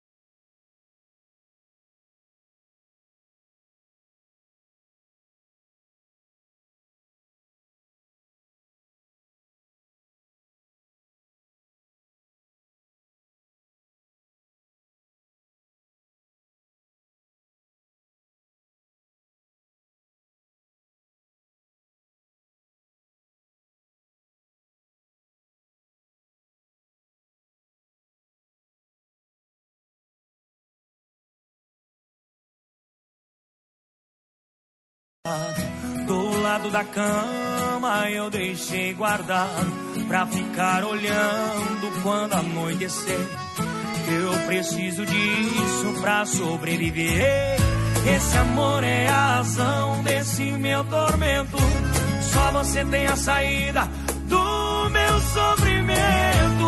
Speaker 5: Do lado da cama eu deixei guardado pra ficar olhando quando anoitecer. Eu preciso disso pra sobreviver. Esse amor é a razão desse meu tormento. Só você tem a saída do meu sofrimento.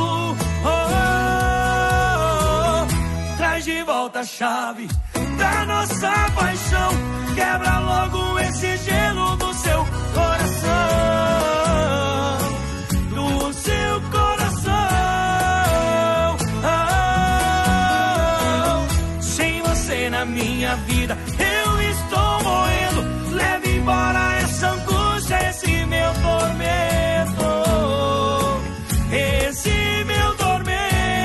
Speaker 5: Traz de volta a chave da nossa paixão. Quebra logo esse gelo do seu coração. Do seu coração. Sem você na minha vida eu estou morrendo. Leve embora essa angústia, esse meu tormento. Esse meu tormento.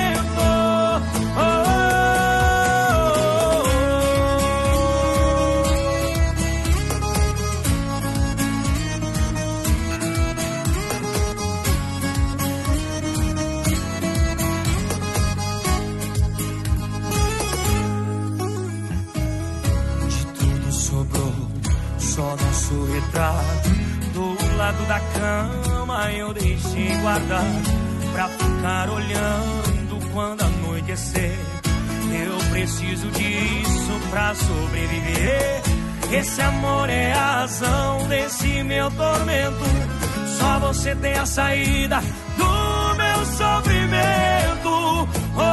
Speaker 5: Só nosso retrato do lado da cama eu deixei guardado pra ficar olhando quando anoitecer. Eu preciso disso pra sobreviver. Esse amor é a razão desse meu tormento. Só você tem a saída do meu sofrimento.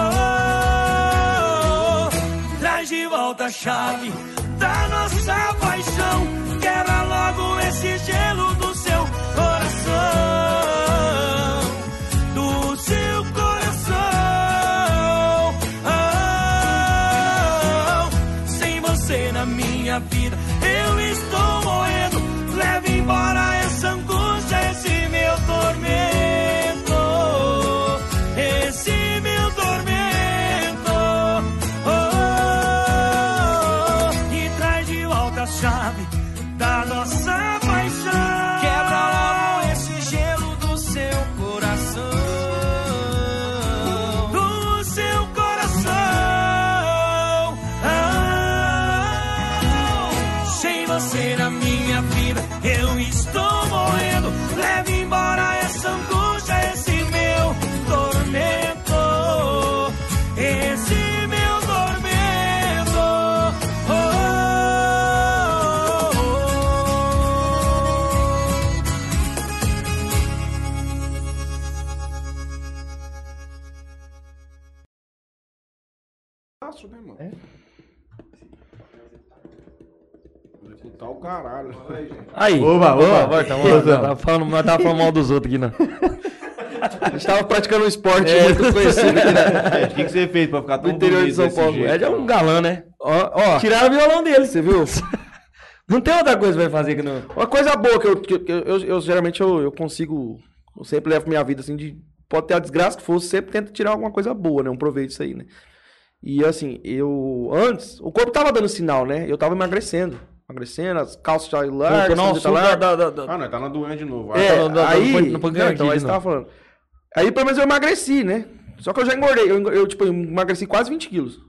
Speaker 5: Traz de volta a chave da nossa paixão. Quebra logo esse gelo do seu coração. Do seu coração. Sem você na minha vida eu estou morrendo. Leve embora essa angústia, esse meu tormento. Esse meu tormento.
Speaker 1: fácil, né, mano? Executar o caralho.
Speaker 2: Aí.
Speaker 4: Oba.
Speaker 2: Tava falando mal dos outros aqui, não.
Speaker 3: A gente tava praticando um esporte muito conhecido aqui, né?
Speaker 1: O que você fez pra ficar tão
Speaker 3: No interior de
Speaker 1: bonito
Speaker 3: São
Speaker 1: desse
Speaker 3: Paulo.
Speaker 1: jeito?
Speaker 2: O Ed é um galã, né?
Speaker 3: Ó,
Speaker 2: Tiraram o violão dele.
Speaker 3: você viu?
Speaker 2: Não tem outra coisa pra fazer que não.
Speaker 3: Uma coisa boa que eu geralmente eu consigo, eu sempre levo minha vida assim de, pode ter a desgraça que for, sempre tento tirar alguma coisa boa, né? Um proveito disso aí, né? E assim, antes, o corpo tava dando sinal, né? Eu tava emagrecendo, as calças já largas,
Speaker 2: Não,
Speaker 3: camiseta larga.
Speaker 1: Nós tá na doença de novo.
Speaker 3: Aí,
Speaker 2: não pode
Speaker 3: então,
Speaker 2: garantir,
Speaker 3: aí você
Speaker 2: não.
Speaker 3: tava falando. Aí pelo menos eu emagreci, né? Só que eu já engordei, eu tipo, emagreci quase 20 quilos.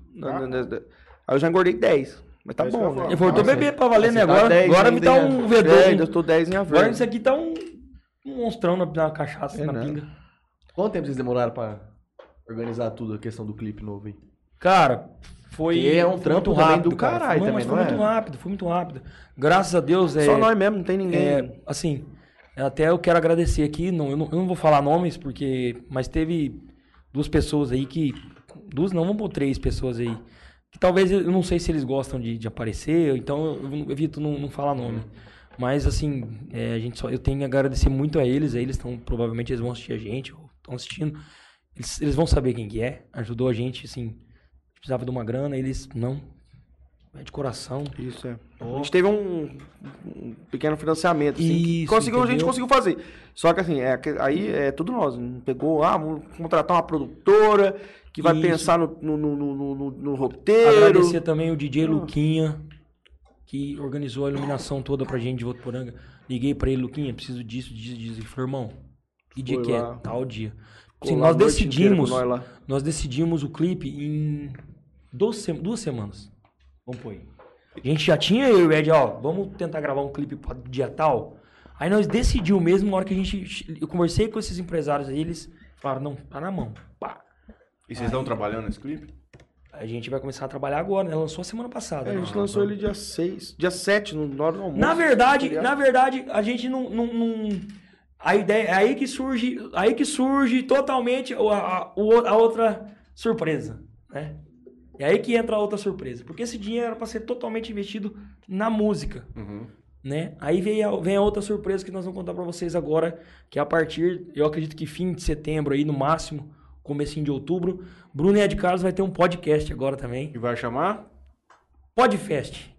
Speaker 3: Aí eu já engordei 10, mas tá bom, né?
Speaker 2: Eu voltou a beber pra valer, né?
Speaker 4: Você tá
Speaker 2: Agora,
Speaker 4: 10
Speaker 2: agora me
Speaker 4: ainda,
Speaker 2: tá
Speaker 4: né?
Speaker 2: um vedor.
Speaker 3: Ainda tô 10 em
Speaker 2: Agora
Speaker 3: averno.
Speaker 2: isso aqui tá um monstrão na cachaça, na
Speaker 3: né?
Speaker 2: pinga.
Speaker 4: Quanto tempo vocês demoraram pra organizar tudo, a questão do clipe novo aí?
Speaker 2: Cara, foi.
Speaker 4: Que é um
Speaker 2: foi
Speaker 4: trampo
Speaker 2: muito
Speaker 4: também
Speaker 2: rápido,
Speaker 4: do
Speaker 2: cara.
Speaker 4: caralho
Speaker 2: Foi,
Speaker 4: também,
Speaker 2: mas foi
Speaker 4: não
Speaker 2: muito
Speaker 4: é?
Speaker 2: rápido, foi muito rápido. Graças a Deus.
Speaker 3: Só nós mesmo, não tem ninguém.
Speaker 2: Assim, até eu quero agradecer aqui, eu não vou falar nomes, mas teve duas pessoas aí que. Duas não, vamos por 3 pessoas aí. Que talvez, eu não sei se eles gostam de aparecer, então eu evito não falar nome. Mas assim, eu tenho que agradecer muito a eles provavelmente eles vão assistir a gente, ou estão assistindo. Eles vão saber quem que é, ajudou a gente, assim, precisava de uma grana, eles não. É de coração.
Speaker 3: Isso, é. A gente teve um pequeno financiamento, assim,
Speaker 2: Isso,
Speaker 3: a gente
Speaker 2: entendeu?
Speaker 3: conseguiu fazer. Só que assim, aí é tudo nós. Pegou, vamos contratar uma produtora que vai
Speaker 2: Isso.
Speaker 3: pensar no roteiro.
Speaker 2: Agradecer também o DJ Luquinha, que organizou a iluminação toda pra gente de Votuporanga. Liguei pra ele, Luquinha, preciso disso. Ele falou, irmão, que dia
Speaker 3: Foi
Speaker 2: que é?
Speaker 3: lá.
Speaker 2: Tal dia.
Speaker 3: Ficou
Speaker 2: Assim,
Speaker 3: lá a noite inteira com
Speaker 2: nós decidimos o clipe em 2 semanas. Vamos pôr aí. A gente já tinha, eu e o Ed, vamos tentar gravar um clipe pra dia tal. Aí nós decidimos mesmo, na hora que eu conversei com esses empresários aí, eles falaram, não, tá na mão. Pá.
Speaker 1: E vocês estão trabalhando nesse clipe?
Speaker 2: A gente vai começar a trabalhar agora, né? Lançou semana passada.
Speaker 3: A
Speaker 2: né?
Speaker 3: gente lançou ele dia 7, na hora do almoço.
Speaker 2: Na verdade, a gente não. A ideia é aí que surge totalmente a outra surpresa, né? É aí que entra a outra surpresa. Porque esse dinheiro era para ser totalmente investido na música, né? Aí vem a outra surpresa que nós vamos contar para vocês agora, que é a partir, eu acredito que fim de setembro aí, no máximo, comecinho de outubro, Bruno e Ed Carlos vai ter um podcast agora também.
Speaker 1: E vai chamar?
Speaker 2: Podfest.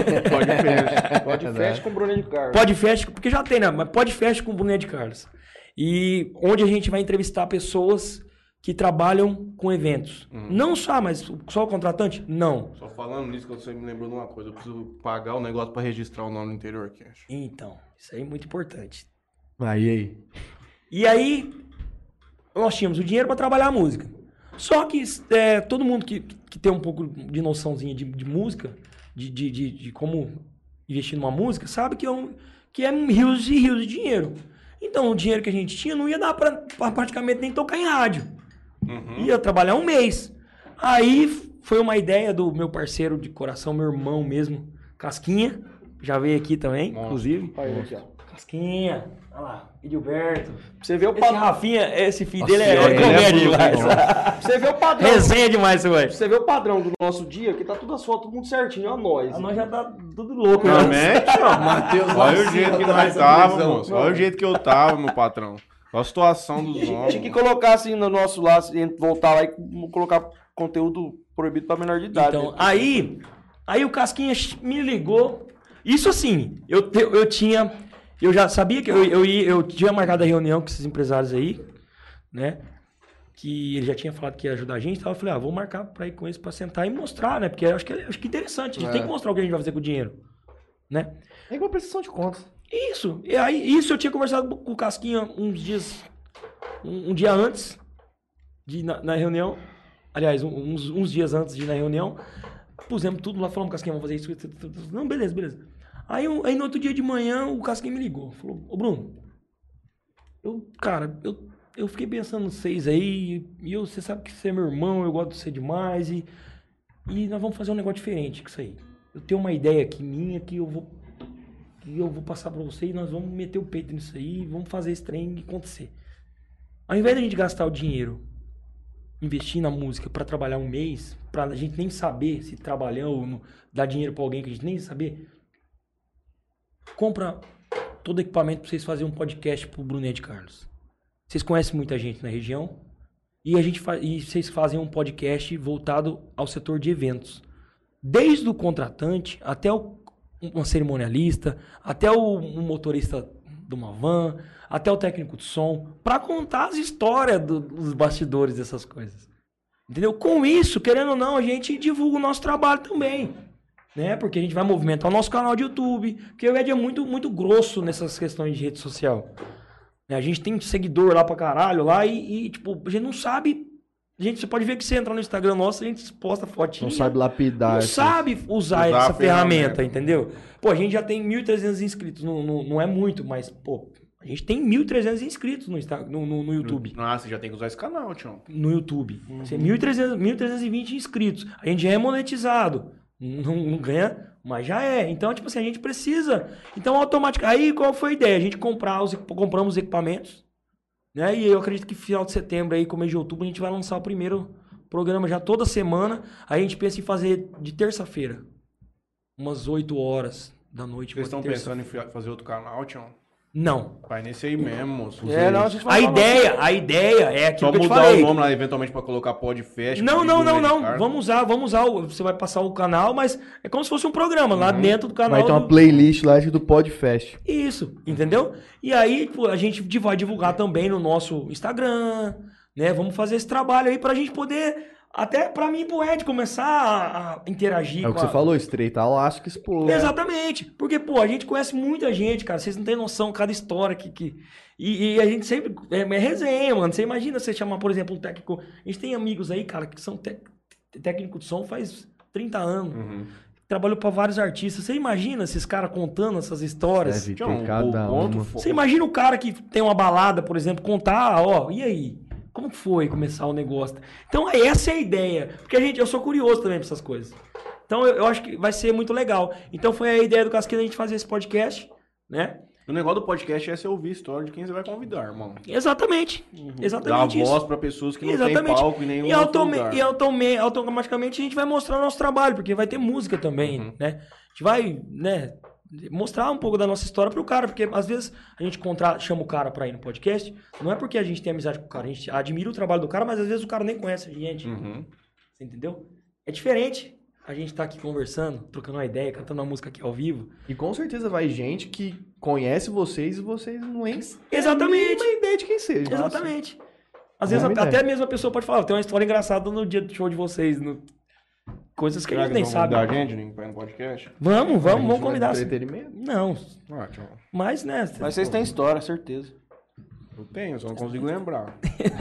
Speaker 3: Podcast com o Bruno de Carlos.
Speaker 2: Podfest, porque já tem, né? Mas Podfest com o Bruno e Ed Carlos. E onde a gente vai entrevistar pessoas que trabalham com eventos. Não só, mas só o contratante? Não.
Speaker 1: Só falando nisso que você me lembrou de uma coisa. Eu preciso pagar o negócio pra registrar o nome no Interior Cash.
Speaker 2: Então, isso aí é muito importante.
Speaker 4: Aí.
Speaker 2: E aí, nós tínhamos o dinheiro para trabalhar a música. Só que todo mundo que tem um pouco de noçãozinha de música, de como investir numa música, sabe que é rios e rios de dinheiro. Então, o dinheiro que a gente tinha não ia dar para praticamente nem tocar em rádio. Ia trabalhar um mês. Aí, foi uma ideia do meu parceiro de coração, meu irmão mesmo, Casquinha. Já veio aqui também, inclusive.
Speaker 3: Olha ele aqui, ó.
Speaker 2: Casquinha. Olha lá, Edilberto.
Speaker 3: Você vê o
Speaker 2: Esse
Speaker 3: padrão.
Speaker 2: Rafinha, esse filho
Speaker 4: Nossa
Speaker 2: dele
Speaker 4: senhora,
Speaker 2: é
Speaker 4: ele é
Speaker 2: comédia
Speaker 4: bruto,
Speaker 2: demais.
Speaker 3: Você vê o padrão.
Speaker 2: Resenha demais, seu velho.
Speaker 3: Você vê o padrão do nosso dia, que tá tudo as fotos, tudo certinho, ó, nós.
Speaker 2: Nós já tá tudo louco, né?
Speaker 1: Realmente, ó.
Speaker 4: Matheus
Speaker 1: Olha o
Speaker 4: Lacinha
Speaker 1: jeito que
Speaker 4: atrás
Speaker 1: nós
Speaker 4: da
Speaker 1: tava,
Speaker 4: televisão.
Speaker 1: moço. Olha o jeito que eu tava, meu patrão. Olha a situação dos homens.
Speaker 3: Tinha que colocar assim no nosso lá, voltar lá e colocar conteúdo proibido pra menor de idade.
Speaker 2: Então,
Speaker 3: né?
Speaker 2: aí o Casquinha me ligou. Isso assim, eu já sabia que eu tinha marcado a reunião com esses empresários aí, né? Que ele já tinha falado que ia ajudar a gente. Então eu falei, vou marcar pra ir com eles pra sentar e mostrar, né? Porque eu acho que é interessante. A gente tem que mostrar o que a gente vai fazer com o dinheiro, né?
Speaker 4: É igual prestação de contas.
Speaker 2: Isso. E aí, isso eu tinha conversado com o Casquinha uns dias, um dia antes na reunião. Aliás, uns dias antes de ir na reunião. Pusemos tudo lá, falamos, Casquinha, vamos fazer isso. Não, beleza. Aí no outro dia de manhã, o Casquinha me ligou. Falou, ô Bruno, eu fiquei pensando em vocês aí, e você sabe que você é meu irmão, eu gosto de você demais, e nós vamos fazer um negócio diferente com isso aí. Eu tenho uma ideia aqui minha que eu vou passar pra você e nós vamos meter o peito nisso aí, vamos fazer esse trem acontecer. Ao invés de a gente gastar o dinheiro investir na música pra trabalhar um mês, pra gente nem saber se trabalhou, dar dinheiro pra alguém que a gente nem saber, compra todo o equipamento pra vocês fazerem um podcast pro Brunete Carlos. Vocês conhecem muita gente na região e e vocês fazem um podcast voltado ao setor de eventos. Desde o contratante até um cerimonialista, até um motorista de uma van, até o técnico de som, para contar as histórias dos bastidores dessas coisas. Entendeu? Com isso, querendo ou não, a gente divulga o nosso trabalho também. Né? Porque a gente vai movimentar o nosso canal de YouTube, porque o Ed é muito, muito grosso nessas questões de rede social. A gente tem seguidor lá pra caralho lá e tipo, a gente não sabe. Você pode ver que você entra no Instagram nosso, a gente posta fotinha.
Speaker 4: Não sabe lapidar.
Speaker 2: Não sabe usar essa ferramenta, entendeu? Pô, a gente já tem 1.300 inscritos. Não é muito, mas, pô, a gente tem 1.300 inscritos no YouTube.
Speaker 1: Nossa, você já tem que usar esse canal, Tião.
Speaker 2: No YouTube. Uhum. 1.320 inscritos. A gente já é monetizado. Não ganha, mas já é. Então, tipo assim, a gente precisa. Então, automaticamente. Aí, qual foi a ideia? A gente compramos equipamentos. Né? E eu acredito que final de setembro, aí, começo de outubro, a gente vai lançar o primeiro programa já toda semana. Aí a gente pensa em fazer de terça-feira, umas 8 horas da noite.
Speaker 1: Vocês estão pensando em fazer outro canal, Tião?
Speaker 2: Não.
Speaker 1: Vai nesse aí mesmo, moço.
Speaker 3: Não,
Speaker 2: a ideia é aquilo
Speaker 1: só
Speaker 2: que eu te
Speaker 1: mudar
Speaker 2: falei.
Speaker 1: o nome lá, eventualmente, pra colocar Podfest.
Speaker 2: Não. Vamos usar. Você vai passar o canal, mas é como se fosse um programa lá dentro do canal.
Speaker 4: Vai ter uma playlist lá do Podfest.
Speaker 2: Isso, entendeu? E aí, pô, a gente vai divulgar também no nosso Instagram, né? Vamos fazer esse trabalho aí pra gente poder, até pra mim e pro Ed, começar a interagir.
Speaker 4: É o que você falou, estreitar laço que expor.
Speaker 2: Exatamente. Porque, pô, a gente conhece muita gente, cara. Vocês não têm noção, cada história E a gente sempre... É resenha, mano. Você imagina você chamar, por exemplo, um técnico... A gente tem amigos aí, cara, que são técnico de som faz 30 anos. Uhum. Trabalhou pra vários artistas. Você imagina esses caras contando essas histórias?
Speaker 4: Deve ter cada uma.
Speaker 2: Você imagina o cara que tem uma balada, por exemplo, contar, ó, e aí? Como foi começar o negócio? Então, essa é a ideia. Porque eu sou curioso também pra essas coisas. Então, eu acho que vai ser muito legal. Então, foi a ideia do Casquinha a gente fazer esse podcast, né?
Speaker 1: O negócio do podcast é você ouvir a história de quem você vai convidar, irmão.
Speaker 2: Exatamente. Exatamente.
Speaker 1: Dar voz pra pessoas que não têm palco em nenhum outro lugar.
Speaker 2: E automaticamente a gente vai mostrar o nosso trabalho, porque vai ter música também, né? A gente vai, né, mostrar um pouco da nossa história pro cara, porque às vezes a gente chama o cara pra ir no podcast, não é porque a gente tem amizade com o cara, a gente admira o trabalho do cara, mas às vezes o cara nem conhece a gente. Você entendeu? É diferente. A gente tá aqui conversando, trocando uma ideia, cantando uma música aqui ao vivo.
Speaker 4: E com certeza vai gente que conhece vocês e vocês não têm
Speaker 2: Exatamente.
Speaker 4: nenhuma ideia de quem seja.
Speaker 2: Exatamente. Às vezes até mesmo a pessoa pode falar, tem uma história engraçada no dia do show de vocês. Coisas que a gente nem sabe.
Speaker 1: Vamos convidar a gente no podcast?
Speaker 2: Vamos convidar.
Speaker 4: Entretenimento?
Speaker 2: Não. Mas, né?
Speaker 3: Mas vocês têm história, certeza.
Speaker 1: Eu tenho, só não consigo lembrar.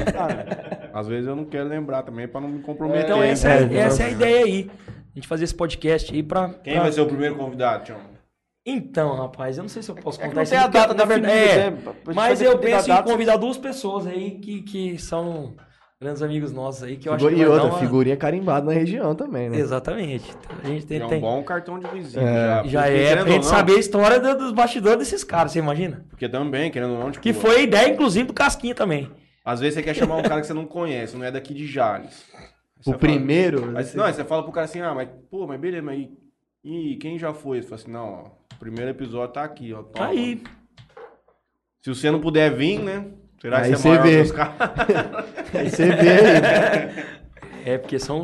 Speaker 1: Às vezes eu não quero lembrar também pra não me comprometer.
Speaker 2: Então essa é a ideia aí. A gente fazer esse podcast aí pra...
Speaker 1: Quem vai ser o primeiro convidado, Tião?
Speaker 2: Então, rapaz, eu não sei se eu posso contar
Speaker 3: isso. Não tem a data
Speaker 2: na verdade.
Speaker 3: Mas
Speaker 2: eu penso em convidar 2 pessoas aí que são grandes amigos nossos aí, que eu acho que vai
Speaker 4: outra, figurinha carimbada na região também, né?
Speaker 2: Exatamente. Então, a gente tem
Speaker 1: um bom cartão de visita.
Speaker 2: Já pra gente saber a história dos bastidores desses caras, você imagina?
Speaker 1: Porque também, querendo ou não... Tipo,
Speaker 2: que foi a ideia, inclusive, do Casquinha também.
Speaker 1: Às vezes você quer chamar um cara que você não conhece, não é daqui de Jales.
Speaker 4: O primeiro?
Speaker 1: Não, você fala pro cara assim, mas beleza, mas e quem já foi? Você fala assim, não, ó, o primeiro episódio tá aqui, ó. Toma.
Speaker 2: Aí.
Speaker 1: Se você não puder vir, né? Será
Speaker 4: que
Speaker 1: você é maior que os
Speaker 4: caras? Aí você vê aí.
Speaker 2: Porque são...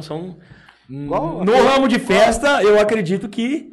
Speaker 2: No ramo de festa, eu acredito que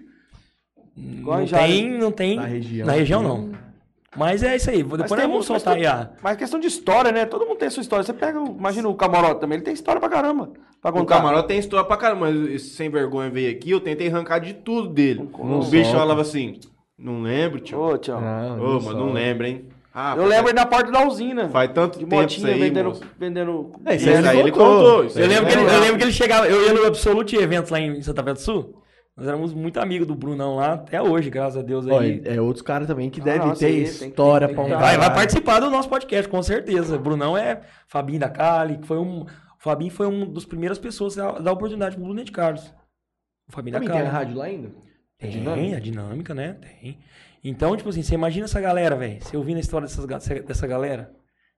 Speaker 2: não tem na região não. Mas é isso aí. Depois nós vamos soltar aí.
Speaker 3: Mas questão de história, né? Todo mundo tem a sua história. Você pega, imagina o Camarote também, ele tem história pra caramba.
Speaker 1: O Camarote tem história pra caramba, mas esse sem vergonha veio aqui, eu tentei arrancar de tudo dele. O bicho falava assim, não lembro, tio.
Speaker 3: Ô, tio.
Speaker 1: Mas não lembro, hein?
Speaker 3: Eu lembro ele na porta da usina.
Speaker 1: Faz tanto
Speaker 3: de
Speaker 1: tempo
Speaker 3: motinha,
Speaker 1: isso aí,
Speaker 3: vendendo...
Speaker 1: Isso aí ele contou.
Speaker 2: Eu lembro que ele chegava... Eu ia no Absolute Eventos lá em Santa Fé do Sul. Nós éramos muito amigos do Brunão lá, até hoje, graças a Deus. Aí.
Speaker 4: É outros caras também que devem ter história pra um cara.
Speaker 2: Vai participar do nosso podcast, com certeza. O Brunão é Fabinho da Cali, que foi o Fabinho foi uma das primeiras pessoas a dar oportunidade pro Brunete Carlos. O Fabinho da Cali.
Speaker 4: Tem a rádio lá ainda?
Speaker 2: Tem, a dinâmica, né? Tem. Então, tipo assim, você imagina essa galera, velho. Você ouvindo a história dessa galera,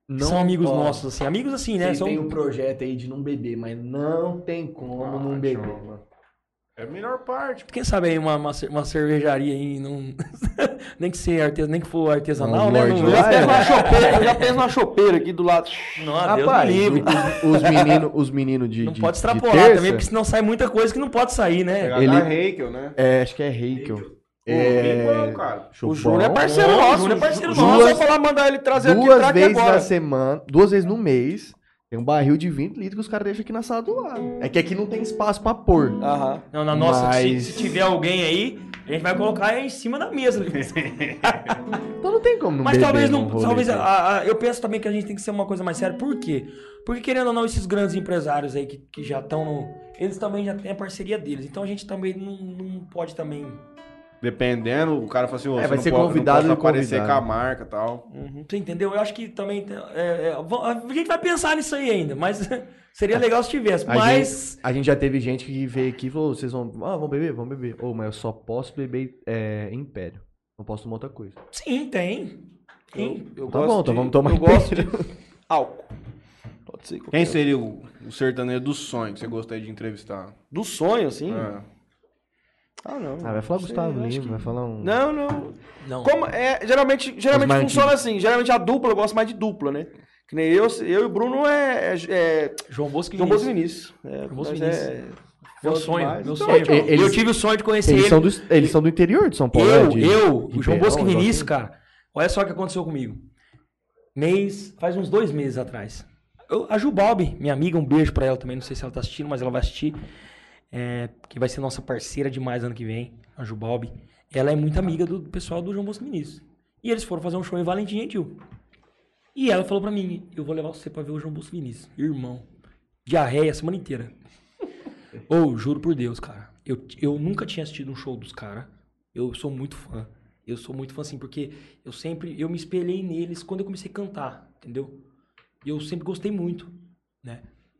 Speaker 4: Não,
Speaker 2: são amigos
Speaker 4: ó,
Speaker 2: nossos, assim. Amigos assim, né?
Speaker 4: Vocês
Speaker 2: São...
Speaker 4: têm um projeto aí de não beber, mas não tem como não beber,
Speaker 1: show.
Speaker 4: mano.
Speaker 1: É a melhor parte.
Speaker 2: Quem sabe aí uma cervejaria aí, não... nem que for artesanal,
Speaker 4: Não,
Speaker 2: né?
Speaker 4: Lorde
Speaker 2: Não...
Speaker 4: lá é-
Speaker 3: Eu já penso numa chopeira aqui do lado.
Speaker 2: Não, Deus me
Speaker 4: Rapaz,
Speaker 2: livre.
Speaker 4: os meninos de
Speaker 2: Não
Speaker 4: de-
Speaker 2: pode
Speaker 4: de
Speaker 2: extrapolar
Speaker 4: terça,
Speaker 2: também, porque senão sai muita coisa que não pode sair, né?
Speaker 1: Pegar
Speaker 4: Ele-
Speaker 1: da Heikel, né?
Speaker 4: acho que é Heikel.
Speaker 1: Bem bom, cara.
Speaker 3: O Júnior é
Speaker 4: Chupão.
Speaker 3: parceiro
Speaker 2: Bom, o
Speaker 3: nosso.
Speaker 2: Júnior é parceiro
Speaker 3: O Júnior
Speaker 4: nosso.
Speaker 3: vai falar, mandar ele trazer aqui,
Speaker 4: Duas
Speaker 3: entrar aqui
Speaker 4: vezes
Speaker 3: agora.
Speaker 4: na semana, 2 vezes no mês, tem um barril de 20 litros que os caras deixam aqui na sala do lado. É que aqui não tem espaço pra pôr.
Speaker 3: Aham.
Speaker 2: Não, na nossa,
Speaker 4: Mas-
Speaker 2: se tiver alguém aí, a gente vai colocar em cima da mesa.
Speaker 4: Então não tem como não
Speaker 2: Mas
Speaker 4: beber
Speaker 2: talvez
Speaker 4: num
Speaker 2: não.
Speaker 4: rolê
Speaker 2: Talvez
Speaker 4: desse.
Speaker 2: eu penso também que a gente tem que ser uma coisa mais séria. Por quê? Porque, querendo ou não, esses grandes empresários aí que já estão no. Eles também já têm a parceria deles. Então a gente também não pode também.
Speaker 1: Dependendo, o cara fala assim, ô,
Speaker 4: É,
Speaker 1: você
Speaker 4: vai
Speaker 1: não
Speaker 4: ser
Speaker 1: pode,
Speaker 4: convidado
Speaker 1: não
Speaker 4: e
Speaker 1: pode aparecer
Speaker 4: convidado.
Speaker 1: com a marca e tal.
Speaker 2: Você entendeu? Eu acho que também. A gente vai pensar nisso aí ainda, mas seria legal se tivesse. Mas.
Speaker 4: A gente já teve gente que veio aqui e falou, vocês vão... Ah, vamos beber? Vamos beber. Ô, mas eu só posso beber Império. Não posso tomar outra coisa.
Speaker 2: Sim, tem. Tem.
Speaker 3: Eu
Speaker 4: Tá
Speaker 3: gosto
Speaker 4: bom, então
Speaker 3: de-
Speaker 4: vamos tomar
Speaker 3: Eu gosto de
Speaker 4: Império.
Speaker 3: álcool. Pode ser qualquer
Speaker 1: Quem
Speaker 3: um.
Speaker 1: seria o sertanejo do sonho que você gostaria de entrevistar?
Speaker 3: Do sonho, assim?
Speaker 1: É.
Speaker 3: Ah, não.
Speaker 4: Ah, vai falar
Speaker 3: Não sei,
Speaker 4: Gustavo
Speaker 3: eu acho
Speaker 4: Lima,
Speaker 3: que-
Speaker 4: vai falar um...
Speaker 3: Não.
Speaker 2: Não.
Speaker 3: Como geralmente
Speaker 4: Os mais
Speaker 3: funciona assim. Geralmente a dupla, eu gosto mais de dupla, né? Que nem eu e o Bruno é
Speaker 2: João Bosco e
Speaker 3: João Bosco e
Speaker 2: Vinícius.
Speaker 3: Vinícius.
Speaker 2: João Bosco e
Speaker 3: Mas
Speaker 2: Vinícius. Meu
Speaker 3: fã
Speaker 2: sonho,
Speaker 3: demais.
Speaker 2: meu
Speaker 3: Então,
Speaker 2: sonho.
Speaker 3: tipo,
Speaker 4: eles-
Speaker 2: eu tive o sonho de conhecer
Speaker 4: Eles
Speaker 2: ele.
Speaker 4: são do interior de São Paulo, né?
Speaker 2: O João Bosco e
Speaker 4: Ribeirão,
Speaker 2: Vinícius,
Speaker 4: assim.
Speaker 2: cara, olha só o que aconteceu comigo. Faz uns 2 meses atrás. A Ju Balbi, minha amiga, um beijo pra ela também, não sei se ela tá assistindo, mas ela vai assistir. Que vai ser nossa parceira demais ano que vem, a Ju Balbi. Ela é muito amiga do pessoal do João Bosco e Vinícius. E eles foram fazer um show em Valentim Gentil. E ela falou pra mim, eu vou levar você pra ver o João Bosco e Vinícius. Irmão, diarreia a semana inteira. Juro por Deus, cara. Eu nunca tinha assistido um show dos caras. Eu sou muito fã. Eu sou muito fã, assim, porque eu me espelhei neles quando eu comecei a cantar, entendeu? E eu sempre gostei muito, né?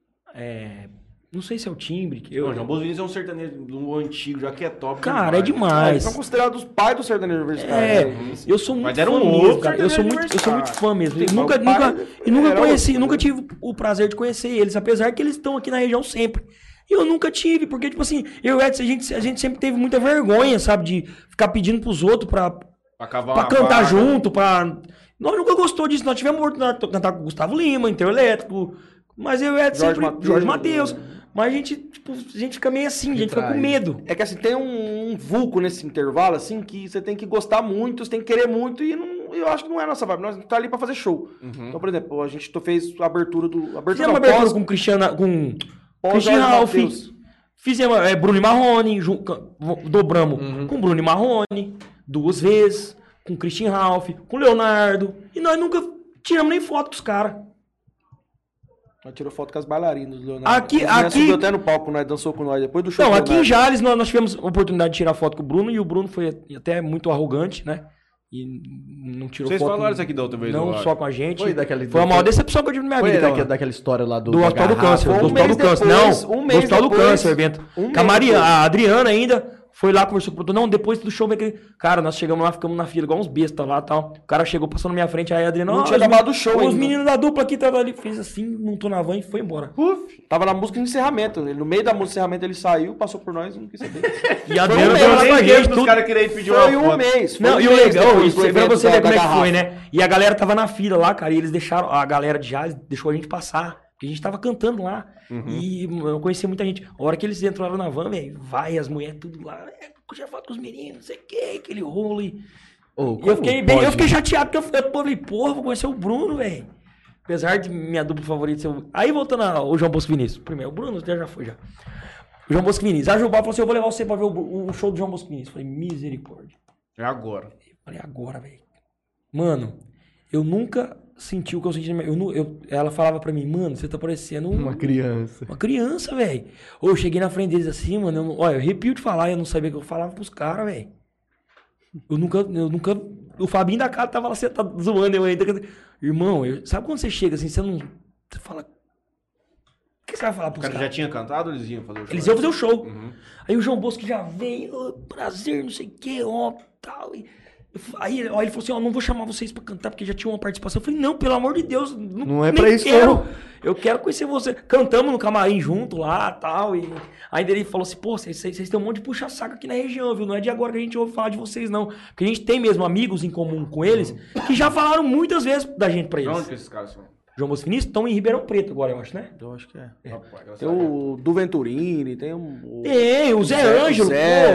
Speaker 2: Não sei se é o timbre.
Speaker 1: Não, João Bosco e Vinícius é um sertanejo do antigo, já que é top.
Speaker 2: Cara, é
Speaker 3: Eles
Speaker 2: demais.
Speaker 3: são considerados os pais do sertanejo universitário. né?
Speaker 2: Eu sou muito
Speaker 1: Mas era
Speaker 2: fã
Speaker 1: um
Speaker 2: mesmo,
Speaker 1: outro
Speaker 2: cara. Eu sou
Speaker 1: sertanejo
Speaker 2: muito fã mesmo. Eu
Speaker 3: Sim,
Speaker 2: nunca
Speaker 3: mas o pai era
Speaker 2: conheci,
Speaker 3: outro,
Speaker 2: nunca
Speaker 3: né?
Speaker 2: tive o prazer de conhecer eles, apesar que eles estão aqui na região sempre. E eu nunca tive, porque, tipo assim, eu e o Edson, a gente sempre teve muita vergonha, sabe, de ficar pedindo pros outros pra cantar junto, Nós nunca gostou disso, nós tivemos a oportunidade de cantar com o Gustavo Lima, Inter Elétrico, mas eu e o Edson Jorge Mateus. Mas a gente fica meio assim, a gente fica com medo.
Speaker 3: É que assim, tem um vulco nesse intervalo, assim, que você tem que gostar muito, você tem que querer muito, e eu acho que não é a nossa vibe. Nós tá ali pra fazer show. Então, por exemplo, a gente fez a abertura do...
Speaker 2: Fizemos uma abertura com Christian Ralph. Fizemos Bruno e Marrone, dobramos com Bruno e Marrone, 2 vezes, com Christian Ralph, com Leonardo. E nós nunca tiramos nem foto dos caras.
Speaker 3: Nós tirou foto com as bailarinas do Leonardo.
Speaker 2: Aqui-
Speaker 3: Nós subiu até no palco, nós dançou com nós depois do show.
Speaker 2: Não,
Speaker 3: do
Speaker 2: aqui em
Speaker 3: Leonardo.
Speaker 2: Jales nós tivemos a oportunidade de tirar foto com o Bruno, e o Bruno foi até muito arrogante, né? E não tirou
Speaker 1: Vocês
Speaker 2: foto.
Speaker 1: falaram isso aqui da outra vez,
Speaker 2: Não
Speaker 1: eu acho.
Speaker 2: só com a gente.
Speaker 4: Foi daquela-
Speaker 2: Foi a maior decepção que eu tive na minha
Speaker 4: Foi
Speaker 2: vida. aquela.
Speaker 4: daquela história lá do
Speaker 2: Do Hospital do
Speaker 4: garrafa.
Speaker 2: Câncer.
Speaker 3: Um
Speaker 2: Do Hospital do
Speaker 3: mês
Speaker 2: Câncer.
Speaker 3: depois,
Speaker 2: Não,
Speaker 3: um
Speaker 2: do
Speaker 3: mês
Speaker 2: Hospital do
Speaker 3: depois,
Speaker 2: Câncer, o evento.
Speaker 3: um mês
Speaker 2: Com a Maria,
Speaker 3: depois.
Speaker 2: a Adriana ainda foi lá, conversou com o produtor. Não, depois do show, cara, nós chegamos lá, ficamos na fila, igual uns bestas lá e tal. O cara chegou, passou na minha frente, aí a Adriana...
Speaker 3: Não
Speaker 2: "Ó,
Speaker 3: tinha
Speaker 2: os
Speaker 3: acabado o show
Speaker 2: Os
Speaker 3: ainda."
Speaker 2: meninos da dupla aqui estavam ali, fez assim, montou na van e foi embora.
Speaker 3: Tava na música de encerramento. No meio da música de encerramento ele saiu, passou por nós e não quis saber.
Speaker 2: E a
Speaker 3: Foi
Speaker 2: Adriana
Speaker 3: um
Speaker 2: foi lá
Speaker 3: mês,
Speaker 2: com a
Speaker 1: Nem
Speaker 2: gente,
Speaker 1: tempo dos
Speaker 2: tudo.
Speaker 1: caras querem pedir uma
Speaker 3: Foi um
Speaker 1: foto.
Speaker 3: mês.
Speaker 2: Não,
Speaker 3: foi
Speaker 2: e
Speaker 3: um
Speaker 2: o
Speaker 3: mês
Speaker 2: legal,
Speaker 3: depois
Speaker 2: isso
Speaker 3: do
Speaker 2: aí pra
Speaker 3: evento
Speaker 2: você
Speaker 3: da
Speaker 2: ver como é que
Speaker 3: garrafa.
Speaker 2: foi, né? E a galera tava na fila lá, cara, e eles deixaram, a galera de Jales deixou a gente passar, porque a gente tava cantando lá. E eu conheci muita gente. A hora que eles entraram na van, velho, as mulheres tudo lá, curtir foto com os meninos, não sei o que, aquele rolo e...
Speaker 4: Ô,
Speaker 2: E eu
Speaker 4: como
Speaker 2: fiquei,
Speaker 4: pode?
Speaker 2: eu fiquei chateado, porque eu falei, porra, vou conhecer o Bruno, velho. Apesar de minha dupla favorita ser o... Aí voltando ao João Bosco Vinícius. Primeiro, o Bruno já foi, já. O João Bosco Vinícius. A Jubal falou assim, eu vou levar você pra ver o show do João Bosco Vinícius. Eu falei, misericórdia.
Speaker 1: É agora.
Speaker 2: Eu falei, agora, velho. Mano, eu nunca senti o que eu senti. Ela falava pra mim, mano, você tá parecendo
Speaker 4: Uma criança.
Speaker 2: uma criança, velho. Ou eu cheguei na frente deles assim, mano. Olha, eu arrepio de falar, eu não sabia o que eu falava pros caras, velho. Eu nunca. O Fabinho da casa tava lá sentado zoando eu ainda. Irmão, sabe quando você chega assim, você não. Você fala. O que você vai falar
Speaker 1: O
Speaker 2: pros
Speaker 1: cara já
Speaker 2: caras?
Speaker 1: tinha cantado ou eles iam fazer o show?
Speaker 2: Eles iam fazer o show. Aí o João Bosco já veio, "Ô, prazer, não sei o que, ó, tal. Aí ele falou assim, ó, não vou chamar vocês pra cantar, porque já tinha uma participação. Eu falei, não, pelo amor de Deus,
Speaker 4: Não é
Speaker 2: nem
Speaker 4: pra isso,
Speaker 2: quero.
Speaker 4: não.
Speaker 2: Eu quero conhecer você. Cantamos no camarim junto lá e tal. E aí ele falou assim, pô, vocês têm um monte de puxa-saco aqui na região, viu? Não é de agora que a gente ouve falar de vocês, não. Porque a gente tem mesmo amigos em comum com eles, que já falaram muitas vezes da gente pra
Speaker 1: De
Speaker 2: eles.
Speaker 1: onde que esses caras são?
Speaker 2: João Bosco Vinícius estão em Ribeirão Preto agora, eu acho, né?
Speaker 3: Eu acho que é.
Speaker 1: Rapaz, graças
Speaker 3: Tem
Speaker 1: a Deus.
Speaker 3: o do Venturini, tem o...
Speaker 2: Tem, o Zé Ângelo,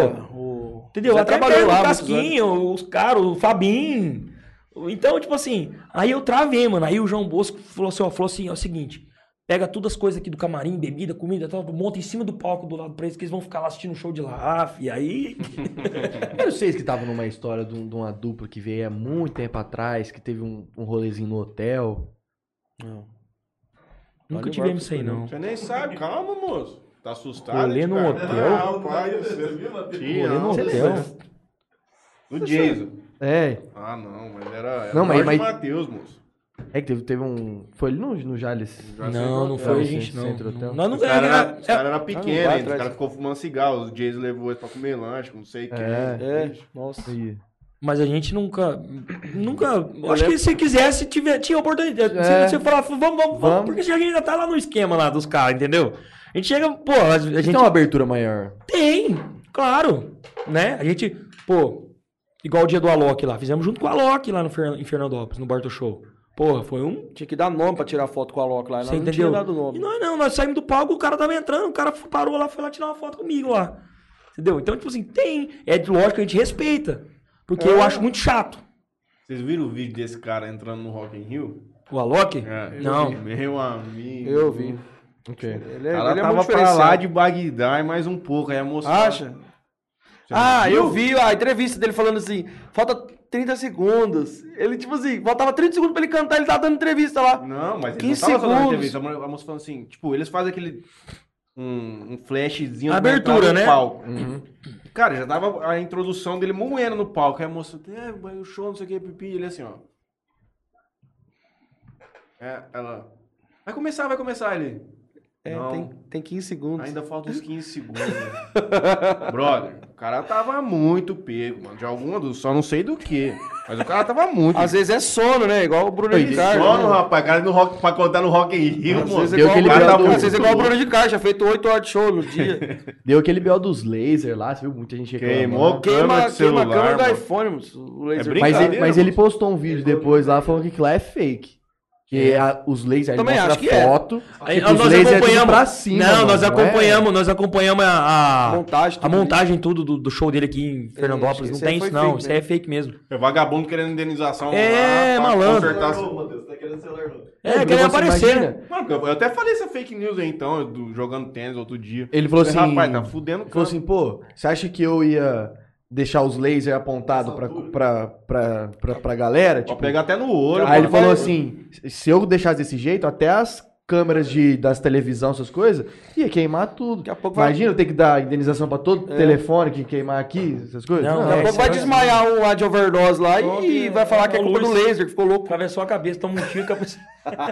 Speaker 2: pô. Entendeu?
Speaker 3: Zé
Speaker 2: Até
Speaker 3: trabalhou
Speaker 2: o
Speaker 3: lá
Speaker 2: Casquinho, os caras, o Fabinho. Então, tipo assim, aí eu travei, mano. Aí o João Bosco falou assim, ó, é o seguinte, pega todas as coisas aqui do camarim, bebida, comida, tal, monta em cima do palco do lado pra eles, que eles vão ficar lá assistindo um show de lá, e aí...
Speaker 4: Era vocês que estavam numa história de uma dupla que veio há muito tempo atrás, que teve um rolezinho no hotel.
Speaker 3: Não.
Speaker 2: Nunca tivemos isso aí, não.
Speaker 1: Você nem sabe, calma, moço. Tá assustado?
Speaker 2: Rolê num
Speaker 1: cara?
Speaker 2: hotel?
Speaker 1: Não, pai do céu. Tinha,
Speaker 2: Rolê no
Speaker 1: não.
Speaker 2: hotel.
Speaker 1: No Jason.
Speaker 4: É,
Speaker 1: Ah, não, mas era
Speaker 4: Não,
Speaker 1: Jorge
Speaker 4: mas-
Speaker 1: Matheus, moço.
Speaker 4: é que teve um... Foi ali no Jales?
Speaker 2: Não foi a gente, não.
Speaker 4: Centro Hotel.
Speaker 2: Nós não
Speaker 1: Os caras
Speaker 2: ganhamos.
Speaker 1: eram cara era
Speaker 3: Ah,
Speaker 1: pequenos,
Speaker 3: não vai
Speaker 1: ainda, os
Speaker 3: atrás.
Speaker 1: caras ficou fumando cigarro. O Jason levou eles pra comer lanche, não sei o que.
Speaker 3: É, nossa.
Speaker 4: Aí.
Speaker 2: Mas a gente nunca. Acho que se quisesse, tinha oportunidade.
Speaker 4: É.
Speaker 2: Se você falar, vamos. Porque a gente ainda tá lá no esquema lá dos caras, entendeu? A gente chega, pô, a gente.
Speaker 4: Tem uma abertura maior.
Speaker 2: Tem, claro. Né? A gente, pô, igual o dia do Alok lá. Fizemos junto com o Alok lá em Fernandópolis, no Barto Show. Porra, foi um.
Speaker 3: Tinha que dar nome pra tirar foto com a Loki lá.
Speaker 2: Você
Speaker 3: Nós não
Speaker 2: entendeu?
Speaker 3: tinha dado nome.
Speaker 2: E nós saímos do palco, o cara tava entrando, o cara parou lá, foi lá tirar uma foto comigo lá. Entendeu? Então, tipo assim, tem. É lógico que a gente respeita. Porque eu acho muito chato.
Speaker 1: Vocês viram o vídeo desse cara entrando no Rock in Rio?
Speaker 2: O Alok?
Speaker 1: É,
Speaker 2: Não.
Speaker 1: Meu amigo.
Speaker 3: Eu vi.
Speaker 4: Ok.
Speaker 3: Ele
Speaker 1: O
Speaker 3: é,
Speaker 1: cara
Speaker 3: ele é
Speaker 1: tava
Speaker 3: muito
Speaker 1: pra lá
Speaker 3: diferenciado.
Speaker 1: de Bagdá e mais um pouco. Aí a moça...
Speaker 3: Acha?
Speaker 1: Você não
Speaker 3: Ah,
Speaker 1: viu?
Speaker 3: eu vi a entrevista dele falando assim, falta 30 segundos. Ele, tipo assim, faltava 30 segundos pra ele cantar, ele tava dando entrevista lá.
Speaker 1: Não, mas ele
Speaker 3: 15
Speaker 1: não tava fazendo
Speaker 3: segundos.
Speaker 1: entrevista. A moça falando assim, tipo, eles fazem aquele... Um flashzinho...
Speaker 2: Abertura,
Speaker 1: pra entrar no
Speaker 2: né?
Speaker 1: palco. Cara, já tava a introdução dele moendo no palco. Aí a moça, o show, não sei o que, pipi. Ele assim, ó. Ela... Vai começar, ele...
Speaker 3: É,
Speaker 1: Não.
Speaker 3: tem 15 segundos.
Speaker 1: Ainda falta uns 15 segundos. Brother, o cara tava muito pego, mano. De alguma dos... Só não sei do que. Mas o cara tava muito...
Speaker 3: Às vezes é sono, né? Igual o Bruno
Speaker 4: Oi,
Speaker 3: de Carlos.
Speaker 1: Sono, rapaz. Cara no rock, pra contar no Rock in Rio,
Speaker 3: Às
Speaker 1: mano.
Speaker 3: vezes é
Speaker 4: Deu
Speaker 3: igual,
Speaker 4: aquele
Speaker 3: o Bruno-
Speaker 4: grau do-
Speaker 3: às vezes é igual o Bruno de Carlos, já feito 8 horas de show no dia.
Speaker 4: Deu aquele BO dos lasers lá, você viu? Muita gente reclamando.
Speaker 1: Queimou
Speaker 3: queima
Speaker 1: câmera de
Speaker 3: a
Speaker 1: celular,
Speaker 3: câmera do
Speaker 1: mano.
Speaker 3: iPhone, moço, o laser.
Speaker 1: É
Speaker 4: Mas
Speaker 1: brincadeira,
Speaker 4: mas ele
Speaker 1: moço.
Speaker 4: postou um vídeo depois lá falando que aquilo lá é fake. Que os lasers, ele
Speaker 3: Também
Speaker 4: mostra
Speaker 3: acho que é.
Speaker 4: foto,
Speaker 2: Aí,
Speaker 4: tipo, os
Speaker 2: nós
Speaker 4: lasers é tudo
Speaker 2: acompanhamos.
Speaker 4: pra cima.
Speaker 2: Não,
Speaker 4: mano,
Speaker 2: nós acompanhamos a
Speaker 3: Montagem,
Speaker 2: a
Speaker 3: tudo
Speaker 2: montagem tudo do show dele aqui em Fernandópolis. Não
Speaker 3: esse aí
Speaker 2: tem
Speaker 3: foi
Speaker 2: isso, não.
Speaker 3: fake
Speaker 2: Isso aí é fake mesmo.
Speaker 1: É vagabundo querendo indenização
Speaker 2: É,
Speaker 1: lá, pra
Speaker 2: malandro.
Speaker 1: consertar...
Speaker 4: Matheus, tá querendo celular novo.
Speaker 2: É,
Speaker 4: porque
Speaker 2: querendo
Speaker 4: você
Speaker 2: aparecer.
Speaker 4: imagina,
Speaker 1: Mano, eu até falei essa fake news aí, então, jogando tênis outro dia.
Speaker 4: Ele falou assim,
Speaker 1: Rapaz, tá fudendo o
Speaker 4: ele falou
Speaker 1: cara.
Speaker 4: assim, pô, você acha que eu ia deixar os lasers apontados pra galera?
Speaker 1: Pode
Speaker 4: Tipo,
Speaker 1: pegar até no olho.
Speaker 4: aí ele
Speaker 1: mano.
Speaker 4: falou assim, se eu deixasse desse jeito, até as câmeras das televisão, essas coisas, ia queimar tudo.
Speaker 3: Daqui a pouco vai-
Speaker 4: Imagina eu ter que dar indenização pra todo telefone que queimar aqui, essas coisas.
Speaker 2: Não,
Speaker 3: Daqui a
Speaker 2: é,
Speaker 3: pouco vai
Speaker 2: você
Speaker 3: desmaiar um lá de overdose lá e vai falar que é
Speaker 2: o
Speaker 3: culpa do
Speaker 2: Luiz.
Speaker 3: laser, que ficou louco.
Speaker 2: Atravessou a cabeça, toma um tiro com a cabeça.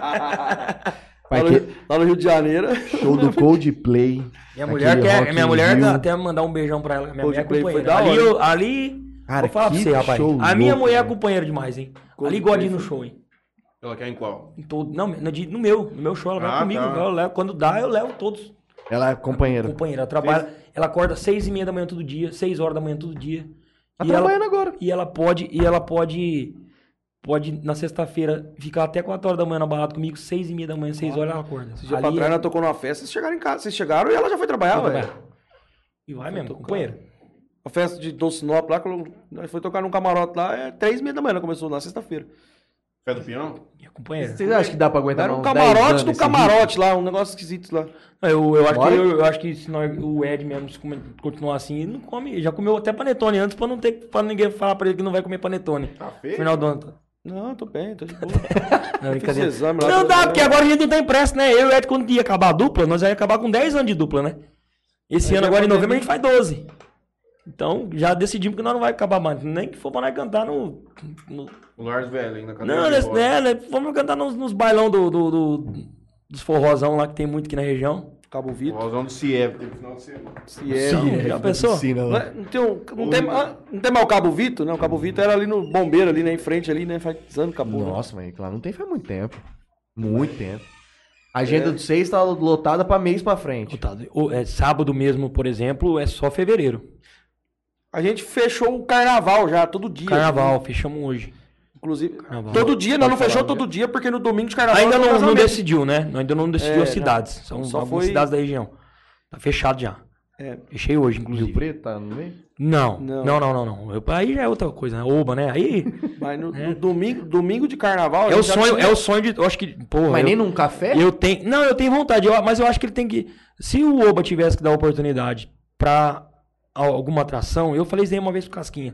Speaker 4: Vai
Speaker 3: Lá
Speaker 4: que-
Speaker 3: no, lá no Rio de Janeiro.
Speaker 4: Show do Coldplay.
Speaker 2: Minha mulher
Speaker 4: Aquele
Speaker 2: quer.
Speaker 4: Rock
Speaker 2: Minha
Speaker 4: in
Speaker 2: mulher
Speaker 4: Rio.
Speaker 2: quer até mandar um beijão pra ela. Minha mulher é
Speaker 3: Coldplay foi
Speaker 2: companheira.
Speaker 3: da hora.
Speaker 2: Ali.
Speaker 4: Cara,
Speaker 2: Vou falar pra
Speaker 4: que
Speaker 2: você, rapaz.
Speaker 4: show
Speaker 2: A minha
Speaker 4: louco,
Speaker 2: mulher é
Speaker 4: velho.
Speaker 2: companheira demais, hein? Ali
Speaker 3: Coldplay
Speaker 2: gosta de ir no
Speaker 3: foi-
Speaker 2: show, hein?
Speaker 1: Ela quer em qual?
Speaker 2: Em todo, não, no meu show, ela vai
Speaker 1: Ah,
Speaker 2: comigo.
Speaker 1: tá.
Speaker 2: Eu levo, quando dá, eu levo todos.
Speaker 4: Ela é companheira.
Speaker 2: Companheira, ela trabalha, ela acorda 6h30 da manhã todo dia, 6 horas da manhã todo dia.
Speaker 4: Tá
Speaker 2: E ela,
Speaker 4: trabalhando agora.
Speaker 2: e ela pode na sexta-feira ficar até 4 horas da manhã na balada comigo, 6h30 da manhã, 6 horas ela acorda.
Speaker 3: Esse dia pra trás, ela tocou numa festa, vocês chegaram em casa. Vocês chegaram e ela já foi trabalhar,
Speaker 2: Vai
Speaker 3: velho.
Speaker 2: trabalhar. E vai mesmo, companheira.
Speaker 3: A festa de Dom Sinop lá, quando nós foi tocar num camarote lá, é 3h30 da manhã, ela começou na sexta-feira.
Speaker 1: Pé do peão?
Speaker 2: Minha companheira.
Speaker 4: Vocês acham que dá pra aguentar
Speaker 3: Era um
Speaker 4: uns 10
Speaker 3: camarote
Speaker 4: anos
Speaker 3: do
Speaker 4: esse
Speaker 3: camarote lá, um negócio esquisito lá.
Speaker 2: Eu acho que se o Ed mesmo se continuar assim, ele não come. Já comeu até panetone antes pra ninguém falar pra ele que não vai comer panetone.
Speaker 1: Tá feio?
Speaker 2: Final do ano.
Speaker 3: Não, tô bem, tô de boa.
Speaker 2: Não,
Speaker 3: Fiz
Speaker 2: brincadeira.
Speaker 3: exame lá,
Speaker 2: Não
Speaker 3: tô
Speaker 2: dá,
Speaker 3: bem.
Speaker 2: porque agora a gente não tem pressa, né? Eu e o Ed, quando ia acabar a dupla, nós ia acabar com 10 anos de dupla, né? Esse ano, agora em novembro, a gente faz 12. Então, já decidimos que nós não vai acabar mais. Nem que for pra nós cantar no...
Speaker 1: O Lars Velho ainda. cadeira
Speaker 2: Não,
Speaker 1: de
Speaker 2: né?
Speaker 1: rodas.
Speaker 2: Vamos cantar nos bailão dos forrozão lá, que tem muito aqui na região.
Speaker 3: Cabo Vitor.
Speaker 1: Vozão do CIEV, teve final de semana.
Speaker 2: Já pensou?
Speaker 4: Piscina lá.
Speaker 3: Não tem mais o Cabo Vitor, né? O Cabo Vitor era ali no Bombeiro, ali, né? Em frente, ali, né? Faz anos, acabou. né?
Speaker 4: Nossa, mas lá não tem faz muito tempo. Muito tempo. A agenda do 6 tá lotada pra mês pra frente.
Speaker 2: Sábado mesmo, por exemplo, é só fevereiro.
Speaker 3: A gente fechou o carnaval já, todo dia.
Speaker 2: Carnaval, fechamos hoje.
Speaker 3: Inclusive,
Speaker 2: Carnaval.
Speaker 3: todo dia, nós não
Speaker 4: Pode
Speaker 3: fechou
Speaker 4: falar,
Speaker 3: todo dia, porque no domingo de carnaval...
Speaker 2: Ainda
Speaker 3: tem
Speaker 2: não
Speaker 3: casamento.
Speaker 2: decidiu, né? Ainda não decidiu as
Speaker 3: não.
Speaker 2: cidades. São
Speaker 3: Só
Speaker 2: algumas
Speaker 3: foi-
Speaker 2: cidades da região. Tá fechado já. Fechei hoje,
Speaker 4: Rio
Speaker 2: inclusive.
Speaker 4: Preto tá no meio?
Speaker 2: Não.
Speaker 3: Não.
Speaker 2: Aí já é outra coisa, né? Oba, né? Aí
Speaker 3: Mas no domingo de carnaval... a
Speaker 2: é o
Speaker 3: gente já
Speaker 2: sonho,
Speaker 3: tinha-
Speaker 2: é o sonho de, eu acho que, porra,
Speaker 4: Mas
Speaker 2: eu,
Speaker 4: nem num café?
Speaker 2: eu tenho vontade, mas eu acho que ele tem que, se o Oba tivesse que dar oportunidade pra alguma atração, eu falei isso aí uma vez pro Casquinha.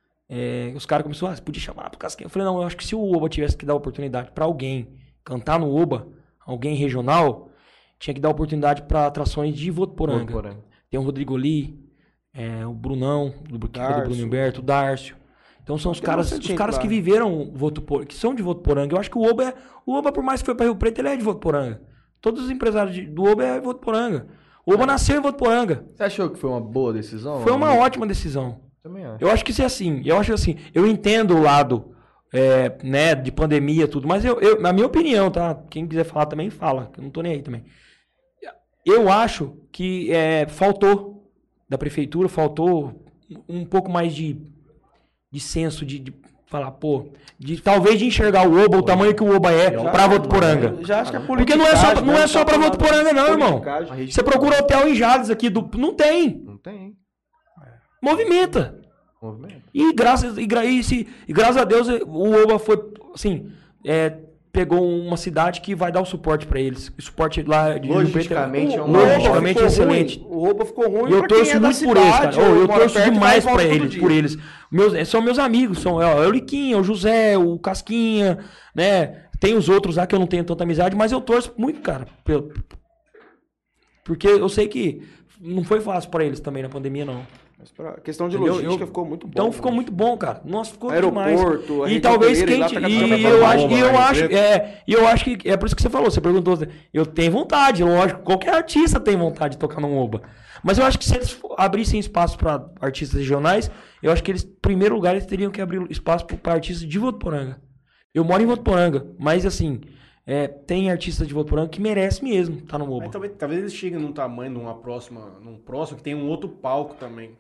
Speaker 2: Os caras começaram, você podia chamar pro Casquinha. Eu falei, não, eu acho que se o Oba tivesse que dar oportunidade pra alguém cantar no Oba, alguém regional, tinha que dar oportunidade pra atrações de Votuporanga.
Speaker 4: Votuporanga.
Speaker 2: Tem o Rodrigo Lee, o Brunão, do
Speaker 3: Dárcio.
Speaker 2: Bruno Humberto, o Dárcio. Então são os
Speaker 3: Tem
Speaker 2: caras,
Speaker 3: bastante gente lá.
Speaker 2: que viveram Votuporanga, que são de Votuporanga. Eu acho que o Oba, por mais que foi pra Rio Preto, ele é de Votuporanga. Todos os empresários do Oba é de Votuporanga. O Oba nasceu em Votuporanga.
Speaker 4: Você achou que foi uma boa decisão?
Speaker 2: Foi uma ótima decisão.
Speaker 4: Também acho.
Speaker 2: Eu acho que isso é assim. Eu entendo o lado né, de pandemia e tudo, mas na minha opinião, tá? Quem quiser falar também, fala. Que eu não tô nem aí também. Eu acho que faltou da prefeitura, faltou um pouco mais de senso de falar, pô, talvez de enxergar o Oba, o tamanho que o Oba é pra Votuporanga.
Speaker 3: Eu já acho que é
Speaker 2: Porque não é só pra Votuporanga não, irmão.
Speaker 3: politicagem.
Speaker 2: Você procura hotel em Jales aqui, não tem.
Speaker 4: Não tem.
Speaker 2: Movimenta.
Speaker 4: Movimento.
Speaker 2: E graças a Deus o Oba foi, assim, pegou uma cidade que vai dar o suporte pra eles. O suporte lá de Rio Preto
Speaker 4: Logisticamente é
Speaker 3: O
Speaker 4: uma
Speaker 3: Oba
Speaker 2: Logisticamente
Speaker 3: ficou
Speaker 2: excelente.
Speaker 3: ruim. O Oba ficou ruim
Speaker 2: E eu
Speaker 3: pra quem
Speaker 2: torço
Speaker 3: é da
Speaker 2: muito por eles, cara.
Speaker 3: cidade, ou
Speaker 2: Eu
Speaker 3: mora
Speaker 2: torço
Speaker 3: perto,
Speaker 2: demais
Speaker 3: vai e volta
Speaker 2: pra
Speaker 3: todo
Speaker 2: eles,
Speaker 3: dia.
Speaker 2: por eles. São meus amigos, é o Liquinha, o José, o Casquinha, né? Tem os outros lá que eu não tenho tanta amizade, mas eu torço muito, cara. Porque eu sei que não foi fácil pra eles também na pandemia, não.
Speaker 3: Mas pra questão de
Speaker 2: Entendeu?
Speaker 3: logística ficou muito bom.
Speaker 2: Então ficou muito bom, cara. Nossa, ficou
Speaker 3: Aeroporto,
Speaker 2: demais.
Speaker 3: a
Speaker 2: E
Speaker 3: rede
Speaker 2: talvez
Speaker 3: hoteleira,
Speaker 2: quem.
Speaker 3: lá tá
Speaker 2: E
Speaker 3: gastando
Speaker 2: eu
Speaker 3: pra
Speaker 2: acho,
Speaker 1: bomba,
Speaker 2: e eu
Speaker 1: né?
Speaker 2: acho, e eu acho que é por isso que você falou. Você perguntou, eu tenho vontade, lógico. Qualquer artista tem vontade de tocar num Oba. Mas eu acho que se eles abrissem espaço para artistas regionais, eu acho que eles, em primeiro lugar, eles teriam que abrir espaço para artistas de Votuporanga. Eu moro em Votuporanga, mas assim, tem artistas de Votuporanga que merece mesmo estar no Oba.
Speaker 1: Mas talvez eles cheguem num tamanho, num próximo, que tem um outro palco também.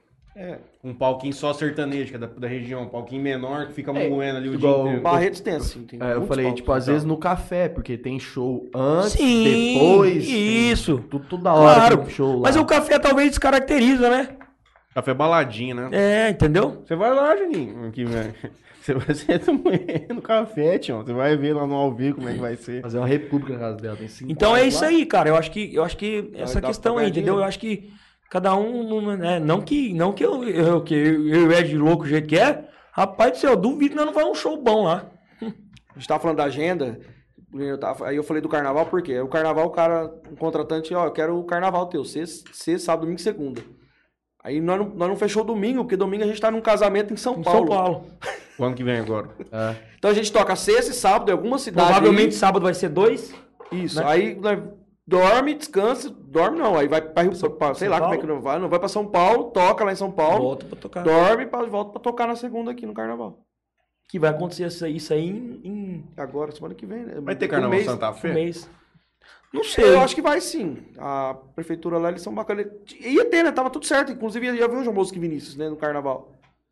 Speaker 1: Um palquinho só sertanejo, que é da região. Um palquinho menor, que fica moendo ali o dia
Speaker 4: igual
Speaker 1: inteiro.
Speaker 3: Barretos tem assim. Tem
Speaker 4: Eu
Speaker 3: muitos
Speaker 4: falei,
Speaker 3: palcos.
Speaker 4: tipo, às vezes no café, porque tem show antes,
Speaker 2: Sim,
Speaker 4: depois.
Speaker 2: isso.
Speaker 4: Tudo da hora
Speaker 2: Claro,
Speaker 4: tem show lá.
Speaker 2: mas o café talvez descaracteriza, né?
Speaker 1: Café baladinha, né?
Speaker 2: Entendeu?
Speaker 1: Você vai lá, Juninho. Aqui, velho. Você vai ser no café, tio. Você vai ver lá no ao vivo como é que vai ser.
Speaker 4: Fazer uma república na casa dela, tem 5
Speaker 2: Então é isso aí, cara. Eu acho que essa
Speaker 3: dá
Speaker 2: questão
Speaker 3: pra
Speaker 2: aí,
Speaker 3: ganhar
Speaker 2: entendeu?
Speaker 3: dinheiro.
Speaker 2: Eu acho que cada um, né? Não que eu e Ed de louco do jeito que é. Rapaz do céu, eu duvido que nós não vai um show bom lá.
Speaker 3: A gente tava falando da agenda, aí eu falei do carnaval, por quê? O carnaval, um contratante, eu quero o carnaval teu, sexta, sábado, domingo e segunda. Aí nós não fechou domingo, porque domingo a gente tá num casamento em São
Speaker 2: Em
Speaker 3: Paulo.
Speaker 2: São Paulo.
Speaker 1: O ano que vem agora.
Speaker 3: Então a gente toca sexta e sábado em alguma cidade.
Speaker 2: Provavelmente sábado vai ser 2.
Speaker 3: Isso,
Speaker 2: né?
Speaker 3: aí nós dorme, descansa, dorme não, aí vai pra Rio, sei lá como é que não vai pra São Paulo, toca lá em São Paulo,
Speaker 2: Volta pra tocar.
Speaker 3: dorme e volta pra tocar na segunda aqui no carnaval.
Speaker 2: Que vai acontecer isso aí em
Speaker 3: Agora, semana que vem, né?
Speaker 1: Vai ter
Speaker 3: Um
Speaker 1: carnaval
Speaker 3: mês.
Speaker 1: Santa
Speaker 2: um
Speaker 1: Fé?
Speaker 2: mês. Não sei.
Speaker 3: Eu acho que vai sim. A prefeitura lá, eles são bacanas. Ia ter, né? Tava tudo certo. Inclusive, ia ver o João Bosco e Vinícius, né? No carnaval.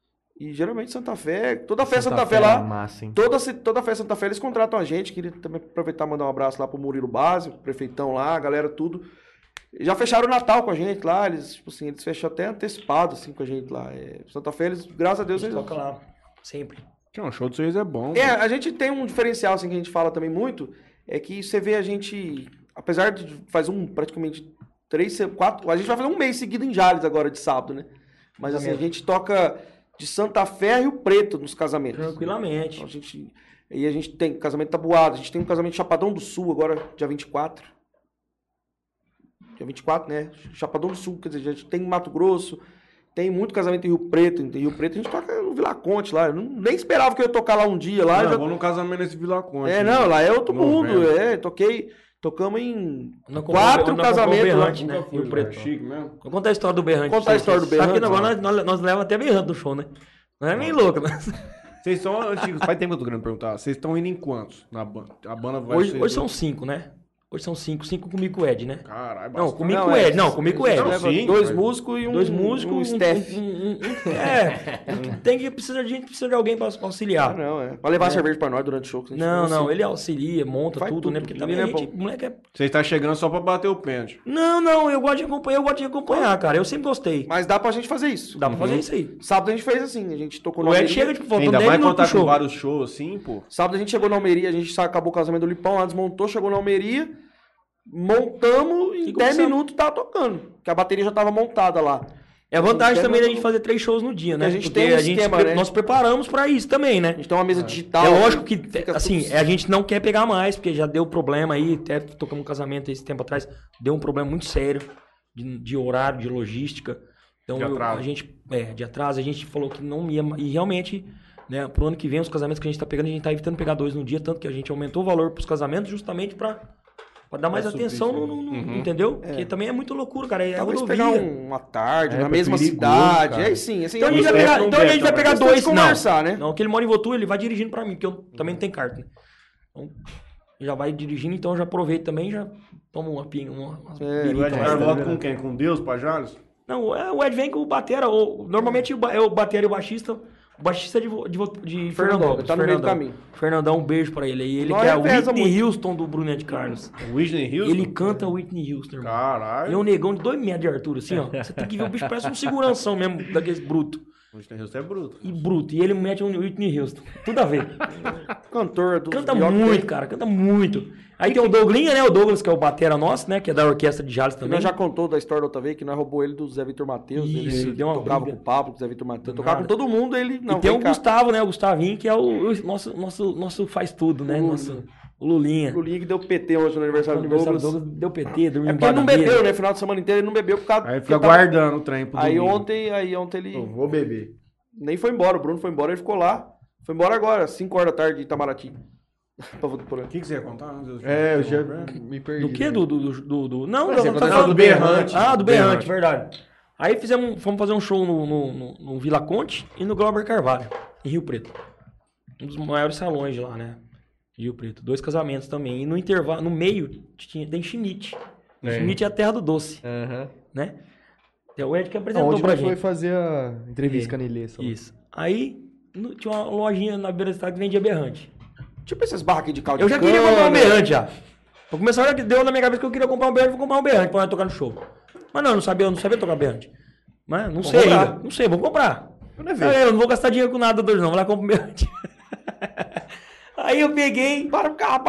Speaker 3: E geralmente Santa Fé, toda festa Santa Fé
Speaker 4: é
Speaker 3: lá,
Speaker 4: massa, hein?
Speaker 3: toda festa Santa Fé eles contratam a gente. Queria também aproveitar e mandar um abraço lá pro Murilo Base, pro prefeitão lá, a galera tudo. Já fecharam o Natal com a gente lá, eles, tipo assim, eles fecham até antecipado, assim, com a gente lá. Santa Fé, eles, graças a Deus, eles...
Speaker 2: Toca lá. Sempre.
Speaker 1: Um show de vocês é bom.
Speaker 3: A gente tem um diferencial, assim, que a gente fala também muito, é que você vê a gente, apesar de faz praticamente 3, 4, a gente vai fazer um mês seguido em Jales agora, de sábado, né? Mas assim, a gente toca de Santa Fé a Rio Preto nos casamentos.
Speaker 2: Tranquilamente.
Speaker 3: Então, a gente tem casamento Tabuado, a gente tem um casamento em Chapadão do Sul agora, dia 24. Dia 24, né? Chapadão do Sul, quer dizer, a gente tem em Mato Grosso, tem muito casamento em Rio Preto. Em Rio Preto a gente toca no Vila Conte lá. Eu nem esperava que eu ia tocar lá um dia lá.
Speaker 1: Não, vou no casamento nesse Vila Conte.
Speaker 3: Não, lá é outro
Speaker 1: Novembro.
Speaker 3: mundo. Toquei Tocamos em
Speaker 2: Nós compramos-
Speaker 3: 4
Speaker 2: nós compramos
Speaker 3: casamentos.
Speaker 2: o
Speaker 3: lá.
Speaker 2: Berrante, né?
Speaker 1: Nunca fui,
Speaker 2: Rio Preto.
Speaker 1: chique mesmo.
Speaker 2: Vou contar a história do Berrante.
Speaker 3: Contar a história do
Speaker 2: Sabe que
Speaker 3: Berrante,
Speaker 2: negócio nós levamos até Berrante no show, né? Nós é meio louco, né?
Speaker 1: Vocês estão antigos, faz tempo que eu tô querendo perguntar. Vocês estão indo em quantos na banda? A banda vai ser...
Speaker 2: Hoje são 5, né? Hoje são 5 comigo com o Ed, né?
Speaker 1: Caralho,
Speaker 2: Não,
Speaker 1: bastante.
Speaker 2: comigo com o Ed. Não, comigo com o Ed.
Speaker 1: Não,
Speaker 3: Leva
Speaker 1: sim,
Speaker 3: 2
Speaker 1: mas-
Speaker 3: músicos e um,
Speaker 2: 2 músicos,
Speaker 3: um staff.
Speaker 2: Tem que a gente precisa de alguém pra
Speaker 3: Ah,
Speaker 2: auxiliar.
Speaker 3: não, é. Pra levar cerveja pra nós durante o show. que a gente
Speaker 2: Não,
Speaker 3: falou
Speaker 2: não,
Speaker 3: assim.
Speaker 2: ele auxilia, monta
Speaker 3: Faz
Speaker 2: tudo,
Speaker 3: tudo.
Speaker 2: né? Porque
Speaker 3: Ele
Speaker 2: também
Speaker 3: é
Speaker 2: a gente,
Speaker 3: bom.
Speaker 2: moleque é...
Speaker 1: Você está chegando só pra bater o pênalti.
Speaker 2: Não, eu gosto de acompanhar, cara. Eu sempre gostei.
Speaker 3: Mas dá pra gente fazer isso.
Speaker 2: Dá pra fazer isso aí.
Speaker 3: Sábado a gente fez assim, a gente tocou na
Speaker 2: O Ed
Speaker 3: Almeria.
Speaker 2: chega, tipo, faltando
Speaker 1: Ainda
Speaker 2: 10
Speaker 1: mais quando
Speaker 2: minutos
Speaker 1: tá
Speaker 2: pro
Speaker 1: com
Speaker 2: show.
Speaker 1: vários shows assim, pô.
Speaker 3: Sábado a gente chegou na Almeria, a gente acabou o casamento do Lipão, lá desmontou, chegou na Almeria, montamos e em 10
Speaker 2: começamos.
Speaker 3: minutos tava tocando. Porque a bateria já tava montada lá.
Speaker 2: É a vantagem
Speaker 3: Tem
Speaker 2: também da
Speaker 3: no-
Speaker 2: gente fazer 3 shows no dia, né?
Speaker 3: a gente
Speaker 2: Porque
Speaker 3: tem um
Speaker 2: a gente
Speaker 3: esquema, né?
Speaker 2: nós preparamos pra isso também, né?
Speaker 3: A gente tem uma mesa digital.
Speaker 2: É lógico que,
Speaker 3: fica
Speaker 2: assim,
Speaker 3: tudo-
Speaker 2: a gente não quer pegar mais, porque já deu problema aí, até tocamos um casamento esse tempo atrás, deu um problema muito sério de horário, de logística. Então,
Speaker 1: De atraso.
Speaker 2: a gente, de atraso, a gente falou que não ia, e realmente, né, pro ano que vem, os casamentos que a gente tá pegando, a gente tá evitando pegar 2 no dia, tanto que a gente aumentou o valor pros casamentos justamente pra dar mais
Speaker 1: Pra suprir
Speaker 2: atenção,
Speaker 1: isso aí.
Speaker 2: no entendeu? Porque também é muito loucura, cara, é
Speaker 3: Talvez
Speaker 2: rodovia.
Speaker 3: pegar uma tarde,
Speaker 1: É,
Speaker 3: na mesma
Speaker 1: perigoso,
Speaker 3: cidade.
Speaker 1: cara.
Speaker 3: Aí sim, assim.
Speaker 2: Então a gente vai
Speaker 1: Não
Speaker 2: pegar,
Speaker 1: bebe
Speaker 2: então a gente vai
Speaker 1: também.
Speaker 2: pegar
Speaker 3: Questão de
Speaker 2: 2,
Speaker 3: conversar, né?
Speaker 2: Não, que ele mora em Votu, ele vai dirigindo pra mim, porque eu também não tenho carta, né? Então, já vai dirigindo, então eu já aproveito também, já tomo umas
Speaker 1: O
Speaker 2: birita
Speaker 1: Ed
Speaker 2: lá.
Speaker 1: vai volta com quem? Com Deus, pra Jales?
Speaker 2: Não, o Ed vem com o batera, normalmente é o batera e o baixista de Fernandão.
Speaker 3: tá no meio do caminho.
Speaker 2: Fernandão, um beijo pra ele aí. Ele
Speaker 3: Nós
Speaker 2: que é o
Speaker 3: reveza
Speaker 2: Whitney
Speaker 3: muito.
Speaker 2: Houston do Bruno de Carlos.
Speaker 1: Whitney Houston?
Speaker 2: Ele canta Whitney Houston, irmão.
Speaker 1: Caralho.
Speaker 2: Ele é um negão de 2 metros de altura, assim, ó. Você tem que ver, o bicho parece um seguranção mesmo, daqueles bruto.
Speaker 1: Whitney Houston é bruto.
Speaker 2: E bruto. E ele mete um Whitney Houston. Tudo a ver.
Speaker 3: Cantor do
Speaker 2: Canta muito, cara. Canta muito. Aí tem o Douglinha, né? O Douglas, que é o batera nosso, né? Que é da orquestra de Jales também.
Speaker 3: Nós já contou da história da outra vez que nós roubou ele do Zé Vitor Matheus.
Speaker 2: Isso,
Speaker 3: Ele
Speaker 2: deu uma
Speaker 3: tocava
Speaker 2: briga.
Speaker 3: com o Pablo, com o Zé Vitor Matheus.
Speaker 2: Do
Speaker 3: Tocava
Speaker 2: nada.
Speaker 3: com todo mundo, ele. Não,
Speaker 2: E tem
Speaker 3: vem
Speaker 2: o
Speaker 3: cá.
Speaker 2: Gustavo, né? O Gustavinho, que é o nosso faz tudo, né? O Lulinha.
Speaker 3: O Lulinha que deu PT hoje no aniversário do
Speaker 2: Aniversário
Speaker 3: Douglas.
Speaker 2: do Douglas deu PT, dormiu
Speaker 3: É porque ele não
Speaker 2: embaixo da
Speaker 3: bebeu,
Speaker 2: mesa.
Speaker 3: né? Final de semana inteiro ele não bebeu por causa.
Speaker 1: Aí fica
Speaker 3: porque tava-
Speaker 1: guardando o trem pro
Speaker 3: Aí
Speaker 1: domingo.
Speaker 3: ontem ele
Speaker 1: Eu vou beber.
Speaker 3: nem foi embora. O Bruno foi embora, ele ficou lá. Foi embora agora, 5 horas da tarde de Itamaraty. Pra Votuporã.
Speaker 1: O que você ia contar? Deus?
Speaker 4: Eu já me perdi.
Speaker 2: Do quê? Do... Não,
Speaker 4: Mas você
Speaker 2: não,
Speaker 4: contou
Speaker 2: falando
Speaker 1: do Berrante.
Speaker 2: Ah, do
Speaker 1: Do
Speaker 2: Berrante,
Speaker 1: Berrante.
Speaker 2: verdade. Aí fomos fazer um show no Vila Conte e no Glauber Carvalho, em Rio Preto. Um dos maiores salões de lá, né? De Rio Preto. 2 casamentos também. E no intervalo, no meio, tem Chinite. Chinite é a terra do doce,
Speaker 4: Aham.
Speaker 2: né? É o Ed que apresentou
Speaker 4: Onde
Speaker 2: pra
Speaker 4: nós
Speaker 2: gente.
Speaker 4: foi fazer a entrevista
Speaker 2: É,
Speaker 4: com a Nilessa.
Speaker 2: Isso. Aí tinha uma lojinha na beira da cidade que vendia berrante.
Speaker 3: Tipo esses barras aqui de caldo
Speaker 2: Eu
Speaker 3: de
Speaker 2: já queria comprar um
Speaker 3: cana.
Speaker 2: berrante já. Pra começar, já deu na minha cabeça que eu queria comprar um berrante, vou comprar um berrante pra nós tocar no show. Mas não, eu não sabia tocar berrante. Mas não sei
Speaker 3: comprar.
Speaker 2: ainda. Não sei, vou comprar. Eu não vou gastar dinheiro com nada hoje não, vou lá comprar um berrante. Aí eu peguei, para o carro,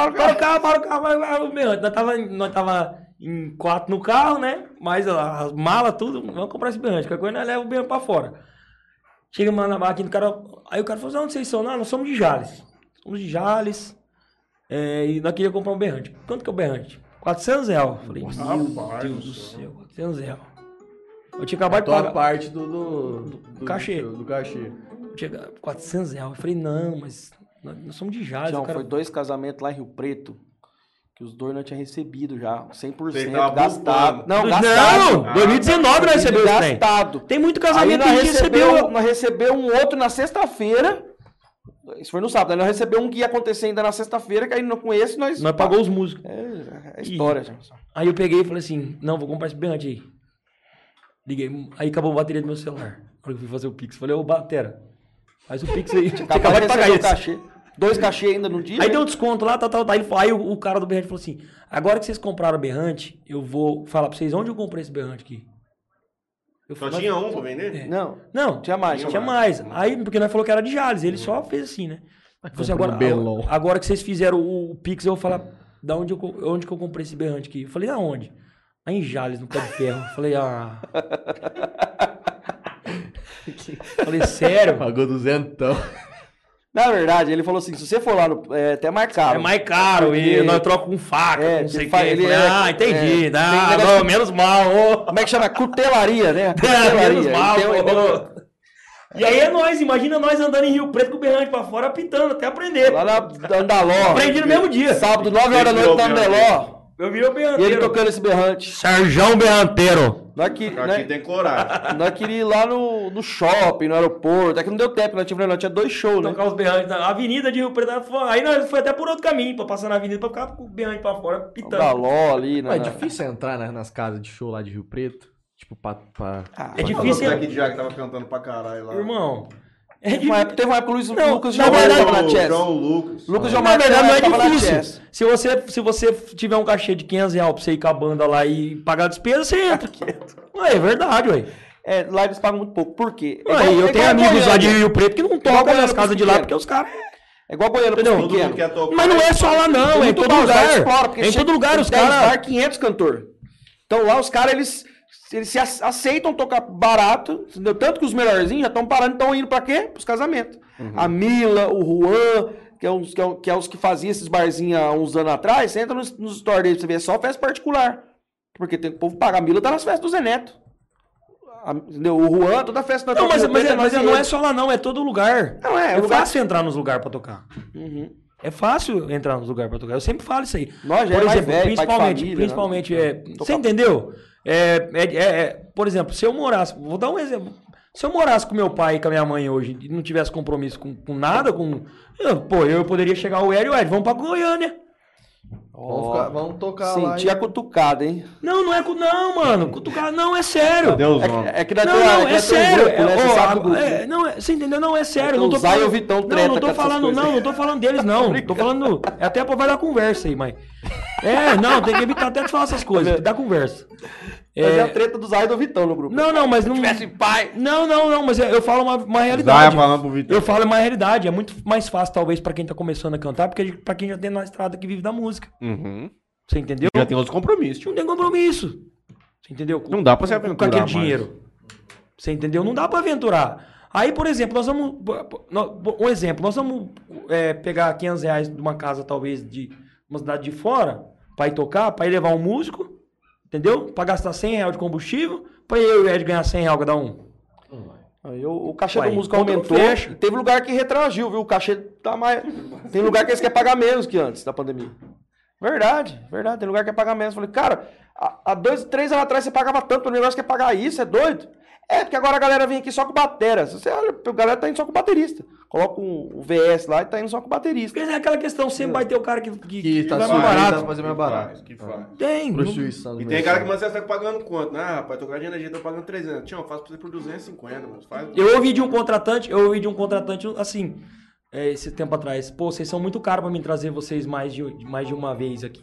Speaker 2: o berrante. Nós tava em 4 no carro, né? Mais as malas, tudo. Vamos comprar esse berrante. Qualquer coisa nós leva o berrante pra fora. Chega na máquina do cara. Aí o cara falou: onde vocês são? Não, nós somos de Jales. Somos de Jales. E nós queríamos comprar um berrante. Quanto que é o berrante? R$400. Eu falei: meu Deus do céu, R$400. Eu tinha acabado de
Speaker 4: Tua
Speaker 2: pagar.
Speaker 4: parte do
Speaker 2: cachê.
Speaker 4: Do cachê.
Speaker 2: Eu tinha R$400. Eu falei: não, mas nós somos de Jales.
Speaker 3: Não,
Speaker 2: o cara...
Speaker 3: foi 2 casamentos lá em Rio Preto. Que os 2 nós tínhamos recebido já. 100%
Speaker 1: Você tava
Speaker 3: gastado.
Speaker 1: bufando.
Speaker 3: Não, gastado.
Speaker 2: Não, 2019 nós recebemos esse trem.
Speaker 3: Gastado.
Speaker 2: Tem muito
Speaker 3: Aí
Speaker 2: casamento que a
Speaker 3: nós
Speaker 2: gente recebeu.
Speaker 3: nós recebeu um outro na sexta-feira. Isso foi no sábado. Aí nós recebemos um que ia acontecer ainda na sexta-feira, que aí não com esse nós...
Speaker 2: Nós pagou os músicos.
Speaker 3: É história, gente.
Speaker 2: Aí eu peguei e falei assim, não, vou comprar esse berrante aí. Liguei, aí acabou a bateria do meu celular. Quando eu fui fazer o Pix, falei, ô Batera, faz o Pix aí. Tinha acabado de pagar
Speaker 3: receber o
Speaker 2: isso.
Speaker 3: cachê. 2 cachê ainda no dia.
Speaker 2: Aí
Speaker 3: né?
Speaker 2: deu um desconto lá, tal. Aí o cara do berrante falou assim, agora que vocês compraram o berrante, eu vou falar pra vocês onde eu comprei esse berrante aqui. Eu
Speaker 1: Só
Speaker 2: falei,
Speaker 1: tinha um pra vender?
Speaker 3: Não.
Speaker 2: Não,
Speaker 3: Tinha mais.
Speaker 2: tinha mais. Aí, porque nós falou que era de Jales, ele só fez assim, né? Ele falou assim, agora que vocês fizeram o Pix, eu vou falar onde que eu comprei esse berrante aqui. Eu falei, aonde? Aí em Jales, no Pé de Ferro. Eu falei, Falei, sério?
Speaker 4: Pagou 200.
Speaker 3: Na verdade, ele falou assim, se você for lá, é até mais caro.
Speaker 2: É mais caro e
Speaker 3: Porque-
Speaker 2: nós trocamos com faca,
Speaker 3: É,
Speaker 2: não sei
Speaker 3: ele
Speaker 2: o
Speaker 3: fa-
Speaker 2: quê.
Speaker 3: ele
Speaker 2: Falei,
Speaker 3: é-
Speaker 2: entendi.
Speaker 3: é,
Speaker 2: Não,
Speaker 3: tem negócio-
Speaker 2: menos mal, ô.
Speaker 3: Como é que chama? Cutelaria, né?
Speaker 2: Menos
Speaker 3: Ele
Speaker 2: mal,
Speaker 3: tem um-
Speaker 2: ô. E aí é nós, imagina nós andando em Rio Preto com o berrante pra fora, apitando, até aprender.
Speaker 3: Lá na Andaló.
Speaker 2: Aprendi no mesmo dia.
Speaker 3: Sábado, 9 horas da noite, na Andaló.
Speaker 2: Eu virei o
Speaker 3: E
Speaker 2: berranteiro.
Speaker 3: ele tocando esse berrante.
Speaker 2: Sarjão Berranteiro.
Speaker 3: Nós
Speaker 1: Aqui
Speaker 3: queríamos
Speaker 1: tem coragem.
Speaker 3: nós queríamos ir lá no shopping, no aeroporto. É que não deu tempo, nós tinha 2 shows, né?
Speaker 2: Tocar os berrantes na avenida de Rio Preto. Aí nós foi até por outro caminho, pra passar na avenida, pra ficar com o berrante pra fora,
Speaker 3: O
Speaker 2: pitando.
Speaker 3: Galó ali, né?
Speaker 4: É difícil entrar nas casas de show lá de Rio Preto. Tipo, pra...
Speaker 2: É difícil,
Speaker 1: O Black Jack tava cantando pra caralho lá.
Speaker 2: irmão. É
Speaker 3: Teve uma época que o
Speaker 2: Não,
Speaker 3: Lucas
Speaker 2: na
Speaker 3: Gilmar
Speaker 2: verdade-
Speaker 3: tava na Chess.
Speaker 1: João Lucas.
Speaker 3: Lucas
Speaker 2: Na
Speaker 3: Gilmar
Speaker 2: verdade, não é
Speaker 3: tava na
Speaker 2: difícil.
Speaker 3: Chess.
Speaker 2: Se você tiver um cachê de R$500 pra você ir com a banda lá e pagar a despesa, você entra. Ué, é verdade, ué.
Speaker 3: É, lá eles pagam muito pouco. Por quê? É
Speaker 2: Ué,
Speaker 3: igual-
Speaker 2: eu
Speaker 3: é
Speaker 2: tenho
Speaker 3: igual
Speaker 2: amigos lá de
Speaker 3: Goiânia.
Speaker 2: Rio Preto que não
Speaker 3: Igual
Speaker 2: tocam
Speaker 3: Goiânia
Speaker 2: nas casas de lá,
Speaker 3: pros
Speaker 2: porque os caras...
Speaker 3: É igual Goiânia pros
Speaker 2: Entendeu?
Speaker 1: Todo mundo
Speaker 3: pequenos.
Speaker 1: quer tocar.
Speaker 2: Mas não é só lá não, é em
Speaker 3: Muito
Speaker 2: todo
Speaker 3: bom, os caras
Speaker 2: lugar.
Speaker 3: exploram, porque
Speaker 2: É em
Speaker 3: chega-
Speaker 2: todo lugar, os
Speaker 3: tem 10
Speaker 2: caras...
Speaker 3: bar, 500 cantor. Então lá os caras, eles se aceitam tocar barato, entendeu? Tanto que os melhorzinhos já estão parando, estão indo pra quê? Pros casamentos. A Mila, o Juan, que é os que faziam esses barzinhos há uns anos atrás, você entra nos stores deles, você vê, é só festa particular. Porque tem que o povo pagar. A Mila tá nas festas do Zé Neto. Entendeu? O Juan, toda festa da
Speaker 2: Não, mas
Speaker 3: Toca Rio Preto,
Speaker 2: não é só lá não, é todo lugar.
Speaker 3: Não, é
Speaker 2: É
Speaker 3: lugar-
Speaker 2: fácil entrar nos lugares pra tocar.
Speaker 3: Uhum.
Speaker 2: É fácil entrar nos lugares pra tocar. Eu sempre falo isso aí.
Speaker 3: Nós já
Speaker 2: Por
Speaker 3: é mais
Speaker 2: exemplo,
Speaker 3: velho, pai de família,
Speaker 2: principalmente
Speaker 3: né?
Speaker 2: você
Speaker 3: Tocar-
Speaker 2: entendeu? Por exemplo, se eu morasse, vou dar um exemplo. Se eu morasse com meu pai e com a minha mãe hoje e não tivesse compromisso com nada, eu poderia chegar ao Ed, vamos pra Goiânia.
Speaker 4: Vamos tocar lá.
Speaker 3: Senti a cutucada, hein?
Speaker 2: Não é não, mano. Cutucar, não, é sério.
Speaker 1: Cadê os homens?
Speaker 3: É que da
Speaker 2: Não, é sério.
Speaker 3: grupo, né? Você sabe do grupo.
Speaker 2: Você entendeu? Não, é sério.
Speaker 3: É
Speaker 2: Não
Speaker 3: que
Speaker 2: tô
Speaker 3: o Zay e
Speaker 2: falando.
Speaker 3: o Vitão
Speaker 2: Não,
Speaker 3: treta
Speaker 2: não tô
Speaker 3: com essas
Speaker 2: falando,
Speaker 3: coisas.
Speaker 2: não tô falando deles, não. Tô falando. É até pra vai dar conversa aí, mas. Não, tem que evitar até de falar essas coisas, que dá conversa.
Speaker 3: Mas é a treta do Zay e do Vitão no grupo.
Speaker 2: Não, mas não.
Speaker 3: tivesse pai.
Speaker 2: Não, mas eu falo uma
Speaker 1: Zaya
Speaker 2: realidade.
Speaker 1: falando pro Vitor.
Speaker 2: Eu falo uma realidade. É muito mais fácil, talvez, pra quem tá começando a cantar, porque pra quem já tem na estrada que vive da música.
Speaker 1: Uhum.
Speaker 2: Você entendeu?
Speaker 1: Já tem outros compromissos, tio.
Speaker 2: Não tem compromisso. Você entendeu?
Speaker 1: Não dá pra se
Speaker 2: com
Speaker 1: aventurar
Speaker 2: aquele
Speaker 1: mais.
Speaker 2: dinheiro. Você entendeu? Não dá pra aventurar. Aí, por exemplo, nós vamos... Um exemplo, nós vamos pegar R$500 de uma casa, talvez, de uma cidade de fora, pra ir tocar, pra ir levar um músico, entendeu? Pra gastar R$100 de combustível, pra eu e o Ed ganhar R$100 cada um.
Speaker 3: Aí o cachê
Speaker 2: Ué,
Speaker 3: do músico
Speaker 2: conta
Speaker 3: aumentou.
Speaker 2: fecha.
Speaker 3: E teve lugar que retroagiu, viu? O cachê tá mais. Tem lugar que eles querem pagar menos que antes da pandemia. Verdade. Tem lugar que quer pagar menos. Falei, cara, há 2, 3 anos atrás você pagava tanto, o negócio quer pagar isso, é doido? É, porque agora a galera vem aqui só com batera. Se você olha, a galera tá indo só com baterista. Coloca o VS lá e tá indo só com baterista.
Speaker 2: Porque é aquela questão, sempre vai ter o cara que
Speaker 4: Que tá
Speaker 2: vai mais
Speaker 4: sujeito
Speaker 2: barato.
Speaker 4: a fazer mais barato.
Speaker 1: Que faz.
Speaker 2: Tem.
Speaker 4: Prostituição.
Speaker 1: E tem cara que você tá pagando quanto? Ah, rapaz, tô com a energia, tô pagando 300. Tchau, eu faço pra você por 250, mano. Faz.
Speaker 2: Eu ouvi de um contratante assim, esse tempo atrás. Pô, vocês são muito caros pra mim trazer vocês mais de uma vez aqui.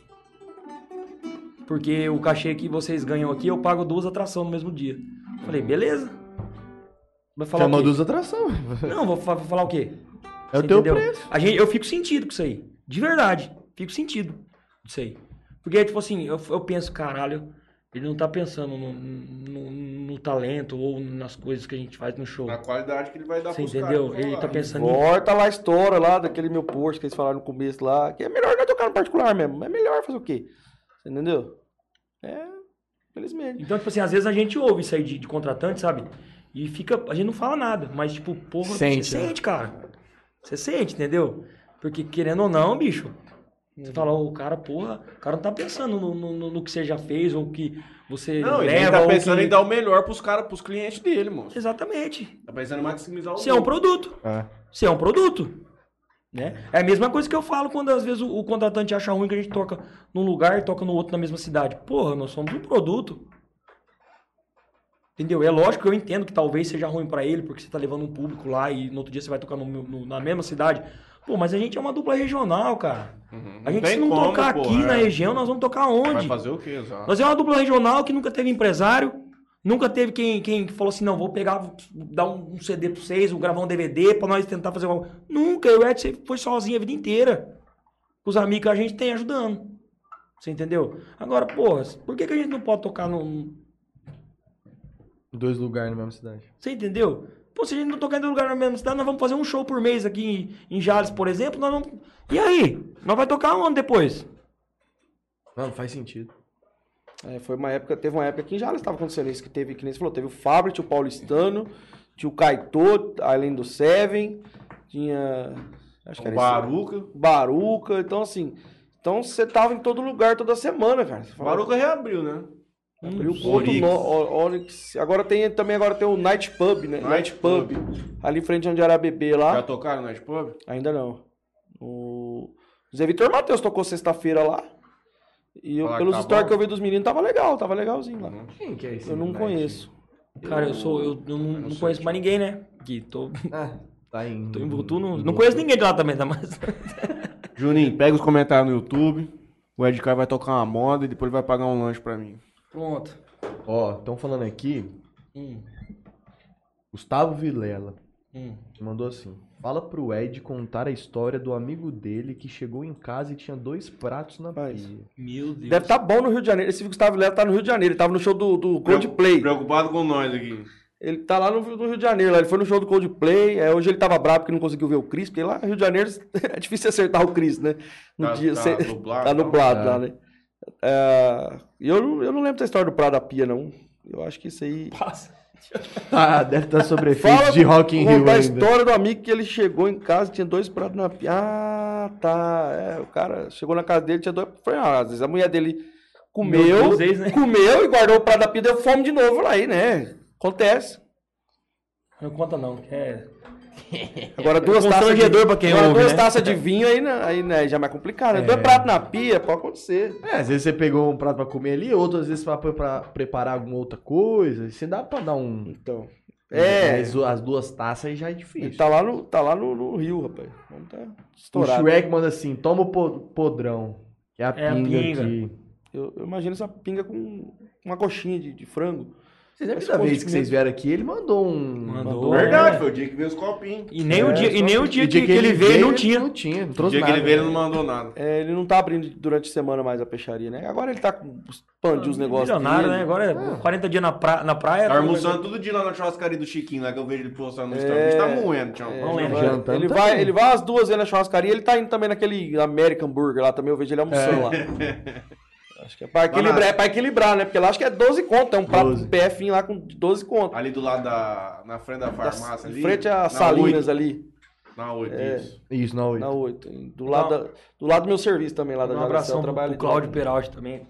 Speaker 2: Porque o cachê que vocês ganham aqui, eu pago 2 atrações no mesmo dia. Falei, beleza. Vai falar
Speaker 4: Chamou
Speaker 2: o quê?
Speaker 4: duas atrações.
Speaker 2: Não, vou falar o quê?
Speaker 4: É o
Speaker 2: Você
Speaker 4: teu
Speaker 2: entendeu?
Speaker 4: preço.
Speaker 2: Eu fico sentido com isso aí. De verdade. Fico sentido disso aí. Porque, tipo assim, eu penso, caralho, ele não tá pensando no talento ou nas coisas que a gente faz no show.
Speaker 1: Na qualidade que ele vai dar
Speaker 2: Você
Speaker 1: pros
Speaker 2: entendeu?
Speaker 1: caras.
Speaker 2: Ele tá pensando em...
Speaker 3: Volta lá a história lá daquele meu post que eles falaram no começo lá. Que é melhor não tocar no particular mesmo. É melhor fazer o quê? Você entendeu? Felizmente.
Speaker 2: Então, tipo assim, às vezes a gente ouve isso aí de contratante, sabe? E fica... A gente não fala nada, mas, tipo, porra,
Speaker 4: Sente,
Speaker 2: você
Speaker 4: né?
Speaker 2: sente, cara. Você sente, entendeu? Porque, querendo ou não, bicho, você fala, o cara, porra, o cara não tá pensando no que você já fez ou que você
Speaker 1: Não, ele
Speaker 2: leva.
Speaker 1: tá
Speaker 2: ou
Speaker 1: pensando
Speaker 2: que...
Speaker 1: em dar o melhor pros caras, pros clientes dele, moço.
Speaker 2: Exatamente.
Speaker 1: Tá pensando em maximizar o
Speaker 2: Você é um
Speaker 1: lucro.
Speaker 2: produto.
Speaker 4: É.
Speaker 2: Você é um produto. Né? É a mesma coisa que eu falo quando às vezes o contratante acha ruim que a gente toca num lugar e toca no outro na mesma cidade. Porra, nós somos um produto. Entendeu? É lógico que eu entendo que talvez seja ruim pra ele, porque você tá levando um público lá e no outro dia você vai tocar na mesma cidade. Pô, mas a gente é uma dupla regional, cara. A gente,
Speaker 1: tem
Speaker 2: se não
Speaker 1: como,
Speaker 2: tocar
Speaker 1: pô,
Speaker 2: aqui
Speaker 1: é.
Speaker 2: na região, nós vamos tocar onde?
Speaker 1: Vai fazer o quê, exato?
Speaker 2: Nós é uma dupla regional que nunca teve empresário, nunca teve quem falou assim, não, vou pegar, dar um CD pra vocês, vou gravar um DVD pra nós tentar fazer uma... Nunca, eu e o Ed foi sozinho a vida inteira. Com os amigos que a gente tem ajudando. Você entendeu? Agora, porra, por que a gente não pode tocar no...
Speaker 4: 2 lugares na mesma cidade.
Speaker 2: Você entendeu? Pô, se a gente não tocar em lugar na mesma cidade, nós vamos fazer um show por mês aqui em Jales, por exemplo, nós vamos... E aí? Nós vai tocar onde depois?
Speaker 4: Não faz sentido.
Speaker 3: Teve uma época que em Jales estava acontecendo isso, que nem você falou, teve o Fábio, tinha o Paulistano, tinha o Caetô, além do Seven, tinha... Acho que era
Speaker 1: Baruca.
Speaker 3: Baruca, então assim, Então você tava em todo lugar toda semana, cara. Você
Speaker 1: O
Speaker 3: fala,
Speaker 1: Baruca reabriu, né?
Speaker 3: abriu o
Speaker 1: Onyx.
Speaker 3: Onyx. Agora tem o Night Pub, né?
Speaker 1: Night Pub.
Speaker 3: Ali em frente onde era bebê lá.
Speaker 1: Já tocaram no Night Pub?
Speaker 3: Ainda não. O Zé Vitor Matheus tocou sexta-feira lá. E
Speaker 1: Fala que
Speaker 3: pelos
Speaker 1: tá
Speaker 3: stories
Speaker 1: bom.
Speaker 3: que eu vi dos meninos, tava legalzinho lá.
Speaker 4: Quem que é esse?
Speaker 3: Eu não conheço.
Speaker 2: Cara, eu não conheço mais ninguém, né? Que tô
Speaker 4: Tá em...
Speaker 2: em Votu, não conheço ninguém de lá também, tá? Mas...
Speaker 1: Juninho, pega os comentários no YouTube. O Ed Kai vai tocar uma moda e depois ele vai pagar um lanche pra mim.
Speaker 2: Pronto.
Speaker 4: Ó, estão falando aqui, Gustavo Vilela mandou assim: fala pro Ed contar a história do amigo dele que chegou em casa e tinha 2 pratos na
Speaker 3: Rapaz.
Speaker 4: pia.
Speaker 2: Meu Deus.
Speaker 3: Deve estar bom no Rio de Janeiro. Esse Gustavo Vilela tá no Rio de Janeiro. Ele tava no show do Coldplay.
Speaker 1: Preocupado com nós aqui.
Speaker 3: Ele tá lá no Rio de Janeiro. Lá. Ele foi no show do Coldplay. Hoje ele tava bravo porque não conseguiu ver o Chris. Porque lá no Rio de Janeiro é difícil acertar o Chris, né? No
Speaker 1: Tá nublado,
Speaker 3: tá nublado
Speaker 4: não?
Speaker 3: lá, né? E eu não lembro da história do prato da pia, não. Eu acho que isso aí...
Speaker 2: Passa.
Speaker 4: Ah, deve estar sobre efeito de Rock in Rio
Speaker 3: Conta a
Speaker 4: ainda.
Speaker 3: história do amigo que ele chegou em casa e tinha 2 pratos na pia. Ah, tá. O cara chegou na casa dele, tinha 2... Foi, às vezes a mulher dele comeu,
Speaker 2: Duas vezes, né?
Speaker 3: comeu e guardou o prato da pia e deu fome de novo lá aí, né? Acontece.
Speaker 2: Não conta não, que é...
Speaker 3: Agora 2 taças
Speaker 2: constrangedor pra quem
Speaker 3: agora
Speaker 2: ouve,
Speaker 3: 2
Speaker 2: né?
Speaker 3: taças de vinho aí, né, já é mais complicado. Né? 2 pratos na pia, pode acontecer.
Speaker 4: Às vezes você pegou um prato pra comer ali, outras vezes pra preparar alguma outra coisa. Você dá pra dar um...
Speaker 3: Então,
Speaker 4: Mas as 2 taças aí já é difícil.
Speaker 3: ele tá lá no Rio, rapaz. Vamos tá
Speaker 4: O
Speaker 3: estourado.
Speaker 4: Shrek manda assim: toma o podrão, que é a
Speaker 2: É a
Speaker 4: pinga
Speaker 2: pinga.
Speaker 4: aqui.
Speaker 3: Eu imagino essa pinga com uma coxinha de frango.
Speaker 4: Vocês lembram
Speaker 3: Esse
Speaker 4: da vez
Speaker 3: gosto
Speaker 4: que
Speaker 3: de
Speaker 4: vocês
Speaker 3: pimenta.
Speaker 4: vieram aqui, ele mandou um...
Speaker 2: Mandou.
Speaker 1: Verdade, foi o dia que veio os copinhos.
Speaker 2: E nem o dia,
Speaker 4: E
Speaker 2: que ele veio, não tinha.
Speaker 4: Não tinha, não
Speaker 1: O
Speaker 4: trouxe
Speaker 1: dia que
Speaker 4: nada.
Speaker 1: ele veio, ele não mandou nada.
Speaker 3: Ele não tá abrindo durante a semana mais a peixaria, né? Agora ele tá expandindo os negócios
Speaker 2: Milionário,
Speaker 3: dele.
Speaker 2: né? Agora é 40 dias na praia.
Speaker 1: Tá almoçando todo dia lá na churrascaria do Chiquinho, lá que eu vejo ele postando no Instagram. A gente tá moendo, tchau.
Speaker 2: Vamos
Speaker 3: Ele
Speaker 2: lembrar.
Speaker 3: vai,
Speaker 4: Jantando
Speaker 3: ele,
Speaker 4: também.
Speaker 3: vai, ele vai às 2 vezes na churrascaria, ele tá indo também naquele American Burger lá também, eu vejo ele almoçando lá. Acho que é pra equilibrar, né? Porque lá acho que é 12 conto, tem um prato
Speaker 4: 12.
Speaker 3: de PF lá com 12 conto.
Speaker 1: Ali do lado na frente da farmácia ali.
Speaker 3: Em frente a
Speaker 1: na
Speaker 3: Salinas
Speaker 1: 8.
Speaker 3: ali,
Speaker 1: Na 8, isso.
Speaker 4: Isso, não.
Speaker 3: na 8. Do lado do meu serviço também, lá da
Speaker 2: Um
Speaker 3: Jalisel,
Speaker 2: abração
Speaker 3: eu
Speaker 2: pro
Speaker 3: trabalho ali
Speaker 2: Cláudio
Speaker 3: do lado.
Speaker 2: Peralti também.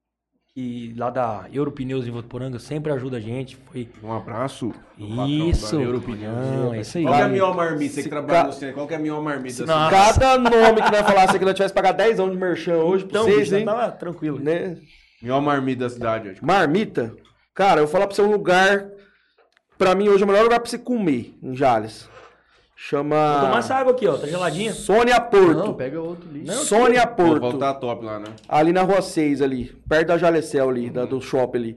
Speaker 2: Que lá da Europneus em Votuporanga sempre ajuda a gente. Foi
Speaker 1: Um abraço.
Speaker 2: isso.
Speaker 1: Da Europneus.
Speaker 2: Não, é isso aí.
Speaker 1: Qual que é a melhor marmita? Você que
Speaker 3: Se
Speaker 1: trabalha
Speaker 3: ca-
Speaker 1: no centro, qual que é a melhor marmita?
Speaker 2: Nossa.
Speaker 3: Cada nome que nós falasse aqui, nós tivesse que pagar 10 anos de merchan hoje pra
Speaker 2: Então,
Speaker 3: vocês,
Speaker 2: bicho,
Speaker 3: hein?
Speaker 2: tava tranquilo.
Speaker 3: Né?
Speaker 1: Melhor marmita da cidade, Ed.
Speaker 3: Marmita? Cara, eu vou falar pra você um lugar. Pra mim, hoje é o melhor lugar pra você comer em Jales. Chama.
Speaker 2: Vou tomar essa água aqui, ó. Tá geladinha.
Speaker 3: Sônia Porto.
Speaker 4: Não, pega outro ali.
Speaker 3: Sônia
Speaker 1: Pô,
Speaker 3: Porto.
Speaker 1: voltar top lá, né?
Speaker 3: Ali na rua 6, ali. Perto da Jalecel ali, do shopping ali.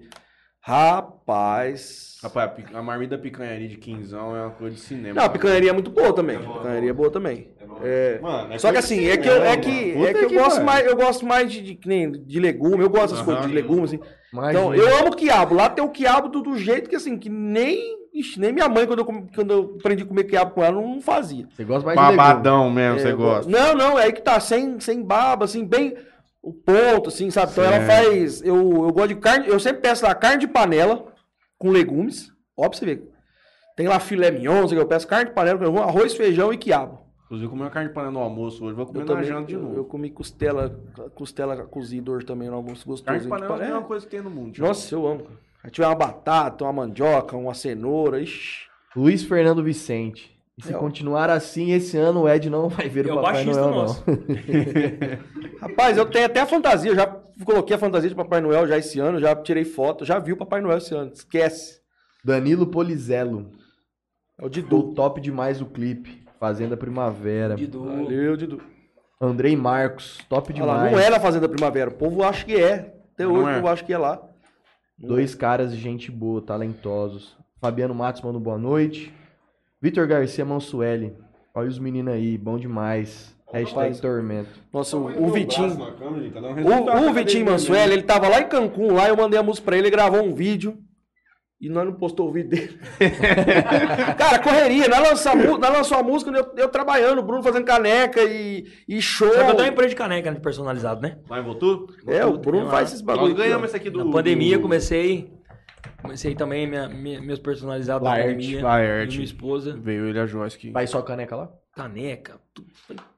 Speaker 3: Rapaz.
Speaker 1: Rapaz, a marmita picanharia de quinzão é uma coisa de cinema.
Speaker 3: Não, a picanharia é muito boa também. Picanharia é boa também. É.
Speaker 1: Mano, é
Speaker 3: Só que
Speaker 1: coisa
Speaker 3: assim,
Speaker 1: de
Speaker 3: é que
Speaker 1: cinema,
Speaker 3: eu
Speaker 1: mano.
Speaker 3: eu gosto mais que nem de legume, eu gosto dessas coisas de legumes, assim.
Speaker 4: Mais
Speaker 3: Então,
Speaker 4: um.
Speaker 3: eu amo quiabo. Lá tem o quiabo do jeito que assim, que nem minha mãe, quando eu aprendi a comer quiabo com ela, não fazia.
Speaker 4: Você gosta mais de legume.
Speaker 1: Babadão mesmo, você
Speaker 3: É,
Speaker 1: gosta.
Speaker 3: Não, é aí que tá, sem baba, assim, bem o ponto, assim, sabe? Então ela faz. Eu gosto de carne, eu sempre peço lá carne de panela com legumes. Ó, pra você ver. Tem lá filé mignon, não sei o que, eu peço carne de panela com legumes, arroz, feijão e quiabo.
Speaker 1: Inclusive, eu comi uma carne de panela no almoço hoje, vou comer
Speaker 3: Eu
Speaker 1: na
Speaker 3: também,
Speaker 1: janta de novo.
Speaker 3: eu comi costela cozida hoje também no almoço, gostoso.
Speaker 1: Carne de panela é a melhor coisa que tem no mundo. tio.
Speaker 3: Nossa, eu amo. Aí tiver uma batata, uma mandioca, uma cenoura, ixi.
Speaker 4: Luiz Fernando Vicente. E se
Speaker 3: É, ó.
Speaker 4: continuar assim, esse ano o Ed não vai ver
Speaker 2: É
Speaker 4: o
Speaker 2: o
Speaker 4: Papai
Speaker 2: baixista
Speaker 4: Noel,
Speaker 2: nosso.
Speaker 4: não.
Speaker 3: Rapaz, eu tenho até a fantasia, eu já coloquei a fantasia de Papai Noel já esse ano, já tirei foto, já vi o Papai Noel esse ano, esquece.
Speaker 4: Danilo Polizello.
Speaker 3: É o Didu.
Speaker 4: Do top demais o clipe. Fazenda Primavera.
Speaker 2: Didu.
Speaker 3: Valeu, Didu.
Speaker 4: Andrei Marcos. Top
Speaker 3: Olha lá,
Speaker 4: demais.
Speaker 3: não é na Fazenda Primavera, o povo acha que é. Até
Speaker 1: Não
Speaker 3: hoje
Speaker 1: é.
Speaker 3: o povo acha que é lá.
Speaker 4: 2 caras de gente boa, talentosos. Fabiano Matos manda um boa noite. Vitor Garcia Mansueli. Olha os meninos aí, bom demais. Hashtag Tormento.
Speaker 3: Nossa, o Vitinho.
Speaker 1: Na câmera, tá dando resultado,
Speaker 3: O Vitinho
Speaker 1: cadê
Speaker 3: Mansueli, ele tava lá em Cancún, lá eu mandei a música pra ele, ele gravou um vídeo. E nós não postou o vídeo dele. Cara, correria. Nós lançou a música, eu trabalhando, o Bruno fazendo caneca e show.
Speaker 2: Só que eu tenho uma empresa de caneca né, personalizado, né?
Speaker 1: Lá em Votu?
Speaker 3: É, o Bruno faz esses bagulho.
Speaker 1: Nós ganhamos esse aqui do...
Speaker 2: Na pandemia
Speaker 1: do-
Speaker 2: comecei também meus personalizados da
Speaker 4: Laerte,
Speaker 2: pandemia.
Speaker 1: Laerte.
Speaker 2: E minha esposa.
Speaker 1: Veio ele a Joyce aqui.
Speaker 4: Vai só caneca lá?
Speaker 2: Caneca.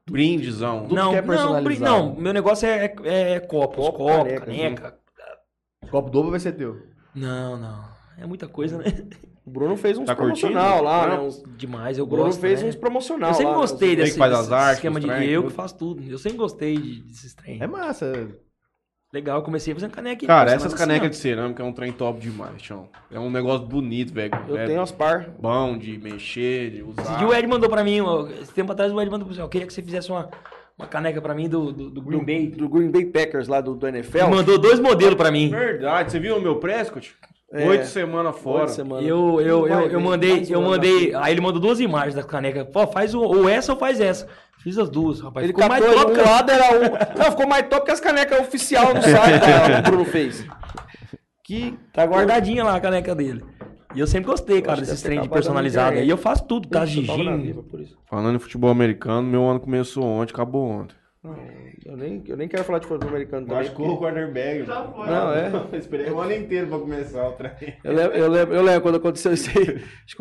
Speaker 1: Brindezão.
Speaker 4: Tudo que é personalizado.
Speaker 2: Não, meu negócio é copos,
Speaker 3: Copo,
Speaker 2: caneca.
Speaker 4: Copo dobro vai ser teu.
Speaker 2: Não. É muita coisa, né?
Speaker 3: O Bruno fez uns
Speaker 1: Tá
Speaker 3: promocional
Speaker 1: curtindo?
Speaker 3: lá, né?
Speaker 1: Não.
Speaker 2: Demais, eu
Speaker 3: O Bruno
Speaker 2: gosto.
Speaker 3: fez
Speaker 2: né?
Speaker 3: uns promocional
Speaker 2: Eu sempre
Speaker 3: lá,
Speaker 2: gostei
Speaker 1: Você
Speaker 2: desse,
Speaker 1: que faz as
Speaker 2: desse
Speaker 1: artes,
Speaker 2: esquema
Speaker 1: os
Speaker 2: de
Speaker 1: trem,
Speaker 2: eu
Speaker 1: tudo.
Speaker 2: que faço tudo. Eu sempre gostei desses trem.
Speaker 4: É massa.
Speaker 2: Legal, eu comecei fazendo caneca.
Speaker 1: Cara, essas canecas de cerâmica é um trem top demais, chão. É um negócio bonito, velho.
Speaker 3: Eu
Speaker 1: É
Speaker 3: tenho as par.
Speaker 1: bom de mexer, de usar.
Speaker 2: Esse dia o Ed mandou pra mim, esse tempo atrás o Ed mandou pra mim, eu queria que você fizesse uma caneca pra mim do Green Bay.
Speaker 3: Do Green Bay Packers lá do NFL.
Speaker 2: Ele mandou 2 modelos pra mim.
Speaker 1: Verdade, você viu o meu Prescott?
Speaker 3: É.
Speaker 1: 8 semanas fora.
Speaker 3: 8 semanas.
Speaker 2: Eu mandei. Aí ele mandou 2 imagens da caneca. Pô, faz ou essa ou faz essa. Fiz as duas, rapaz.
Speaker 3: Ele
Speaker 2: Ficou mais
Speaker 3: catou,
Speaker 2: top,
Speaker 3: um
Speaker 2: cara.
Speaker 3: lado era um... Não, ficou mais top que as canecas oficial no site que o Bruno fez. Que
Speaker 2: Tá guardadinha lá a caneca dele. E eu sempre gostei, cara,
Speaker 3: Acho que
Speaker 2: desses
Speaker 3: deve ter
Speaker 2: trem de
Speaker 3: acabado na
Speaker 2: personalizado.
Speaker 3: internet.
Speaker 2: E eu faço tudo, tá?
Speaker 3: Eu tava na
Speaker 2: Gigim.
Speaker 3: Viva por isso.
Speaker 1: Falando em futebol americano, meu ano começou ontem, acabou ontem.
Speaker 3: Não, eu nem quero falar de futebol americano também.
Speaker 1: Machucou o quarterback.
Speaker 4: Já foi.
Speaker 3: Não, é.
Speaker 1: Esperei o ano inteiro pra começar o trem.
Speaker 3: Eu lembro quando aconteceu isso aí. Acho que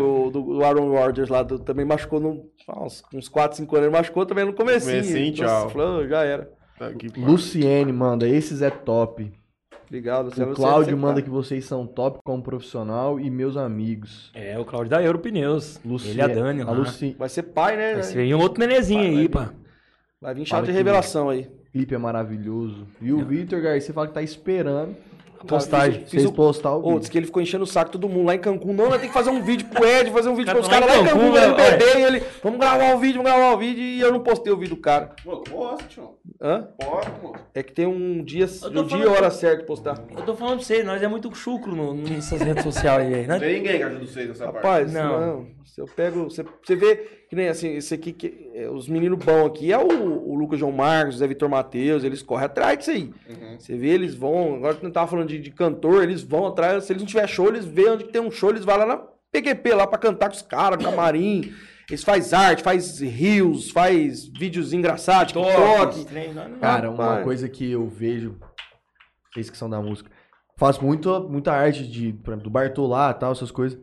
Speaker 3: o Aaron Rodgers lá também machucou uns 4, 5 anos. Ele machucou também no comecinho.
Speaker 1: Comecinho,
Speaker 3: Nossa,
Speaker 1: tchau.
Speaker 3: falou, já era.
Speaker 1: Tá aqui, pá.
Speaker 4: Luciene manda, esses é top.
Speaker 3: Obrigado, Luciano.
Speaker 4: O Cláudio
Speaker 3: Sempre
Speaker 4: manda
Speaker 3: tá.
Speaker 4: que vocês são top como profissional e meus amigos.
Speaker 2: É, o Claudio da Euro Pneus. Ele e a Dani
Speaker 4: a
Speaker 2: lá.
Speaker 4: Luci...
Speaker 3: Vai ser pai, né?
Speaker 2: Vai ser um outro nenezinho aí, pá.
Speaker 3: Vai vir
Speaker 4: Fala
Speaker 3: chato de
Speaker 4: que-
Speaker 3: revelação aí.
Speaker 4: O clipe é maravilhoso. E o Vitor Garcia fala que tá esperando
Speaker 2: A postagem.
Speaker 4: vocês postar o
Speaker 3: Ô,
Speaker 4: vídeo.
Speaker 3: disse que ele ficou enchendo o saco todo mundo lá em Cancún. Não, nós tem que fazer um vídeo pro Ed, fazer um vídeo
Speaker 2: Cara,
Speaker 3: pros caras lá em Cancún,
Speaker 2: velho,
Speaker 3: vendo bebê. E ele, vamos gravar um vídeo. E eu não postei o vídeo do cara.
Speaker 1: Pô, posso, tio.
Speaker 3: Hã?
Speaker 1: Posso, moço.
Speaker 3: É que tem um dia
Speaker 2: tô
Speaker 3: e
Speaker 2: falando-
Speaker 3: hora certo de postar.
Speaker 2: Eu tô falando pra você, nós é muito chucro nessas redes sociais aí,
Speaker 1: Não
Speaker 2: né?
Speaker 1: tem ninguém que ajuda vocês nessa parte.
Speaker 3: Rapaz,
Speaker 2: Não.
Speaker 3: não. Se eu pego. Você vê que nem assim, esse aqui, os meninos bons aqui é o Lucas João Marcos, o Zé Vitor Matheus, eles correm atrás disso aí. Você vê, eles vão. Agora que não tava falando de cantor, eles vão atrás. Se eles não tiver show, eles vê onde tem um show, eles vão lá na PQP lá pra cantar com os caras, no camarim. Eles faz arte, faz reels, faz vídeos engraçados, TikTok.
Speaker 4: Cara, uma
Speaker 3: Rapaz.
Speaker 4: coisa que eu vejo, vocês que são da música, faço muita arte por exemplo, do Bartolá e tal, essas coisas.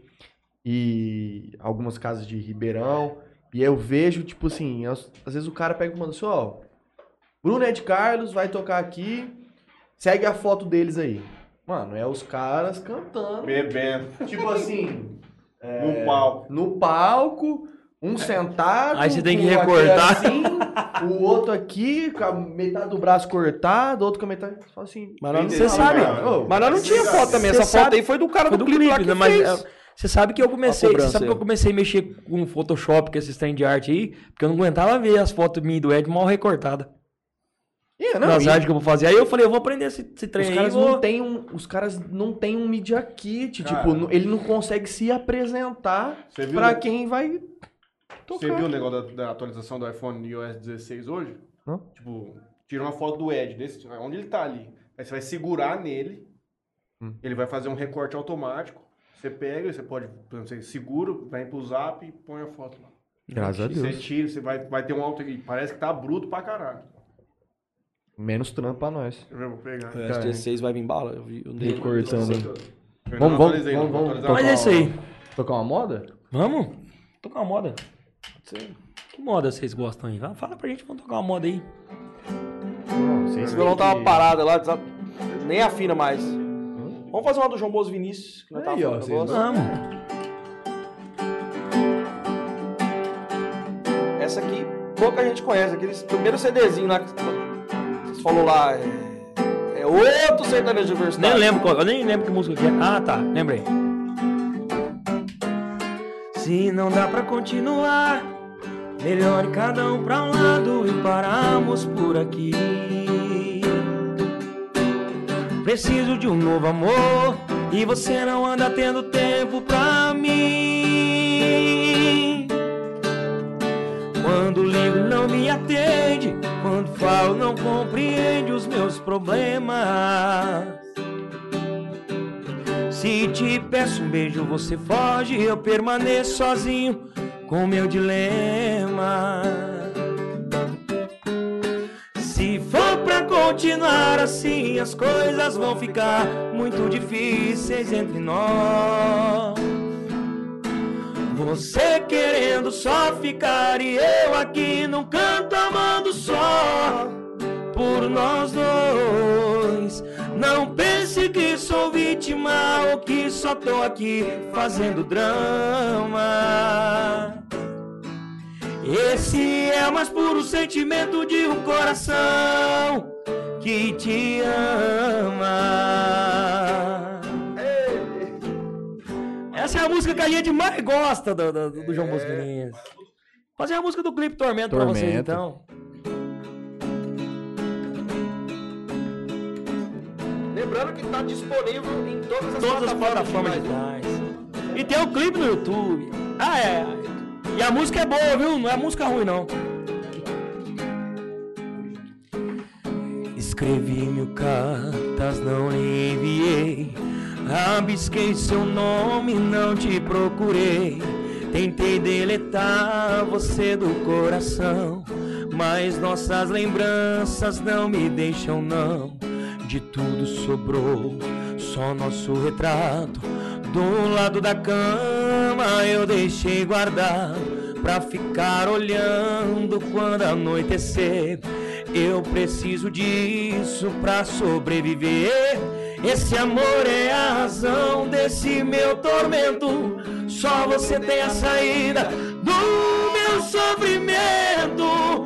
Speaker 4: E algumas casas de Ribeirão. E eu vejo, tipo assim, às vezes o cara pega e manda assim, ó, Bruno Ed Carlos vai tocar aqui, segue a foto deles aí. Mano, é os caras cantando.
Speaker 1: Bebendo.
Speaker 4: Tipo assim,
Speaker 1: No palco.
Speaker 4: no palco, um sentado.
Speaker 2: Aí você tem que
Speaker 4: com aquele
Speaker 2: recortar.
Speaker 4: assim, o outro aqui, com a metade do braço cortado, outro com a metade. Você fala assim.
Speaker 3: Mas nós não-
Speaker 2: Você sabe.
Speaker 3: Mas nós não tinha foto também.
Speaker 2: Cê
Speaker 3: Essa foto
Speaker 2: sabe-
Speaker 3: aí foi do cara
Speaker 2: Foi
Speaker 3: do
Speaker 2: do
Speaker 3: clipe lá que
Speaker 2: clipe, né? Mas
Speaker 3: fez.
Speaker 2: você sabe que eu comecei.
Speaker 3: A cobrança
Speaker 2: Você sabe que
Speaker 3: aí.
Speaker 2: eu comecei a mexer com Photoshop, com esses trem de arte aí, porque eu não aguentava ver as fotos minhas e do Ed mal recortadas.
Speaker 4: Não,
Speaker 2: Nas
Speaker 4: e
Speaker 2: artes que eu vou fazer. Aí eu falei, eu vou aprender esse trem
Speaker 4: os
Speaker 2: aí.
Speaker 4: caras,
Speaker 2: Vou...
Speaker 4: os caras não tem um media kit.
Speaker 1: Cara.
Speaker 4: Tipo, ele não consegue se apresentar
Speaker 1: Você viu,
Speaker 4: pra quem vai tocar.
Speaker 1: Você viu o negócio da atualização do iPhone iOS 16 hoje?
Speaker 4: Não.
Speaker 1: Tipo, tira uma foto do Ed, onde ele tá ali. Aí você vai segurar nele, ele vai fazer um recorte automático. Você pega, você pode, por exemplo, você segura, vai pro zap e põe a foto lá.
Speaker 4: Graças a
Speaker 1: E você
Speaker 4: Deus.
Speaker 1: tira, você vai ter um alto aqui. Parece que tá bruto pra caralho.
Speaker 4: Menos trampo pra nós.
Speaker 1: Eu vou pegar.
Speaker 3: O S16 vai vir bala. Eu vi. Eu dei-
Speaker 4: Recortando.
Speaker 1: Eu
Speaker 4: Vamos,
Speaker 1: não atualizei, não,
Speaker 4: vamos,
Speaker 1: vou
Speaker 4: vamos.
Speaker 1: atualizar.
Speaker 2: Mas é isso aí.
Speaker 4: Tocar uma moda?
Speaker 2: Vamos? Tocar uma moda. Que moda vocês gostam aí? Fala pra gente, vamos tocar uma moda aí.
Speaker 3: Esse violão tava parado lá, nem afina mais. Vamos fazer uma do João Bozo Vinícius, que nós tava
Speaker 4: Aí, ó,
Speaker 3: falando
Speaker 4: vocês
Speaker 3: agora.
Speaker 2: Vamos.
Speaker 3: Essa aqui, pouca gente conhece. Aqueles primeiro CDzinho lá que vocês falou lá. É outro sertanejo de
Speaker 2: Nem
Speaker 3: universidade.
Speaker 2: lembro qual, eu nem lembro que música que é. Ah, tá, lembrei. Se não dá pra continuar, melhor cada um pra um lado e paramos por aqui. Preciso de um novo amor e você não anda tendo tempo pra mim. Quando ligo não me atende, quando falo não compreende os meus problemas. Se te peço um beijo você foge, eu permaneço sozinho com meu dilema. Se for pra continuar assim, as coisas vão ficar muito difíceis entre nós. Você querendo só ficar e eu aqui num canto amando só por nós dois. Não pense que sou vítima ou que só tô aqui fazendo drama. Esse é o mais puro sentimento de um coração que te ama. Essa é a música que a gente mais gosta do João Bosco Vinícius. Fazer a música do clipe Tormento pra vocês, então.
Speaker 3: Lembrando que tá disponível em todas
Speaker 2: Todas as plataformas digitais. E tem o clipe no YouTube. Ah, é. E a música é boa, viu? Não é música ruim, não. Escrevi 1000 cartas, não lhe enviei. Rabisquei seu nome, não te procurei. Tentei deletar você do coração, mas nossas lembranças não me deixam, não. De tudo sobrou só nosso retrato. Do lado da cama eu deixei guardar pra ficar olhando quando anoitecer. Eu preciso disso pra sobreviver. Esse amor é a razão desse meu tormento. Só você tem a saída do meu sofrimento.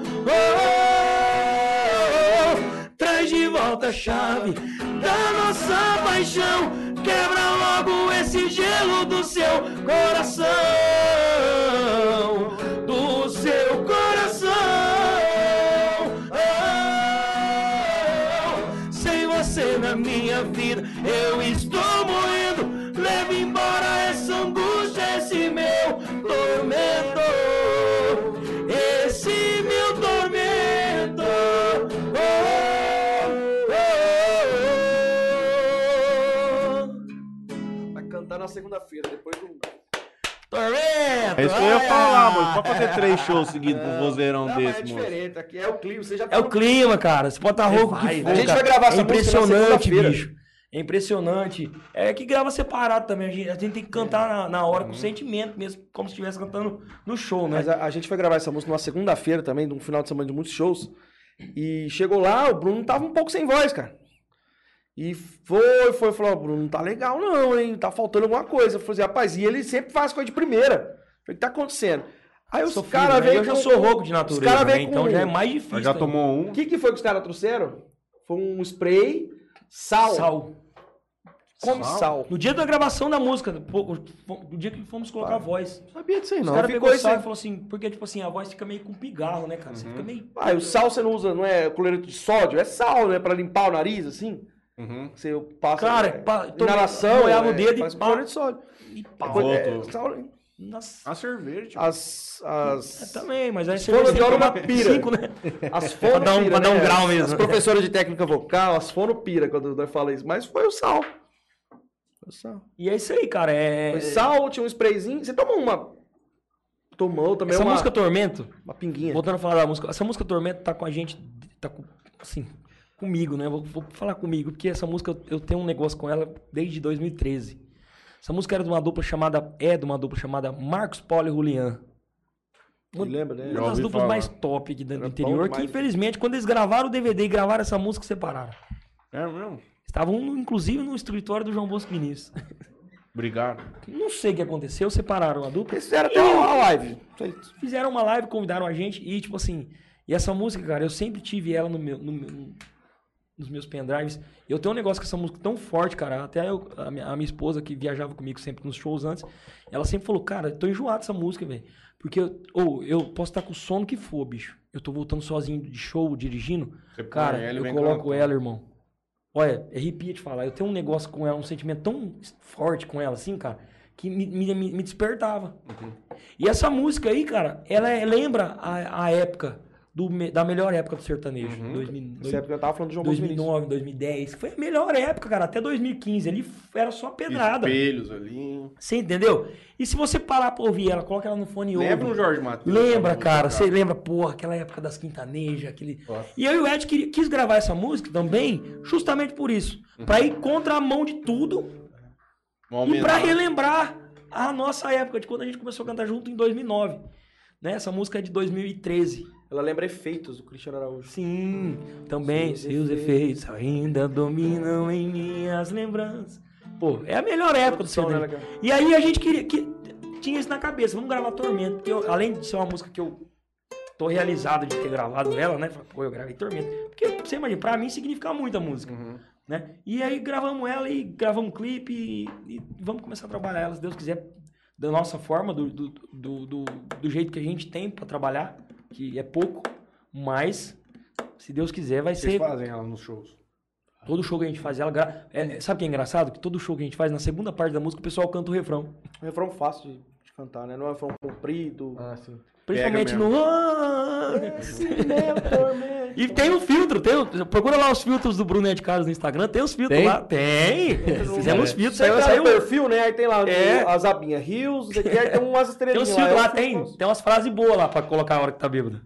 Speaker 2: Traz de volta a chave da nossa paixão. Quebra logo esse gelo do seu coração. Do seu coração. Sem você na minha vida eu estou morrendo. Leve embora essa angústia, esse meu tormento. Esse meu tormento.
Speaker 3: Vai cantar na segunda-feira, depois do...
Speaker 2: Tormento!
Speaker 1: É isso que eu ia falar, mano. Pode fazer 3 shows seguidos pro vozeirão
Speaker 3: Não,
Speaker 1: desse,
Speaker 3: mas é
Speaker 1: moço.
Speaker 3: diferente, aqui é o clima, você já
Speaker 2: É o clima, cara. Você pode estar rouco que for,
Speaker 3: A gente
Speaker 2: cara.
Speaker 3: vai gravar essa
Speaker 2: É
Speaker 3: música na
Speaker 2: impressionante,
Speaker 3: segunda-feira.
Speaker 2: bicho. É impressionante. É que grava separado também. A gente tem que cantar na hora com sentimento mesmo, como se estivesse cantando no show, né?
Speaker 3: Mas a gente vai gravar essa música numa segunda-feira também, num final de semana de muitos shows. E chegou lá, o Bruno tava um pouco sem voz, cara. E falou, o Bruno não tá legal não, hein? Tá faltando alguma coisa. Eu falei assim, rapaz, e ele sempre faz coisa de primeira. Eu falei, o que tá acontecendo? Aí os caras veio
Speaker 2: Eu já sou rouco de natureza,
Speaker 3: caras
Speaker 2: né?
Speaker 3: veio
Speaker 2: Então
Speaker 3: com-
Speaker 2: já é mais difícil.
Speaker 1: Já
Speaker 2: né?
Speaker 1: tomou um?
Speaker 3: O que foi que os caras trouxeram? Foi um spray, sal.
Speaker 2: Sal.
Speaker 3: Come sal.
Speaker 2: No dia da gravação da música, no dia que fomos colocar a voz.
Speaker 4: Sabia disso aí,
Speaker 2: Os
Speaker 4: não.
Speaker 2: caras
Speaker 3: ficou
Speaker 2: pegou
Speaker 3: isso
Speaker 2: sal
Speaker 3: aí.
Speaker 2: e falou assim, porque tipo assim, a voz fica meio com pigarro, né, cara? Você fica meio...
Speaker 3: Ah, e o sal você não usa, não é cloreto de sódio, é sal, né? Pra limpar o nariz, assim.
Speaker 1: Uhum.
Speaker 3: Você passa
Speaker 2: Cara,
Speaker 3: inalação,
Speaker 2: molhava o dedo e
Speaker 3: faz
Speaker 2: pá.
Speaker 3: cloreto de sódio.
Speaker 2: E pá.
Speaker 1: Voltou.
Speaker 3: Sal,
Speaker 2: Nossa.
Speaker 1: A cerveja, tipo.
Speaker 2: Também, mas aí você
Speaker 3: fonoaudióloga uma pira.
Speaker 2: 5, né?
Speaker 3: As
Speaker 2: Pra dar um- pra dar um grau mesmo.
Speaker 3: As professoras de técnica vocal, as fonopira, quando nós falamos isso. Mas foi o sal. Foi o sal.
Speaker 2: E é isso aí, cara.
Speaker 3: Foi sal, tinha um sprayzinho. Você tomou uma... Tomou também
Speaker 2: Essa
Speaker 3: uma...
Speaker 2: música Tormento,
Speaker 3: Uma pinguinha.
Speaker 2: voltando a falar da música, essa música Tormento tá com a gente, assim, comigo, né? Vou falar comigo, porque essa música eu tenho um negócio com ela desde 2013. Essa música era de uma dupla chamada Marcos Paulo e Julian.
Speaker 3: Me lembra, né?
Speaker 1: Já
Speaker 2: Uma das
Speaker 1: ouvi
Speaker 2: duplas
Speaker 1: falar.
Speaker 2: mais top aqui do
Speaker 3: Era
Speaker 2: interior,
Speaker 3: bom
Speaker 2: que
Speaker 3: demais.
Speaker 2: infelizmente, quando eles gravaram o DVD e gravaram essa música, separaram.
Speaker 1: É mesmo?
Speaker 2: Estavam, inclusive, no escritório do João Bosco Vinícius.
Speaker 1: Obrigado.
Speaker 2: Não sei o que aconteceu, separaram a dupla.
Speaker 3: Eles fizeram até uma live.
Speaker 2: Fizeram uma live, convidaram a gente e, tipo assim... E essa música, cara, eu sempre tive ela nos meus pendrives. Eu tenho um negócio com essa música tão forte, cara. Até a minha esposa, que viajava comigo sempre nos shows antes, ela sempre falou, cara, eu tô enjoado dessa música, velho. Porque eu posso estar com o sono que for, bicho. Eu tô voltando sozinho de show, dirigindo.
Speaker 1: Você põe
Speaker 2: Cara,
Speaker 1: ela e
Speaker 2: eu
Speaker 1: vem
Speaker 2: coloco
Speaker 1: cantando.
Speaker 2: ela, irmão. Olha, arrepia de falar. Eu tenho um negócio com ela, um sentimento tão forte com ela, assim, cara, que me despertava.
Speaker 1: Uhum.
Speaker 2: E essa música aí, cara, ela lembra a época da melhor época do sertanejo.
Speaker 1: Uhum.
Speaker 3: Nessa época eu tava falando do João Bosco Vinícius.
Speaker 2: 2009, 2010. Foi a melhor época, cara. Até 2015. Ali era só pedrada.
Speaker 1: Espelhos ali.
Speaker 2: Você entendeu? E se você parar pra ouvir ela, coloca ela no fone e ouve.
Speaker 1: Lembra um Jorge Mateus?
Speaker 2: Lembra, cara.
Speaker 1: Você
Speaker 2: Você lembra, porra, aquela época das quintanejas, aquele... E eu e o Ed quis gravar essa música também, justamente por isso. Pra ir contra a mão de tudo e pra relembrar a nossa época, de quando a gente começou a cantar junto em 2009. Né? Essa música é de 2013.
Speaker 3: Ela lembra Efeitos, do Cristiano Araújo.
Speaker 2: Sim, também seus efeitos ainda dominam em minhas lembranças. Pô, é a melhor época do
Speaker 3: Produção,
Speaker 2: CD.
Speaker 3: né, legal?
Speaker 2: E aí a gente tinha isso na cabeça, vamos gravar Tormento. Porque além de ser uma música que eu tô realizado de ter gravado ela, né? Pô, eu gravei Tormento. Porque, você imagina, pra mim significa muito a música. Né? E aí gravamos ela e gravamos um clipe e vamos começar a trabalhar ela, se Deus quiser, da nossa forma, do jeito que a gente tem pra trabalhar, que é pouco, mas se Deus quiser vai
Speaker 1: Vocês
Speaker 2: ser...
Speaker 1: fazem ela nos shows?
Speaker 2: Todo show que a gente faz, ela sabe o que é engraçado? Que todo show que a gente faz, na segunda parte da música, o pessoal canta o refrão.
Speaker 3: Um refrão fácil de cantar, né? Não é um refrão comprido.
Speaker 4: Ah, sim.
Speaker 2: Principalmente
Speaker 1: Pega
Speaker 2: no... E tem um filtro, procura lá os filtros do Bruno Ed Carlos no Instagram, tem os filtros
Speaker 4: Tem?
Speaker 2: lá. Tem! Fizemos filtros,
Speaker 3: Saiu
Speaker 2: saiu.
Speaker 3: o perfil, né? Aí tem lá
Speaker 2: É.
Speaker 3: as abinhas Rios, aí tem umas
Speaker 2: Tem
Speaker 3: estrelinhas
Speaker 2: uns
Speaker 3: lá.
Speaker 2: filtros lá,
Speaker 3: Eu
Speaker 2: tem umas frases boas lá pra colocar a hora que tá bêbado.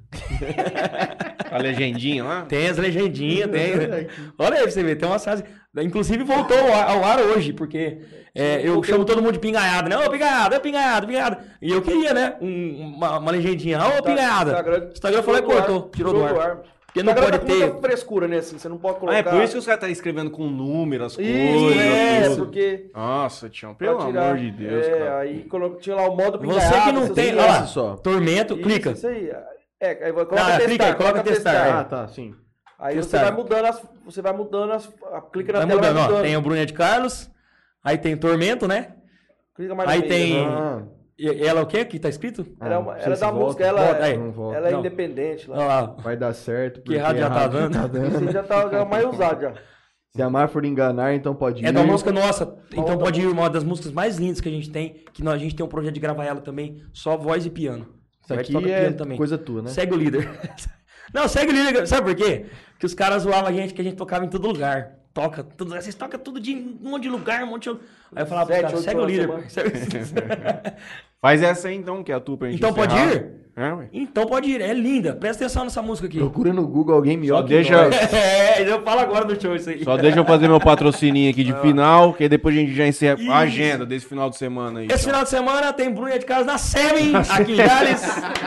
Speaker 1: A legendinha lá?
Speaker 2: Tem as legendinhas, tem. Olha aí pra você ver, tem umas frases. Inclusive voltou ao ar hoje, porque eu chamo todo mundo de pingaiada, né? Ô, pingaiada, pingaiada. E eu queria, né? Uma legendinha. Ô, pingaiada. O Instagram falou e cortou, tirou do ar. Porque não pode ter.
Speaker 3: Muita frescura, né? Assim, você não pode colocar.
Speaker 1: É por isso que os caras estão escrevendo com número as coisas.
Speaker 3: Isso,
Speaker 1: tudo.
Speaker 3: porque...
Speaker 1: Nossa, Tião, pelo
Speaker 3: pra tirar-
Speaker 1: amor de Deus, cara.
Speaker 3: Aí tinha lá o modo
Speaker 2: Você que não
Speaker 3: essas
Speaker 2: tem.
Speaker 3: coisas.
Speaker 2: Olha lá,
Speaker 4: só.
Speaker 2: Tormento,
Speaker 3: Isso,
Speaker 2: clica.
Speaker 3: Isso aí. Aí coloca
Speaker 2: Ah,
Speaker 3: testar.
Speaker 2: clica aí, coloca testar.
Speaker 4: Ah, tá, sim.
Speaker 3: Aí
Speaker 2: testar.
Speaker 3: você vai mudando clica na
Speaker 2: Vai
Speaker 3: tela,
Speaker 2: mudando,
Speaker 3: vai
Speaker 2: ó.
Speaker 3: mudando.
Speaker 2: Tem o Bruno Ed Carlos, aí tem Tormento, né?
Speaker 3: Clica mais
Speaker 2: Aí
Speaker 3: no meio,
Speaker 2: tem.
Speaker 3: né?
Speaker 4: Ah,
Speaker 2: E ela o quê que tá escrito?
Speaker 3: Ela é,
Speaker 4: não sei
Speaker 3: ela é
Speaker 4: se
Speaker 3: da
Speaker 4: volta.
Speaker 3: música, ela,
Speaker 2: Volta aí.
Speaker 4: Não volta.
Speaker 3: ela é
Speaker 2: Não.
Speaker 3: independente
Speaker 2: Olha
Speaker 3: lá.
Speaker 2: lá.
Speaker 4: Vai dar certo.
Speaker 2: Que
Speaker 4: porque
Speaker 2: errado já tá dando.
Speaker 3: Esse já tá mais usado já.
Speaker 4: Se amar for enganar, então pode ir.
Speaker 2: É da música nossa. Então
Speaker 3: outra
Speaker 2: pode ir uma das músicas mais lindas que a gente tem. Que a gente tem um projeto de gravar ela também. Só voz e piano.
Speaker 4: Isso
Speaker 2: A gente
Speaker 4: aqui
Speaker 2: toca
Speaker 4: é
Speaker 2: piano também.
Speaker 4: coisa tua, né?
Speaker 2: Segue o líder. Não, segue o líder. Sabe por quê? Que os caras zoavam a gente que a gente tocava em todo lugar. Toca tudo. Vocês tocam tudo de um monte de lugar, um monte de... Aí eu falava pros
Speaker 3: 7,
Speaker 2: caras,
Speaker 3: 8
Speaker 2: segue o
Speaker 3: horas
Speaker 2: líder.
Speaker 3: semana.
Speaker 2: Segue-
Speaker 1: Faz essa aí então, que é a tua pra gente
Speaker 2: Então pode
Speaker 1: encerrar.
Speaker 2: ir?
Speaker 1: É, ué.
Speaker 2: Então pode ir. É linda. Presta atenção nessa música aqui.
Speaker 4: Procura no Google alguém melhor
Speaker 1: Só
Speaker 4: que
Speaker 1: deixa-
Speaker 4: nós.
Speaker 2: Eu falo agora no show isso aí.
Speaker 1: Só deixa eu fazer meu patrocininho aqui de final, que aí depois a gente já encerra
Speaker 2: Isso.
Speaker 1: a agenda desse final de semana aí.
Speaker 2: Esse
Speaker 1: então.
Speaker 2: final de semana tem Bruno de Casa na Seven, aqui em Jales.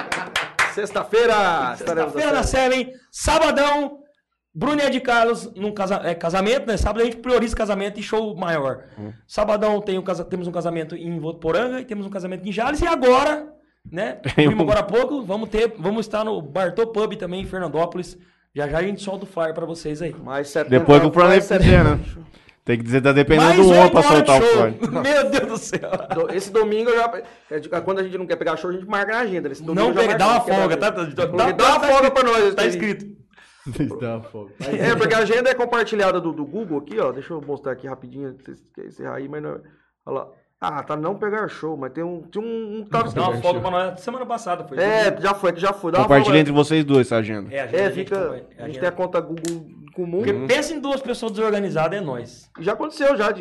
Speaker 3: Sexta-feira estaremos
Speaker 2: Sexta-feira na Seven. Sabadão, Bruno de Carlos num casamento, né? Sábado a gente prioriza casamento e show maior. Sabadão temos um casamento em Votuporanga e temos um casamento em Jales. E agora, né? Vimos agora há pouco, vamos estar no Bartô Pub também em Fernandópolis. Já já a gente solta o flyer pra vocês aí.
Speaker 3: Mais 70,
Speaker 1: Depois que o Franley
Speaker 3: mais
Speaker 1: fizer, né? Tem que dizer, tá dependendo
Speaker 2: Mais
Speaker 1: do homem
Speaker 2: 8
Speaker 1: pra
Speaker 2: horas
Speaker 1: soltar o
Speaker 2: de show.
Speaker 1: flyer.
Speaker 2: Meu Deus do céu.
Speaker 3: Esse domingo eu já. Quando a gente não quer pegar show, a gente marca na agenda. Esse domingo
Speaker 2: Não
Speaker 3: eu já
Speaker 2: pega, dá
Speaker 3: marco,
Speaker 2: uma
Speaker 3: quer dar
Speaker 2: folga,
Speaker 3: jeito.
Speaker 2: tá?
Speaker 3: Porque dá uma folga pra nós.
Speaker 2: Tá escrito.
Speaker 4: Dá fogo.
Speaker 3: É, porque a agenda é compartilhada do Google aqui, ó. Deixa eu mostrar aqui rapidinho. Vocês querem encerrar aí, mas não. Olha lá. Ah, tá não pegar show, mas tem um. Tá,
Speaker 2: Dá uma folga pra nós. Semana passada foi.
Speaker 3: já foi. Dá uma
Speaker 1: Compartilha
Speaker 3: folga.
Speaker 1: entre vocês dois essa agenda.
Speaker 2: É,
Speaker 3: É, fica. A gente tem a conta Google comum.
Speaker 2: Porque pensa em duas pessoas desorganizadas, é nós.
Speaker 3: Já aconteceu, já.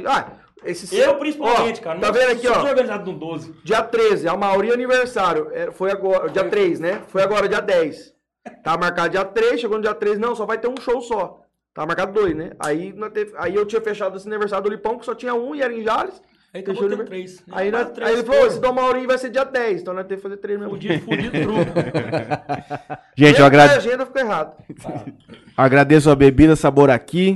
Speaker 2: Eu principalmente,
Speaker 3: Ó,
Speaker 2: cara.
Speaker 3: Tá vendo aqui,
Speaker 2: sou
Speaker 3: ó?
Speaker 2: desorganizado no 12.
Speaker 3: Dia 13, a Mauri aniversário. Foi agora, dia 3, né? Foi agora, dia 10. Tá marcado dia 3, chegou no dia 3, não, só vai ter um show só. Tá marcado 2, né? Aí eu tinha fechado esse aniversário do Lipão, que só tinha um e era em Jales.
Speaker 2: Aí
Speaker 3: Fechou
Speaker 2: acabou
Speaker 3: o
Speaker 2: tendo
Speaker 3: aniversário.
Speaker 2: 3.
Speaker 3: Aí ele falou, esse do Maurinho vai ser dia 10, então nós temos que fazer 3 mesmo.
Speaker 2: Fudido, truco.
Speaker 1: Gente, eu
Speaker 3: A
Speaker 1: agradeço.
Speaker 3: agenda ficou errado.
Speaker 1: Agradeço a bebida Sabor aqui.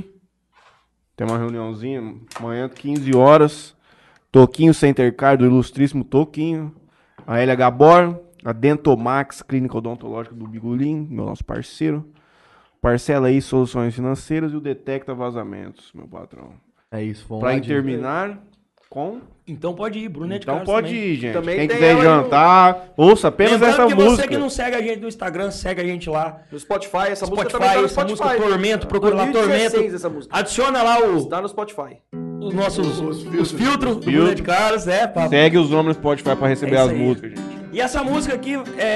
Speaker 1: Tem uma reuniãozinha amanhã, 15 horas. Toquinho Center Car do ilustríssimo Toquinho. A Elia Gabor. A Dentomax, Clínica Odontológica do Bigulim, meu nosso parceiro. Parcela aí Soluções Financeiras e o Detecta Vazamentos, meu patrão.
Speaker 4: É isso, vamos
Speaker 1: Pra
Speaker 4: lá.
Speaker 1: terminar com...
Speaker 2: Então pode ir, Bruno de
Speaker 1: Então
Speaker 2: Carlos
Speaker 1: pode
Speaker 2: também.
Speaker 1: ir, gente.
Speaker 3: Também
Speaker 1: Quem
Speaker 3: tem
Speaker 1: quiser
Speaker 3: ela
Speaker 1: jantar, ouça apenas
Speaker 2: Lembrando
Speaker 1: essa
Speaker 2: que
Speaker 1: música.
Speaker 2: você que não segue a gente no Instagram, segue a gente lá.
Speaker 3: No Spotify, essa música
Speaker 2: Spotify,
Speaker 3: também tá no
Speaker 2: essa
Speaker 3: Spotify.
Speaker 2: música Tormento, procura lá
Speaker 3: 2016
Speaker 2: Tormento.
Speaker 3: essa música.
Speaker 2: Adiciona lá
Speaker 3: Tá no Spotify.
Speaker 2: os nossos os filtros do Bruno de Carlos, papo.
Speaker 1: Segue os nomes no Spotify pra receber
Speaker 2: É isso
Speaker 1: as
Speaker 2: aí.
Speaker 1: músicas, gente.
Speaker 2: E essa música aqui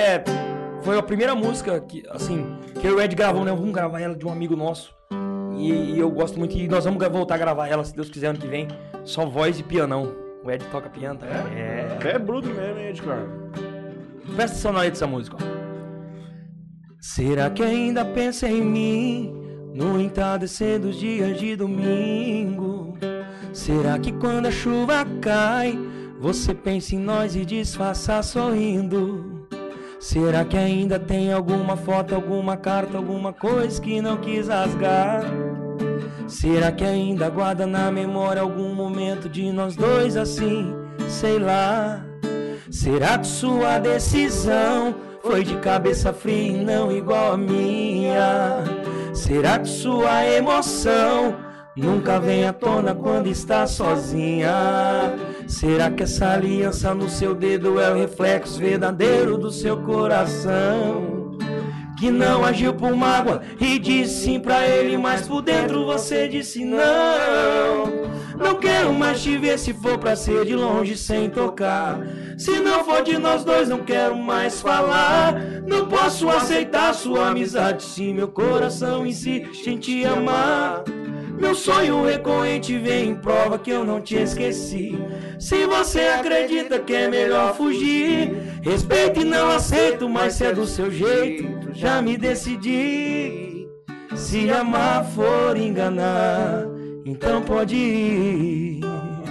Speaker 2: foi a primeira música que, assim, que eu e o Ed gravamos, né? Vamos gravar ela de um amigo nosso. E eu gosto muito. E nós vamos voltar a gravar ela, se Deus quiser, ano que vem. Só voz e pianão. O Ed toca piano também.
Speaker 1: É bruto mesmo, hein, cara.
Speaker 2: Presta atenção na letra dessa música, ó. Será que ainda pensa em mim no entardecer dos dias de domingo? Será que quando a chuva cai Você pensa em nós e disfarça sorrindo. Será que ainda tem alguma foto, alguma carta, alguma coisa que não quis rasgar? Será que ainda guarda na memória algum momento de nós dois assim? Sei lá. Será que sua decisão foi de cabeça fria e não igual a minha? Será que sua emoção nunca vem à tona quando está sozinha? Será que essa aliança no seu dedo é o reflexo verdadeiro do seu coração? Que não agiu por mágoa e disse sim pra ele, mas por dentro você disse não. Não quero mais te ver se for pra ser de longe sem tocar. Se não for de nós dois não quero mais falar. Não posso aceitar sua amizade se meu coração insiste em te amar. Meu sonho recorrente vem em prova que eu não te esqueci. Se você acredita que é melhor fugir, respeito e não aceito, mas se é do seu jeito, já me decidi. Se amar for enganar, então pode ir.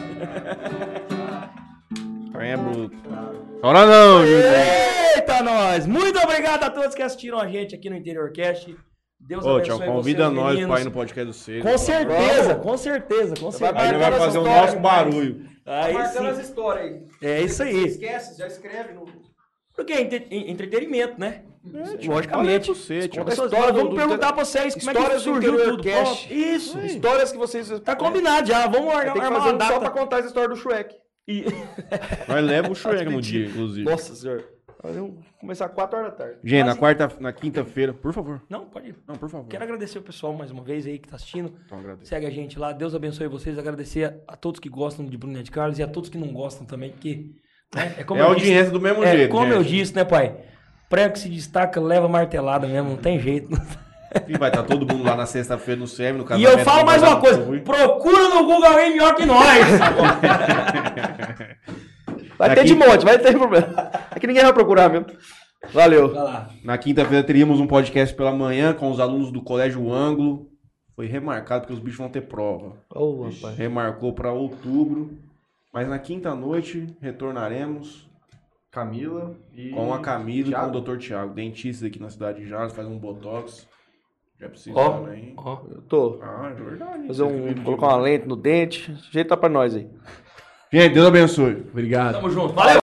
Speaker 1: É bruto. Chora não, Júlio.
Speaker 2: Eita, nós! Muito obrigado a todos que assistiram a gente aqui no Interiorcast. Deus
Speaker 1: Ô,
Speaker 2: abençoe
Speaker 1: tchau, convida
Speaker 2: vocês,
Speaker 1: nós
Speaker 2: meninos.
Speaker 1: pra ir no podcast do Cedo.
Speaker 2: Com certeza, com certeza, com certeza.
Speaker 1: Aí ele vai fazer o nosso barulho.
Speaker 2: Aí
Speaker 3: Marcando as
Speaker 2: sim.
Speaker 3: histórias aí.
Speaker 2: É isso aí.
Speaker 3: Esquece, já escreve no...
Speaker 2: Porque é entretenimento, né?
Speaker 1: Falei
Speaker 2: Logicamente.
Speaker 1: pra você, tio.
Speaker 2: Conta suas
Speaker 3: História
Speaker 2: histórias. Vamos
Speaker 3: do-
Speaker 2: perguntar pra vocês como é que
Speaker 3: Histórias do
Speaker 2: surgiu
Speaker 3: Interior
Speaker 2: tudo.
Speaker 3: Cast.
Speaker 2: Pronto. Isso.
Speaker 3: Histórias que vocês...
Speaker 2: Tá combinado já. Vamos
Speaker 3: Tem que
Speaker 2: armar
Speaker 3: fazer
Speaker 2: uma
Speaker 3: um só pra
Speaker 2: data.
Speaker 3: contar essa história do Shrek.
Speaker 2: E-
Speaker 1: Nós leva o Shrek no dia, inclusive.
Speaker 3: Nossa senhora. Vamos começar 4 horas da tarde.
Speaker 1: Gente, na quinta-feira, por favor.
Speaker 2: Não, pode ir.
Speaker 1: Não, por favor.
Speaker 2: Quero agradecer o pessoal mais uma vez aí que tá assistindo.
Speaker 1: Então, agradeço.
Speaker 2: Segue a gente lá. Deus abençoe vocês. Agradecer a todos que gostam de Bruno de Carlos e a todos que não gostam também, porque... né,
Speaker 1: É audiência do mesmo jeito,
Speaker 2: como eu
Speaker 1: gente.
Speaker 2: disse, né, pai? Prego que se destaca, leva martelada mesmo. Não tem jeito.
Speaker 1: E vai estar todo mundo lá na sexta-feira no SEMI, no
Speaker 2: E
Speaker 1: casamento.
Speaker 2: eu falo mais uma coisa. Procura no Google alguém melhor que nós.
Speaker 3: Vai
Speaker 1: Daqui-
Speaker 3: ter de monte, vai ter problema. É que ninguém vai procurar mesmo. Valeu.
Speaker 2: Vai lá.
Speaker 1: Na quinta-feira teríamos um podcast pela manhã com os alunos do Colégio Ângulo. Foi remarcado porque os bichos vão ter prova.
Speaker 3: Ô, rapaz.
Speaker 1: Remarcou para outubro. Mas na quinta noite retornaremos
Speaker 4: Camila e...
Speaker 1: com a Camila e
Speaker 4: Thiago?
Speaker 1: com o Dr. Thiago, dentista aqui na cidade de Jales, faz um botox. Já precisa
Speaker 3: Ó,
Speaker 1: também.
Speaker 3: ó, eu tô.
Speaker 1: Ah, é verdade.
Speaker 3: Fazer colocar uma lente no dente. Ajeita pra nós aí.
Speaker 1: Gente, Deus abençoe.
Speaker 4: Obrigado.
Speaker 2: Tamo junto. Valeu.